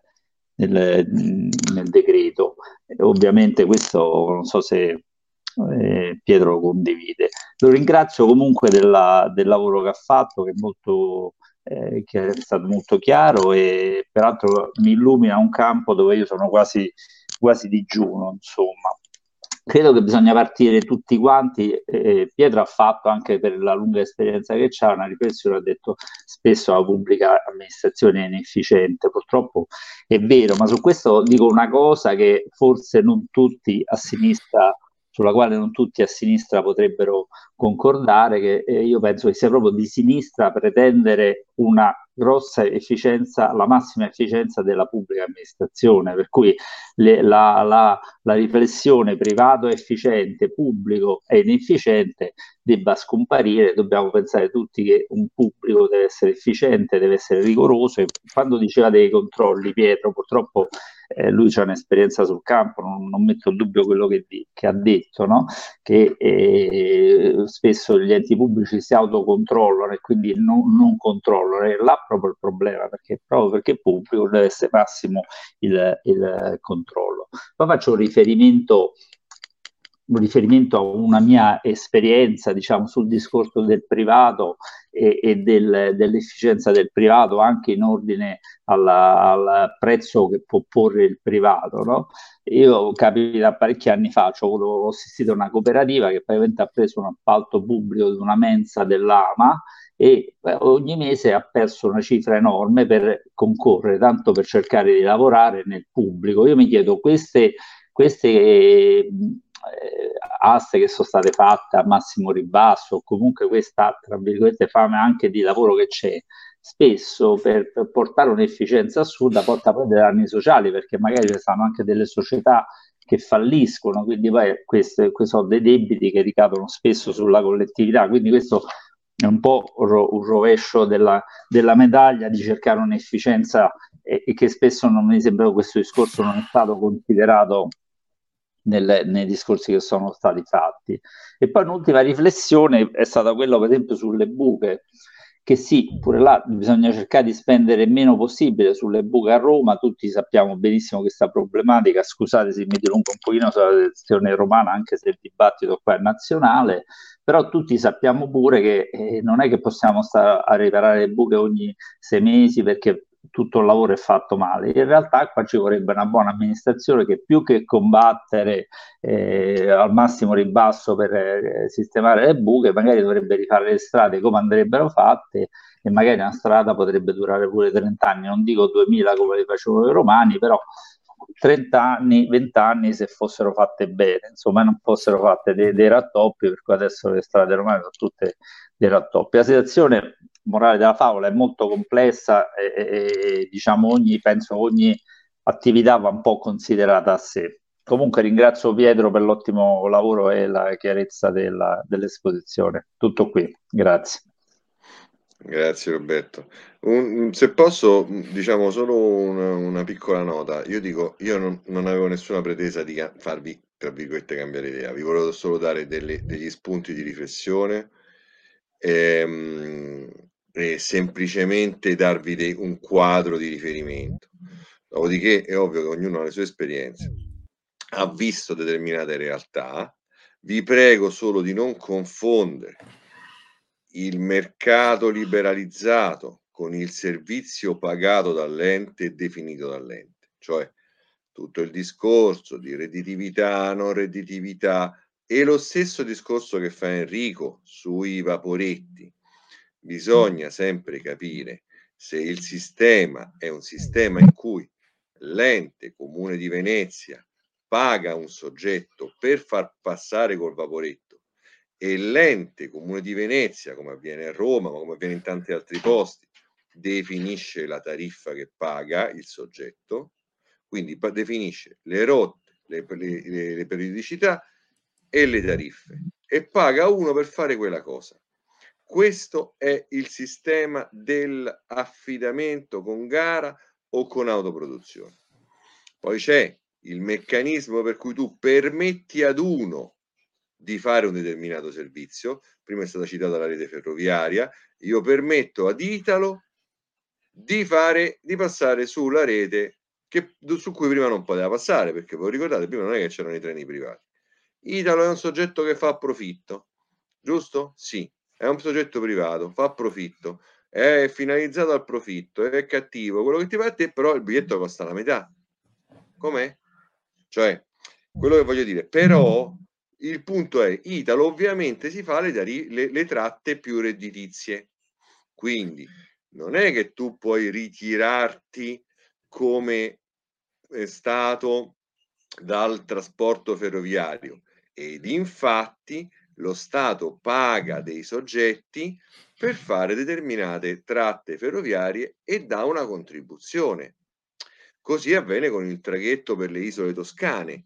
decreto. Ovviamente questo non so se Pietro lo condivide. Lo ringrazio comunque del lavoro che ha fatto, che è molto... che è stato molto chiaro e peraltro mi illumina un campo dove io sono quasi digiuno, insomma. Credo che bisogna partire tutti quanti, Pietro ha fatto anche per la lunga esperienza che ha una riflessione, ha detto spesso la pubblica amministrazione è inefficiente, purtroppo è vero, ma su questo dico una cosa che forse non tutti a sinistra, sulla quale non tutti a sinistra potrebbero concordare, che io penso che sia proprio di sinistra pretendere una grossa efficienza, la massima efficienza della pubblica amministrazione, per cui la riflessione privato è efficiente, pubblico è inefficiente debba scomparire. Dobbiamo pensare tutti che un pubblico deve essere efficiente, deve essere rigoroso, e quando diceva dei controlli, Pietro, purtroppo lui c'ha un'esperienza sul campo, non metto in dubbio quello che ha detto, no? Che spesso gli enti pubblici si autocontrollano e quindi non controllano, è là proprio il problema, proprio perché il pubblico deve essere massimo il controllo. Poi faccio un riferimento riferimento a una mia esperienza, diciamo, sul discorso del privato e dell'efficienza del privato anche in ordine al prezzo che può porre il privato, no? Io capita parecchi anni fa, ho assistito a una cooperativa che praticamente ha preso un appalto pubblico di una mensa dell'AMA e ogni mese ha perso una cifra enorme per concorrere, tanto per cercare di lavorare nel pubblico. Io mi chiedo, queste aste che sono state fatte a massimo ribasso, o comunque questa, tra virgolette, fame anche di lavoro che c'è, spesso per portare un'efficienza assurda porta poi dei danni sociali, perché magari ci sono anche delle società che falliscono, quindi poi questi sono dei debiti che ricadono spesso sulla collettività, quindi questo è un po' un rovescio della medaglia di cercare un'efficienza e che spesso non mi sembra questo discorso non è stato considerato nei discorsi che sono stati fatti. E poi un'ultima riflessione è stata quella, per esempio, sulle buche, che sì, pure là bisogna cercare di spendere il meno possibile sulle buche a Roma, tutti sappiamo benissimo questa problematica, scusate se mi dilungo un pochino sulla questione romana, anche se il dibattito qua è nazionale, però tutti sappiamo pure che non è che possiamo stare a riparare le buche ogni 6 mesi perché tutto il lavoro è fatto male. In realtà qua ci vorrebbe una buona amministrazione che più che combattere al massimo ribasso per sistemare le buche, magari dovrebbe rifare le strade come andrebbero fatte e magari una strada potrebbe durare pure 30 anni, non dico 2000 come le facevano i romani, però 30 anni, 20 anni se fossero fatte bene, insomma non fossero fatte dei rattoppi, perché adesso le strade romane sono tutte dei rattoppi. La situazione morale della favola è molto complessa e diciamo penso ogni attività va un po' considerata a sé. Comunque ringrazio Pietro per l'ottimo lavoro e la chiarezza dell'esposizione. Tutto qui, grazie. Grazie Roberto. Se posso, diciamo solo una piccola nota. Io dico, io non avevo nessuna pretesa di farvi, tra virgolette, cambiare idea. Vi volevo solo dare degli spunti di riflessione e semplicemente darvi un quadro di riferimento. Dopodiché è ovvio che ognuno ha le sue esperienze, ha visto determinate realtà. Vi prego solo di non confondere il mercato liberalizzato con il servizio pagato dall'ente e definito dall'ente, cioè tutto il discorso di redditività, non redditività e lo stesso discorso che fa Enrico sui vaporetti. Bisogna sempre capire se il sistema è un sistema in cui l'ente Comune di Venezia paga un soggetto per far passare col vaporetto e l'ente Comune di Venezia, come avviene a Roma, ma come avviene in tanti altri posti, definisce la tariffa che paga il soggetto, quindi definisce le rotte, le periodicità e le tariffe e paga uno per fare quella cosa. Questo è il sistema dell'affidamento con gara o con autoproduzione. Poi c'è il meccanismo per cui tu permetti ad uno di fare un determinato servizio. Prima è stata citata la rete ferroviaria. Io permetto ad Italo di passare sulla rete su cui prima non poteva passare, perché voi ricordate, prima non è che c'erano i treni privati. Italo è un soggetto che fa profitto, giusto? Sì, è un soggetto privato, fa profitto, è finalizzato al profitto, è cattivo, quello che ti va a te, però il biglietto costa la metà. Com'è? Cioè, quello che voglio dire, però il punto è, Italo ovviamente si fa le tratte più redditizie, quindi non è che tu puoi ritirarti come Stato dal trasporto ferroviario ed infatti lo Stato paga dei soggetti per fare determinate tratte ferroviarie e dà una contribuzione. Così avviene con il traghetto per le isole toscane.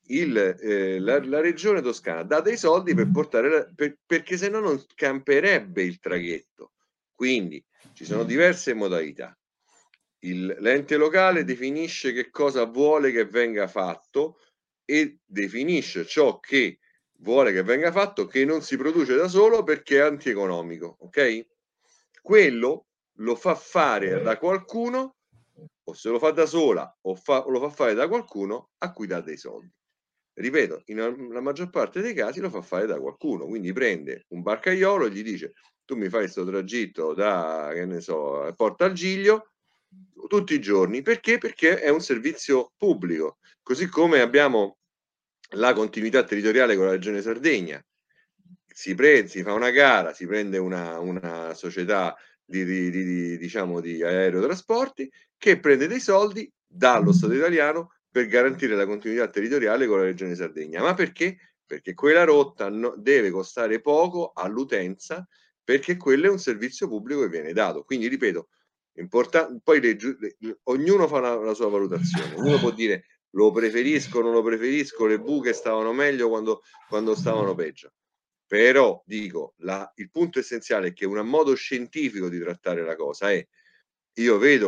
La regione toscana dà dei soldi per portare perché se no non camperebbe il traghetto. Quindi ci sono diverse modalità. L'ente locale definisce che cosa vuole che venga fatto e definisce ciò che vuole che venga fatto che non si produce da solo perché è antieconomico, ok? Quello lo fa fare da qualcuno, o se lo fa da sola o lo fa fare da qualcuno a cui dà dei soldi. ripeto, la maggior parte dei casi lo fa fare da qualcuno, quindi prende un barcaiolo e gli dice: tu mi fai questo tragitto da, che ne so, Porto al Giglio tutti i giorni. Perché? Perché è un servizio pubblico, così come abbiamo la continuità territoriale con la Regione Sardegna. Si fa una gara, si prende una società diciamo di aerotrasporti che prende dei soldi dallo Stato italiano per garantire la continuità territoriale con la Regione Sardegna. Ma perché? Perché quella rotta deve costare poco all'utenza, perché quello è un servizio pubblico che viene dato. Quindi ripeto, poi ognuno fa la sua valutazione, ognuno può dire lo preferisco, non lo preferisco, le buche stavano meglio quando stavano peggio. Però dico, il punto essenziale è che un modo scientifico di trattare la cosa è: io vedo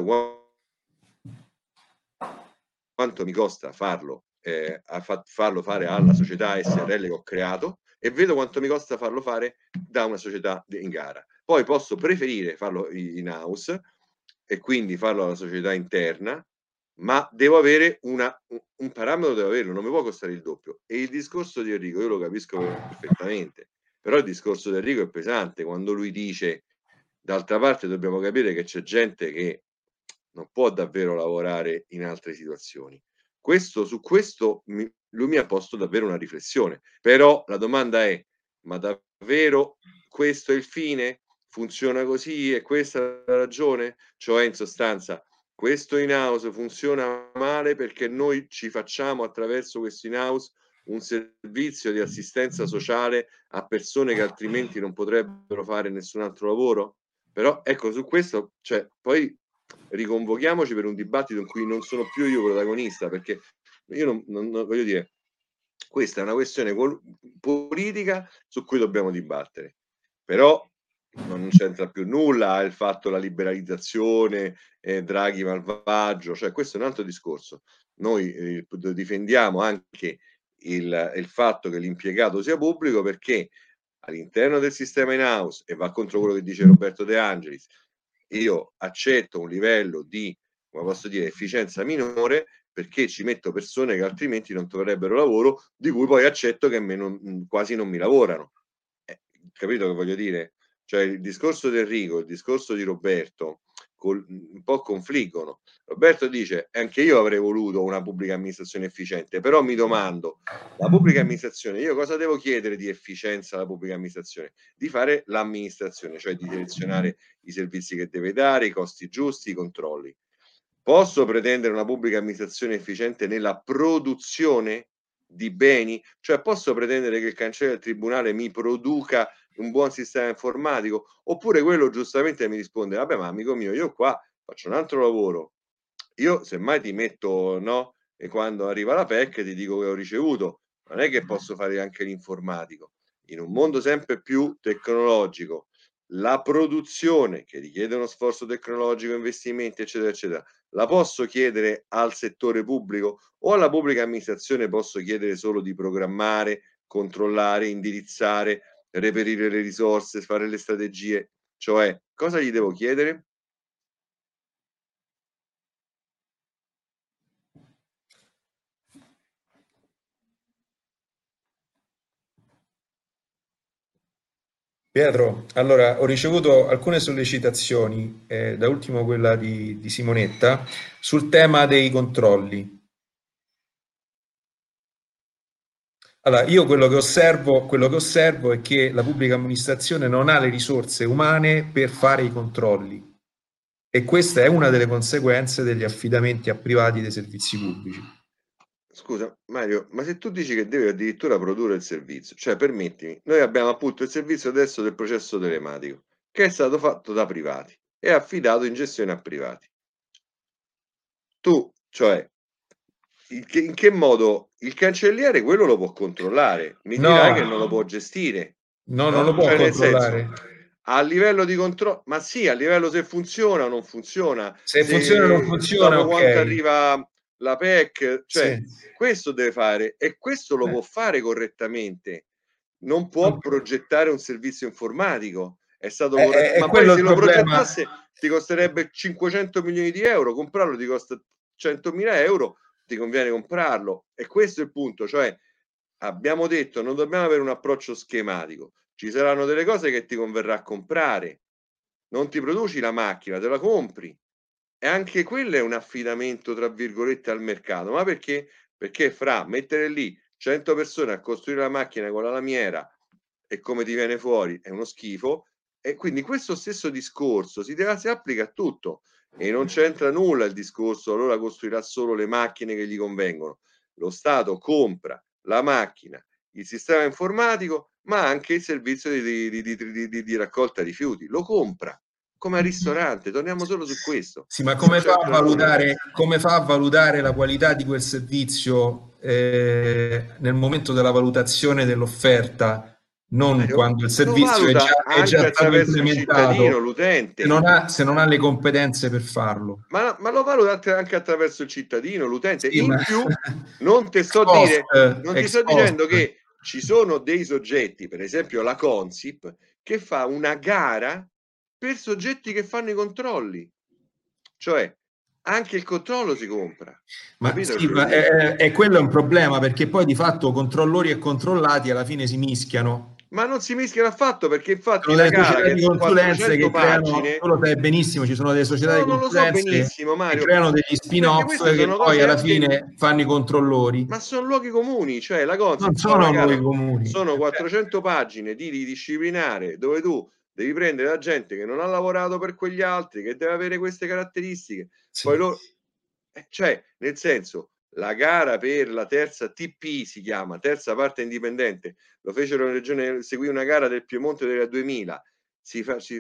quanto mi costa farlo fare alla società SRL che ho creato, e vedo quanto mi costa farlo fare da una società in gara. Poi posso preferire farlo in house e quindi farlo alla società interna, ma devo avere un parametro, devo averlo, non mi può costare il doppio. E il discorso di Enrico io lo capisco perfettamente, però il discorso di Enrico è pesante quando lui dice: d'altra parte dobbiamo capire che c'è gente che non può davvero lavorare in altre situazioni. Su questo lui mi ha posto davvero una riflessione, però la domanda è: ma davvero questo è il fine? Funziona così? È questa la ragione? Cioè, in sostanza, questo in-house funziona male perché noi ci facciamo attraverso questo in-house un servizio di assistenza sociale a persone che altrimenti non potrebbero fare nessun altro lavoro? Però ecco, su questo, cioè, poi riconvochiamoci per un dibattito in cui non sono più io protagonista, perché io non voglio dire, questa è una questione politica su cui dobbiamo dibattere, però non c'entra più nulla il fatto, la liberalizzazione, Draghi malvagio, cioè questo è un altro discorso. Noi difendiamo anche il fatto che l'impiegato sia pubblico, perché all'interno del sistema in house, e va contro quello che dice Roberto De Angelis, io accetto un livello di, come posso dire, efficienza minore, perché ci metto persone che altrimenti non troverebbero lavoro, di cui poi accetto che quasi non mi lavorano. Capito che voglio dire? Cioè il discorso di Enrico, il discorso di Roberto un po' confliggono. Roberto dice: anche io avrei voluto una pubblica amministrazione efficiente, però mi domando, la pubblica amministrazione, io cosa devo chiedere di efficienza alla pubblica amministrazione? Di fare l'amministrazione, cioè di selezionare i servizi che deve dare, i costi giusti, i controlli. Posso pretendere una pubblica amministrazione efficiente nella produzione di beni? Cioè posso pretendere che il cancelliere del tribunale mi produca un buon sistema informatico? Oppure quello giustamente mi risponde: vabbè, ma amico mio, io qua faccio un altro lavoro, io semmai ti metto, no? E quando arriva la PEC ti dico che ho ricevuto, non è che posso fare anche l'informatico. In un mondo sempre più tecnologico, la produzione che richiede uno sforzo tecnologico, investimenti, eccetera, eccetera, la posso chiedere al settore pubblico, o alla pubblica amministrazione posso chiedere solo di programmare, controllare, indirizzare, reperire le risorse, fare le strategie? Cioè, cosa gli devo chiedere? Pietro, allora ho ricevuto alcune sollecitazioni, da ultimo quella di Simonetta, sul tema dei controlli. Allora, io quello che osservo è che la pubblica amministrazione non ha le risorse umane per fare i controlli, e questa è una delle conseguenze degli affidamenti a privati dei servizi pubblici. Scusa Mario, ma se tu dici che devi addirittura produrre il servizio, cioè permettimi, noi abbiamo appunto il servizio adesso del processo telematico, che è stato fatto da privati e affidato in gestione a privati. Tu, cioè, in che modo il cancelliere quello lo può controllare? Mi dirai che non lo può gestire. No, non lo può cioè, controllare. nel senso, a livello di controllo, ma sì, a livello se funziona o non funziona, Se funziona o non funziona, dopo ok. quanto arriva la PEC, cioè Sì. questo deve fare, e questo lo può fare correttamente. Non può progettare un servizio informatico. È stato ma poi se lo progettasse ti costerebbe 500 milioni di euro, comprarlo ti costa 100.000 euro, ti conviene comprarlo. E questo è il punto, cioè abbiamo detto non dobbiamo avere un approccio schematico, ci saranno delle cose che ti converrà comprare, non ti produci la macchina, te la compri, e anche quello è un affidamento tra virgolette al mercato, ma perché? Perché fra mettere lì 100 persone a costruire la macchina con la lamiera e come ti viene fuori è uno schifo, e quindi questo stesso discorso si applica a tutto, e non c'entra nulla il discorso allora costruirà solo le macchine che gli convengono. Lo Stato compra la macchina, il sistema informatico, ma anche il servizio di raccolta rifiuti, lo compra come al ristorante, torniamo solo su questo. Sì, ma come fa a valutare la qualità di quel servizio nel momento della valutazione dell'offerta, non quando il servizio è già stato implementato, l'utente. Se non ha le competenze per farlo. Ma lo valuta anche attraverso il cittadino, l'utente. Sì, in più, non ti sto dicendo che ci sono dei soggetti, per esempio la Consip, che fa una gara per soggetti che fanno i controlli, cioè anche il controllo si compra. Ma sì, ma quello è un problema, perché poi di fatto controllori e controllati alla fine si mischiano. Ma non si mischiano affatto, perché infatti sono la delle gara società di consulenze che pagine, creano, tu lo sai benissimo, ci sono delle società di consulenze benissimo, Mario, che creano degli spin-off che poi alla fine fanno i controllori. Ma sono luoghi comuni, cioè la Consip non sono luoghi comuni. Sono 400 pagine di disciplinare dove tu devi prendere la gente che non ha lavorato per quegli altri, che deve avere queste caratteristiche. Sì. Poi loro, cioè, nel senso, la gara per la terza TP si chiama, terza parte indipendente, lo fecero in regione, seguì una gara del Piemonte del 2000, si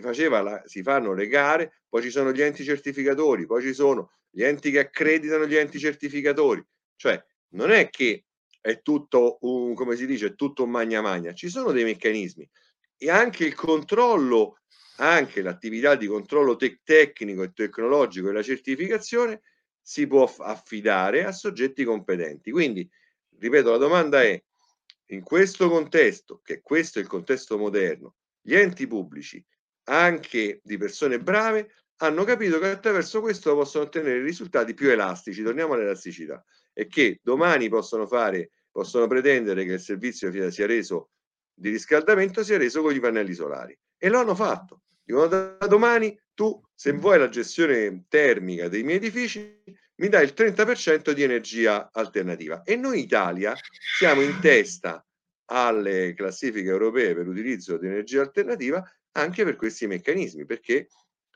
fanno le gare, poi ci sono gli enti certificatori, poi ci sono gli enti che accreditano gli enti certificatori, cioè non è che è tutto un, come si dice, è tutto un magna magna, ci sono dei meccanismi, e anche il controllo, anche l'attività di controllo tecnico e tecnologico e la certificazione si può affidare a soggetti competenti. Quindi, ripeto, la domanda è, in questo contesto, che questo è il contesto moderno, gli enti pubblici, anche di persone brave, hanno capito che attraverso questo possono ottenere risultati più elastici, torniamo all'elasticità, e che domani possono pretendere che il servizio sia reso di riscaldamento sia reso con i pannelli solari, e lo hanno fatto. Dicono, da domani tu, se vuoi la gestione termica dei miei edifici, mi dai il 30% di energia alternativa. E noi Italia siamo in testa alle classifiche europee per l'utilizzo di energia alternativa anche per questi meccanismi, perché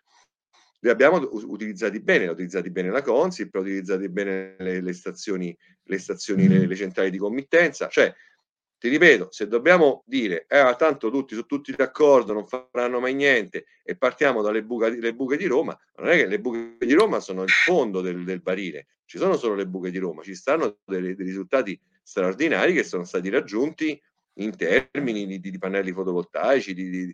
li abbiamo utilizzati bene, la Consip, ha utilizzati bene le stazioni, le centrali di committenza, cioè ti ripeto, se dobbiamo dire tanto sono tutti d'accordo, non faranno mai niente, e partiamo dalle buche di Roma, non è che le buche di Roma sono il fondo del barile, ci sono solo le buche di Roma, ci stanno dei risultati straordinari che sono stati raggiunti in termini di pannelli fotovoltaici,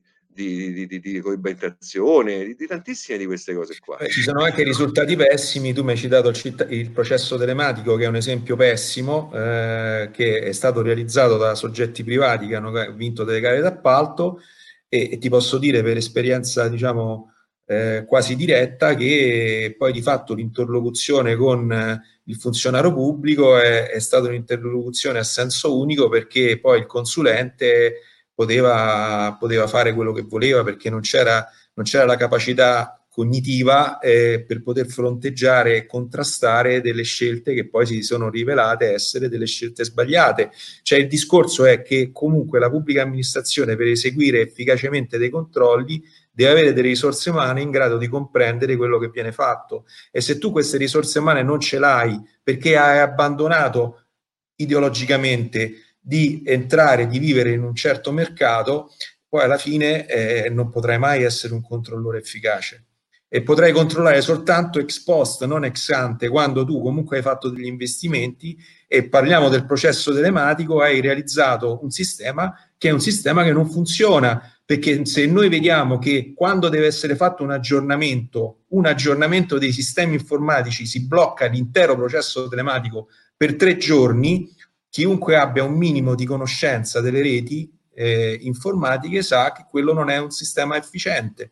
di coibentazione, di tantissime di queste cose qua. Ci sono anche risultati pessimi. Tu mi hai citato il processo telematico, che è un esempio pessimo, che è stato realizzato da soggetti privati che hanno vinto delle gare d'appalto, e ti posso dire per esperienza, diciamo, quasi diretta, che poi di fatto l'interlocuzione con il funzionario pubblico è stata un'interlocuzione a senso unico, perché poi il consulente poteva fare quello che voleva, perché non c'era la capacità cognitiva per poter fronteggiare e contrastare delle scelte che poi si sono rivelate essere delle scelte sbagliate. Cioè, il discorso è che comunque la pubblica amministrazione, per eseguire efficacemente dei controlli, deve avere delle risorse umane in grado di comprendere quello che viene fatto, e se tu queste risorse umane non ce l'hai perché hai abbandonato ideologicamente di entrare, di vivere in un certo mercato, poi alla fine non potrai mai essere un controllore efficace, e potrai controllare soltanto ex post, non ex ante, quando tu comunque hai fatto degli investimenti, e parliamo del processo telematico, hai realizzato un sistema che non funziona, perché se noi vediamo che quando deve essere fatto un aggiornamento dei sistemi informatici si blocca l'intero processo telematico per 3 giorni, chiunque abbia un minimo di conoscenza delle reti informatiche sa che quello non è un sistema efficiente.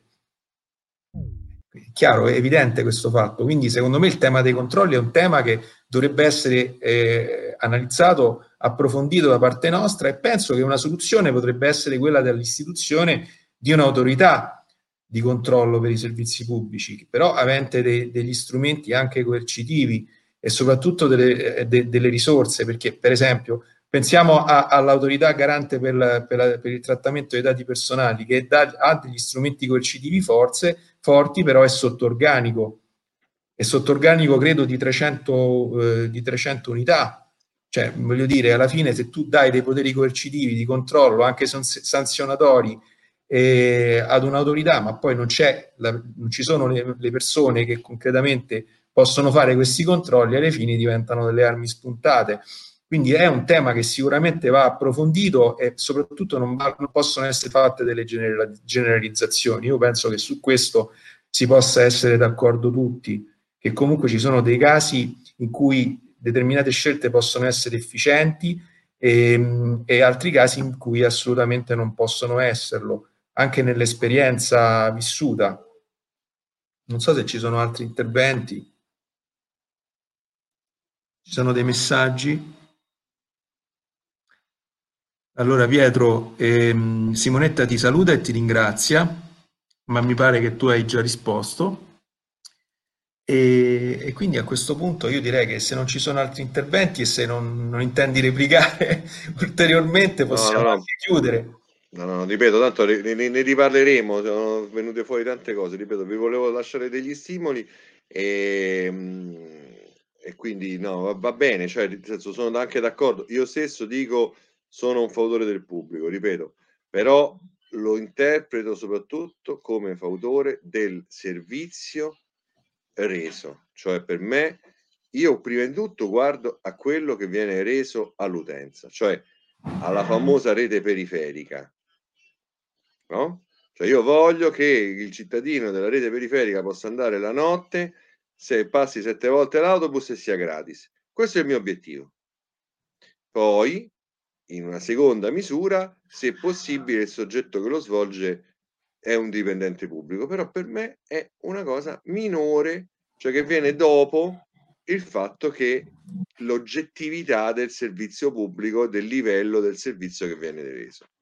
Chiaro, è evidente questo fatto. Quindi secondo me il tema dei controlli è un tema che dovrebbe essere analizzato approfondito da parte nostra, e penso che una soluzione potrebbe essere quella dell'istituzione di un'autorità di controllo per i servizi pubblici, però avente degli strumenti anche coercitivi e soprattutto delle risorse, perché per esempio pensiamo all'autorità garante per il trattamento dei dati personali, che ha degli strumenti coercitivi forti, però è sotto organico credo di 300 unità. Cioè, voglio dire, alla fine, se tu dai dei poteri coercitivi di controllo, anche sanzionatori, ad un'autorità, ma poi non ci sono le persone che concretamente possono fare questi controlli, alle fine diventano delle armi spuntate. Quindi è un tema che sicuramente va approfondito, e soprattutto non possono essere fatte delle generalizzazioni. Io penso che su questo si possa essere d'accordo tutti, che comunque ci sono dei casi in cui determinate scelte possono essere efficienti e altri casi in cui assolutamente non possono esserlo, anche nell'esperienza vissuta. Non so se ci sono altri interventi. Ci sono dei messaggi? Allora Pietro, Simonetta ti saluta e ti ringrazia, ma mi pare che tu hai già risposto. E quindi a questo punto io direi che se non ci sono altri interventi e se non intendi replicare ulteriormente, possiamo anche chiudere. No, ripeto, tanto ne riparleremo, sono venute fuori tante cose, ripeto, vi volevo lasciare degli stimoli e quindi no, va bene, cioè nel senso sono anche d'accordo, io stesso dico sono un fautore del pubblico, ripeto, però lo interpreto soprattutto come fautore del servizio reso, cioè per me io prima di tutto guardo a quello che viene reso all'utenza, cioè alla famosa rete periferica, no? Cioè io voglio che il cittadino della rete periferica possa andare la notte, se passi 7 volte l'autobus, e sia gratis. Questo è il mio obiettivo. Poi, in una seconda misura, se possibile, il soggetto che lo svolge è un dipendente pubblico, però per me è una cosa minore, cioè che viene dopo il fatto che l'oggettività del servizio pubblico, del livello del servizio che viene reso.